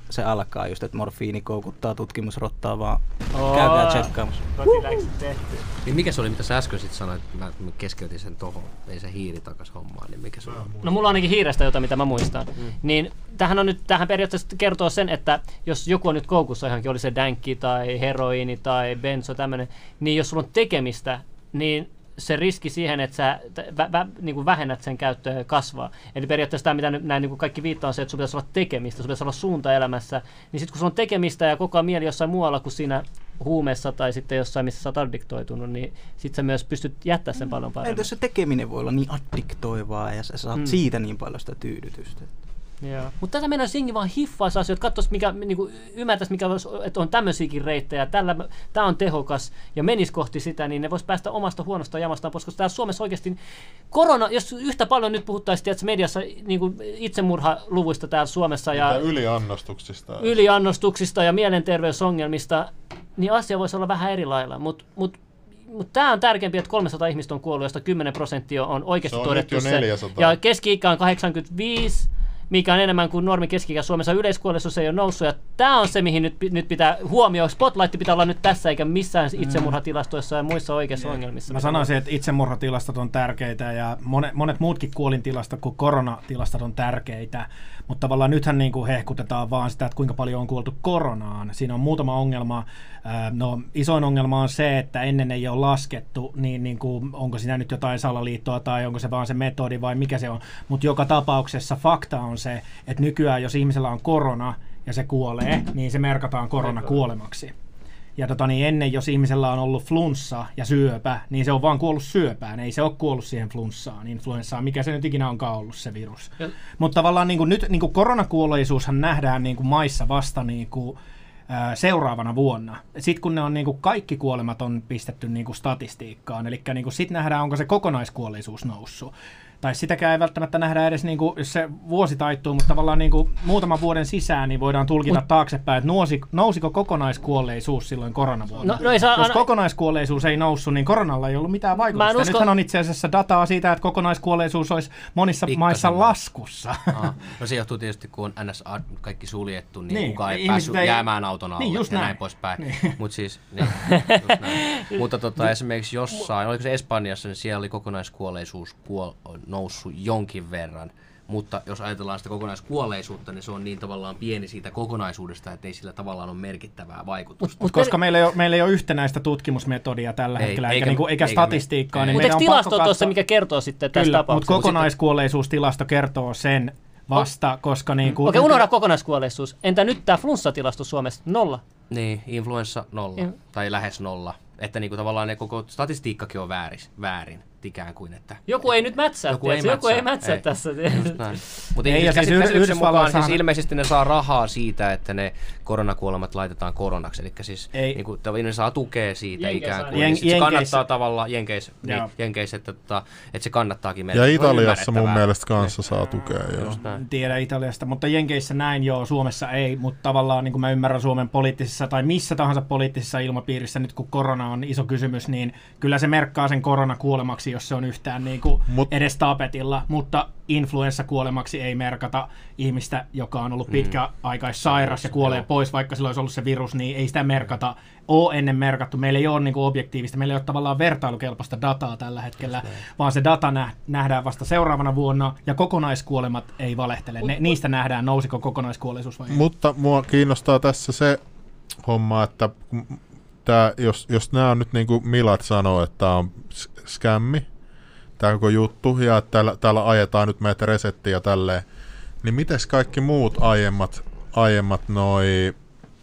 se alkaa just, että morfiini koukuttaa tutkimusrottaa, vaan Oo. käykää tsekkaamassa. Kotiläkset tehty. Niin mikä se oli, mitä sä äsken sit sanoit, että mä keskeytin sen tohon, ei se hiiri takas hommaan, niin mikä se oli? No mulla on ainakin hiirestä jotain, mitä mä muistan. Mm. Niin tämähän on nyt, tähän periaatteessa kertoo sen, että jos joku on nyt koukussa johonkin, oli se dänkki tai heroiini tai benzo tämmönen, niin jos sulla on tekemistä, niin se riski siihen, että sä vä, vä, niin kuin vähennät sen käyttöä, kasvaa. Eli periaatteessa tämä, mitä näin niin kuin kaikki viittaa, on se, että sulla pitäisi olla tekemistä, sulla pitäisi olla suunta elämässä. Niin sitten kun sulla on tekemistä ja koko ajan mieli jossain muualla kuin siinä huumeessa tai sitten jossain, missä sä oot addiktoitunut, niin sitten sä myös pystyt jättämään sen paljon paremmin. Entä jos se tekeminen voi olla niin addiktoivaa ja sä saat mm. siitä niin paljon sitä tyydytystä? Mutta tätä meidän Singi vaan hiffaisi asioita, katsoisi, mikä, niinku, ymmärtäisi, mikä olisi, että on tämmöisiäkin reittejä, tämä on tehokas ja menisi kohti sitä, niin ne vois päästä omasta huonosta jamastaan, koska täällä Suomessa oikeasti korona, jos yhtä paljon nyt puhuttaisiin tiedätkö, mediassa niinku, itsemurhaluvuista täällä Suomessa ja yliannostuksista. yliannostuksista ja mielenterveysongelmista, niin asia voisi olla vähän eri lailla, mutta mut, Mutta tämä on tärkeämpi, että kolmesataa ihmistä on kuollut, josta kymmenen prosenttia on oikeasti se on todettu se. Ja keski-ikä on kahdeksankymmentäviisi, mikä on enemmän kuin normi keski-ikä Suomessa. Yleiskuolleisuus ei ole noussut, ja tämä on se, mihin nyt, nyt pitää huomioida. Spotlight pitää olla nyt tässä, eikä missään itsemurhatilastoissa ja muissa oikeissa mm. ongelmissa. Mä sanoisin, että itsemurhatilastot on tärkeitä, ja monet, monet muutkin kuolintilastot kuin koronatilastot on tärkeitä. Mutta tavallaan nythän niin kuin hehkutetaan vaan sitä, että kuinka paljon on kuoltu koronaan. Siinä on muutama ongelma. No, isoin ongelma on se, että ennen ei ole laskettu, niin, niin kuin, onko siinä nyt jotain salaliittoa tai onko se vaan se metodi vai mikä se on. Mutta joka tapauksessa fakta on se, että nykyään jos ihmisellä on korona ja se kuolee, niin se merkataan koronakuolemaksi. Ja tota, niin ennen, jos ihmisellä on ollut flunssa ja syöpä, niin se on vaan kuollut syöpään. Ei se ole kuollut siihen flunssaan, influenssaan, mikä se nyt ikinä onkaan ollut se virus. Mutta tavallaan niin kuin nyt niin kuin koronakuolleisuushan nähdään niin kuin maissa vasta niin kuin, ää, seuraavana vuonna. Sitten kun ne on niin kuin kaikki kuolemat on pistetty niin kuin statistiikkaan, eli niin sitten nähdään, onko se kokonaiskuolleisuus noussut. Tai sitäkään ei välttämättä nähdä edes, niin kuin, jos se vuosi taittuu, mutta tavallaan niin kuin muutaman vuoden sisään niin voidaan tulkita Mut, taaksepäin, että nousi, nousiko kokonaiskuolleisuus silloin koronavuonna. No, no ei saa, jos ana... kokonaiskuolleisuus ei noussut, niin koronalla ei ollut mitään vaikutusta. Usko... Nythän on itse asiassa dataa siitä, että kokonaiskuolleisuus olisi monissa Pikkasen maissa laskussa. Aa, no se johtuu tietysti, kun on N S A kaikki suljettu, niin, niin kukaan ei päässyt ei... jäämään auton alle niin, ja näin, näin poispäin. Niin. Mut siis, niin, Mutta tota, esimerkiksi jossain, oliko se Espanjassa, niin siellä oli kokonaiskuolleisuus kuol... noussut jonkin verran, mutta jos ajatellaan sitä kokonaiskuolleisuutta, niin se on niin tavallaan pieni siitä kokonaisuudesta, että ei sillä tavallaan ole merkittävää vaikutusta. Mut, koska meillä ei, ole, meillä ei ole yhtenäistä tutkimusmetodia tällä ei, hetkellä, eikä, eikä, eikä, eikä statistiikkaa. Niin mutta eikö tilasto ole se, mikä kertoo sitten tästä tapauksesta? Mutta kokonaiskuolleisuustilasto kertoo sen vasta, koska... Niin kuin, Okei, unohda kokonaiskuolleisuus. Entä nyt tämä flunssatilasto Suomessa? Nolla? Niin, influenssa nolla, In... tai lähes nolla. Että niinku tavallaan ne koko statistiikkakin on väärin, väärin ikään kuin. Että, joku ei nyt mätsää, joku ei, joku ei mätsää ei. tässä. Mutta ei, siis käsityksen mukaan siis ilmeisesti ne saa rahaa siitä, että ne koronakuolemat laitetaan koronaksi. Eli siis niinku, ne saa tukea siitä Jenkeissä ikään kuin. Jen, se kannattaa tavallaan Jenkeissä, niin, Jenkeissä että, että, että se kannattaakin meille. Ja Italiassa mun mielestä kanssa saa tukea. Tiedä Italiasta, mutta Jenkeissä näin joo, Suomessa ei. Mutta tavallaan niin kuin mä ymmärrän Suomen poliittisessa tai missä tahansa poliittisessa ilmapiirissä, nyt kun korona on iso kysymys, niin kyllä se merkkaa sen koronakuolemaksi, jos se on yhtään niin kuin Mut, edes tapetilla, mutta influenssakuolemaksi ei merkata ihmistä, joka on ollut pitkäaikaissairas ja kuolee pois, vaikka sillä olisi ollut se virus, niin ei sitä merkata. Ole ennen merkattu. Meillä ei ole niin kuin objektiivista, meillä ei ole tavallaan vertailukelpoista dataa tällä hetkellä, vaan se data nähdään vasta seuraavana vuonna, ja kokonaiskuolemat ei valehtele. Ne, niistä nähdään, nousiko kokonaiskuolleisuus vai ei. Mutta mua kiinnostaa tässä se homma, että tää, jos, jos nämä on nyt niin kuin Milat sanoo, että tämä on skämmi, tämä koko juttu, ja että täällä, täällä ajetaan nyt meitä resettiä ja tälleen, niin mites kaikki muut aiemmat, aiemmat noi,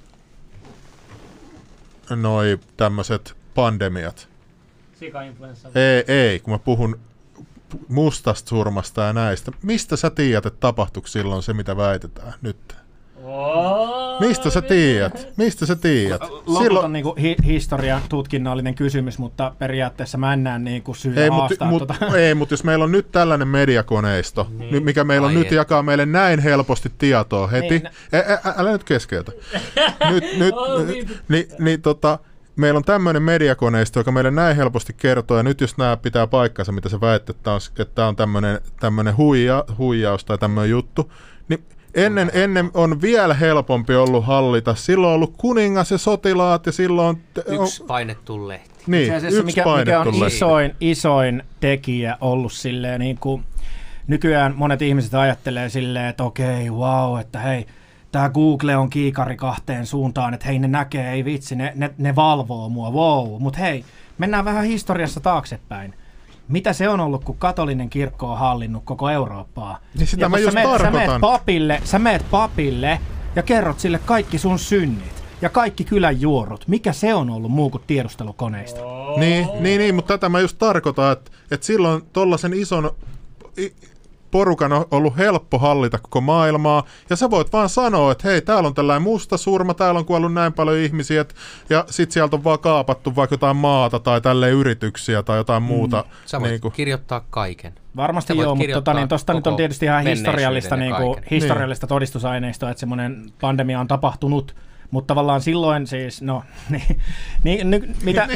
noi tämmöiset pandemiat? Sika-influenssa. Ei, ei, kun mä puhun mustasta surmasta ja näistä. Mistä sä tiedät, että tapahtuiko silloin se, mitä väitetään nyt? Oh, Mistä sä tiedät? Mistä sä tiedät? Loput Silloin... on niinku hi- historian tutkinnallinen kysymys, mutta periaatteessa mä en näe niinku syytä ei, haastaa mut, tota. Mut, ei, mutta jos meillä on nyt tällainen mediakoneisto, niin. mikä meillä on Ai nyt et. jakaa meille näin helposti tietoa heti. Niin, ä, ä, älä nyt keskeytä. nyt, nyt, oh, niin, niin, niin tota... Meillä on tämmöinen mediakoneisto, joka meille näin helposti kertoo, ja nyt jos nämä pitää paikkansa, mitä sä väitet, että tämä on tämmöinen, tämmöinen huija, huijaus tai tämmöinen juttu, niin ennen, ennen on vielä helpompi ollut hallita. Silloin on ollut kuningas ja sotilaat ja silloin... Yksi painettu lehti. Niin, yksi mikä, mikä on isoin, isoin tekijä ollut silleen niin kuin nykyään monet ihmiset ajattelee silleen, että okei, wow, että hei, tämä Google on kiikari kahteen suuntaan, että hei, ne näkee, ei vitsi, ne, ne, ne valvoo mua, wow. Mutta hei, mennään vähän historiassa taaksepäin. Mitä se on ollut, kun katolinen kirkko on hallinnut koko Eurooppaa? Niin sitä ja mä just sä meet, sä meet, papille, sä meet papille ja kerrot sille kaikki sun synnit ja kaikki kylän juorut. Mikä se on ollut muu kuin tiedustelukoneista? Oh. Niin, niin, niin, mutta tätä mä just tarkoitan, että, että silloin tollasen ison... I, porukan on ollut helppo hallita koko maailmaa, ja sä voit vaan sanoa, että hei, täällä on tällainen musta surma, täällä on kuollut näin paljon ihmisiä, et, ja sit sieltä on vaan kaapattu vaikka jotain maata tai tälleen yrityksiä tai jotain mm. muuta. Sä voit niin kuin kirjoittaa kaiken. Varmasti joo, mutta tota, niin, tosta nyt on tietysti ihan historiallista, niin kuin, historiallista niin. todistusaineistoa, että semmoinen pandemia on tapahtunut. Mutta tavallaan silloin siis, no, niin, niin ny, mitä?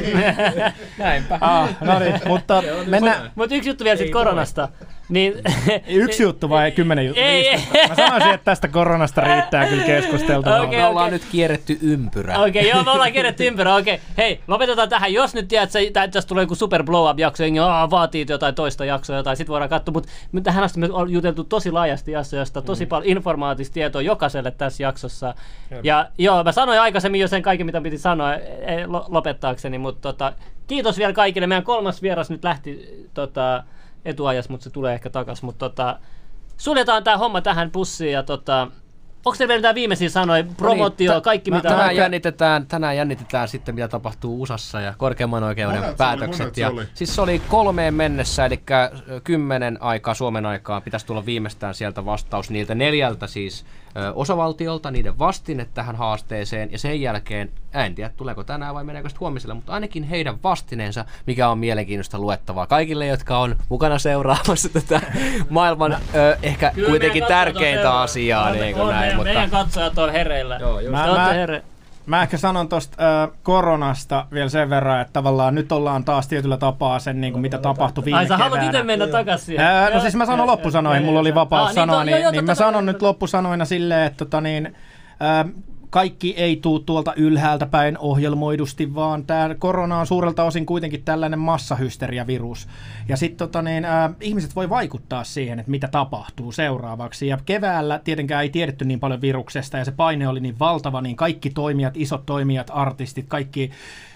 Näinpä. Ah, no niin, mutta mennään. Mutta yksi juttu vielä siitä koronasta. Niin, yksi juttu vai kymmenen juttu? Ei, ei. Mä sanoisin, että tästä koronasta riittää kyllä keskusteltavaa. Okay, me ollaan okay. nyt kierretty ympyrää. Okei, okay, joo, me ollaan kierretty ympyrää. Okei, okay. Hei, lopetetaan tähän. Jos nyt tiedät, että tässä tulee joku super blow-up-jakso, niin vaatii jotain toista jaksoa, jotain, sit voidaan katsoa. Mutta tähän asti me on juteltu tosi laajasti asioista, tosi mm. paljon informaatista tietoa jokaiselle tässä jaksossa. Mm. Ja joo, mä sanoin aikaisemmin jo sen kaiken, mitä piti sanoa lopettaakseni, mutta tota, kiitos vielä kaikille. Meidän kolmas vieras nyt lähti tota, etuajassa, mutta se tulee ehkä takas. Mutta tota, suljetaan tää homma tähän pussiin ja tota, onko teillä vielä mitään viimeisiä sanoja, promotio, no niin, kaikki mitä... Tänään jännitetään, tänään jännitetään sitten, mitä tapahtuu U S A:ssa ja korkeimman oikeuden monet päätökset. Se oli, ja, siis se oli kolmeen mennessä, eli kymmenen aikaa Suomen aikaa pitäisi tulla viimeistään sieltä vastaus niiltä neljältä siis ö, osavaltiolta, niiden vastine tähän haasteeseen. Ja sen jälkeen, en tiedä tuleeko tänään vai meneekö sitten huomiselle, mutta ainakin heidän vastineensa, mikä on mielenkiintoista luettavaa kaikille, jotka on mukana seuraamassa tätä maailman ö, ehkä kyllä kuitenkin tärkeintä asiaa. On, niin kuin on, näin, meidän, mutta... meidän katsojat on hereillä. Joo, mä, mä, here... mä ehkä sanon tuosta äh, koronasta vielä sen verran, että tavallaan nyt ollaan taas tietyllä tapaa sen, niin kuin mitä tapahtui viime keväänä. Ai sä haluat itse mennä takaisin. Äh, no siis mä sanon loppusanoihin, mulla oli vapaus sanoa, niin, niin mä sanon nyt loppusanoina silleen, että tota niin... Äh, kaikki ei tule tuolta ylhäältä päin ohjelmoidusti, vaan tämä korona on suurelta osin kuitenkin tällainen massahysteriavirus. Ja sitten tota niin, äh, ihmiset voi vaikuttaa siihen, että mitä tapahtuu seuraavaksi. Ja keväällä tietenkään ei tiedetty niin paljon viruksesta ja se paine oli niin valtava, niin kaikki toimijat, isot toimijat, artistit, kaikki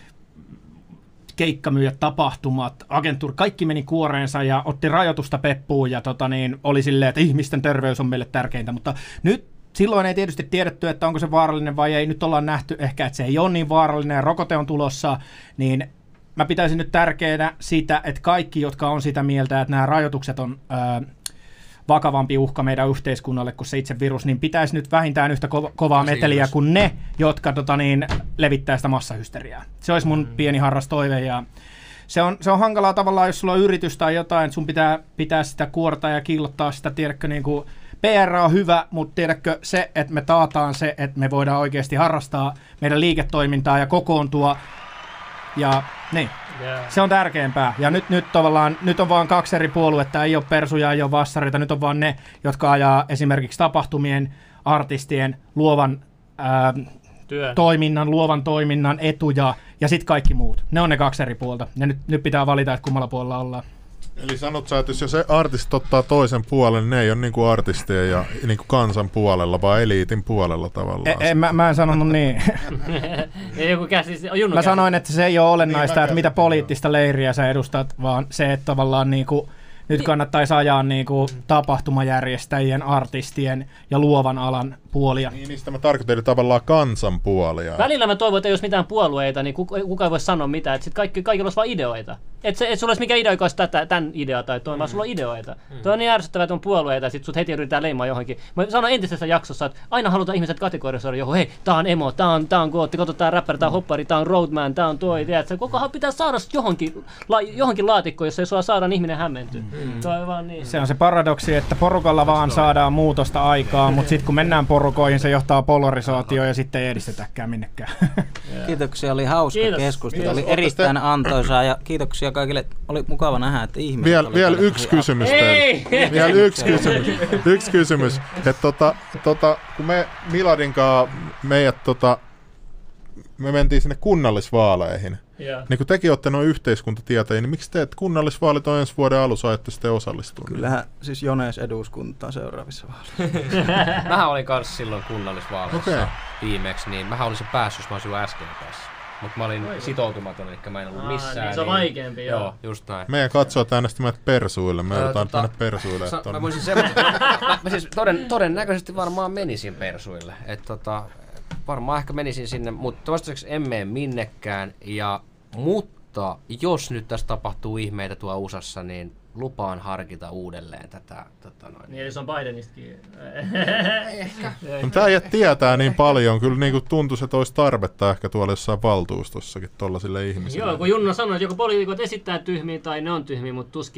keikkamyyjät, tapahtumat, agentuuri, kaikki meni kuoreensa ja otti rajoitusta peppuun ja tota niin, oli silleen, että ihmisten terveys on meille tärkeintä, mutta nyt silloin ei tietysti tiedetty, että onko se vaarallinen vai ei. Nyt ollaan nähty ehkä, että se ei ole niin vaarallinen ja rokote on tulossa, niin mä pitäisin nyt tärkeänä sitä, että kaikki, jotka on sitä mieltä, että nämä rajoitukset on ää, vakavampi uhka meidän yhteiskunnalle kuin se itse virus, niin pitäisi nyt vähintään yhtä ko- kovaa Tosi meteliä just. kuin ne, jotka tota niin, levittää sitä massahysteriaa. Se olisi mun mm. pieni harras toive ja se on, se on hankalaa tavallaan, jos sulla on yritys tai jotain, että sun pitää pitää sitä kuorta ja kiillottaa sitä, tiedätkö, niin kuin P R on hyvä, mutta tiedätkö se, että me taataan se, että me voidaan oikeasti harrastaa meidän liiketoimintaa ja kokoontua. Ja niin, yeah. se on tärkeämpää. Ja nyt, nyt tavallaan, nyt on vaan kaksi eri puoluetta, ei ole persuja, ei ole vassareita, nyt on vaan ne, jotka ajaa esimerkiksi tapahtumien, artistien, luovan ää, toiminnan, luovan toiminnan etuja ja sitten kaikki muut. Ne on ne kaksi eri puolta. Ja nyt, nyt pitää valita, että kummalla puolella ollaan. Eli sanot sä, että jos se artisti ottaa toisen puolen, niin ne ei ole niinku artistien ja niinku kansan puolella, vaan eliitin puolella tavallaan. E, e, mä, mä en sanonut niin. Joku käsi, mä sanoin, että se ei ole olennaista, niin, että mitä poliittista leiriä sä edustat, vaan se, että tavallaan niinku, nyt kannattaisi ajaa niinku tapahtumajärjestäjien, artistien ja luovan alan puolia. Niin, niistä mä tarkoitan tavallaan kansan puolia. Välillä mä toivon, että jos mitään puolueita, niin kuka, kuka ei voi sanoa mitään, että sit kaikki, kaikilla olisi vaan ideoita. Että et sulla olisi mikään idea, joka olisi tätä, tämän idea tai tuon, mm. vaan sulla on ideoita. Mm. Tuo on niin ärsyttävää, että on puolueita ja sit sut heti yritetään leimaa johonkin. Mä sanoin entisessä jaksossa, että aina halutaan ihmiset kategorisoida johon, hei, tää on emo, tää on, tää on gootti, kato tää räppäri, tää on hoppari, tää on roadman, tää on toi, tiedätkö? Kokohan pitää saada johonkin, la, johonkin laatikkoon, jos ei sua saada, niin ihminen hämmentyy. Mm. Se on vaan niin. Se on se paradoksi, että porukalla vaan saadaan muutosta aikaa, mutta sitten kun mennään porukoihin, se johtaa polarisaatioon ja sitten ei edistetäkään minnekään. Kiitoksia, oli hauska Kiitos. keskustelu, oli erittäin antoisaa ja kiitoksia kaikille. Oli mukava nähdä, että ihmiset Viel, oli Vielä yksi kysymys teille. Vielä yksi kysymys. Yksi kysymys. Että tota, tota, kun me Miladin kanssa meidät tota, me mentiin sinne kunnallisvaaleihin. Yeah. Niin kun tekin olette noin yhteiskuntatietäjiä, niin miksi teet kunnallisvaalit on ensi vuoden alussa, ajatte sitten osallistua? Kyllähän siis Jones eduskuntaan seuraavissa vaaleissa. Mähän olin kanssa silloin kunnallisvaaleissa okay. viimeksi, niin mähän olisin päässyt, jos mä olisin ollut S D P:ssä. Mutta mä olin Oi. sitoutumaton, eli mä en ollut Aa, missään. Niin se on vaikeampi, joo. Joo, just näin. Meidän katsoo äänestämään persuille, me joudutaan tota, mennä persuille. Sa- mä voisin semmoinen, mä, mä siis toden, todennäköisesti varmaan menisin persuille. Et tota, varmaan ehkä menisin sinne, mutta toistaiseksi en mene minnekään. Ja, mutta jos nyt tässä tapahtuu ihmeitä tuolla U S A:ssa, niin lupaan harkita uudelleen tätä. Tota noin. Niin eli se on Bidenistakin. Ehkä. Tämä äijät tietää niin paljon, kyllä niin tuntuisi, että olisi tarvetta ehkä tuolla jossain valtuustossakin tuollaisille ihmisille. Joo, kun Junno sanoi, että joko poliitikot esittää tyhmiä tai ne on tyhmiä, mutta tuskin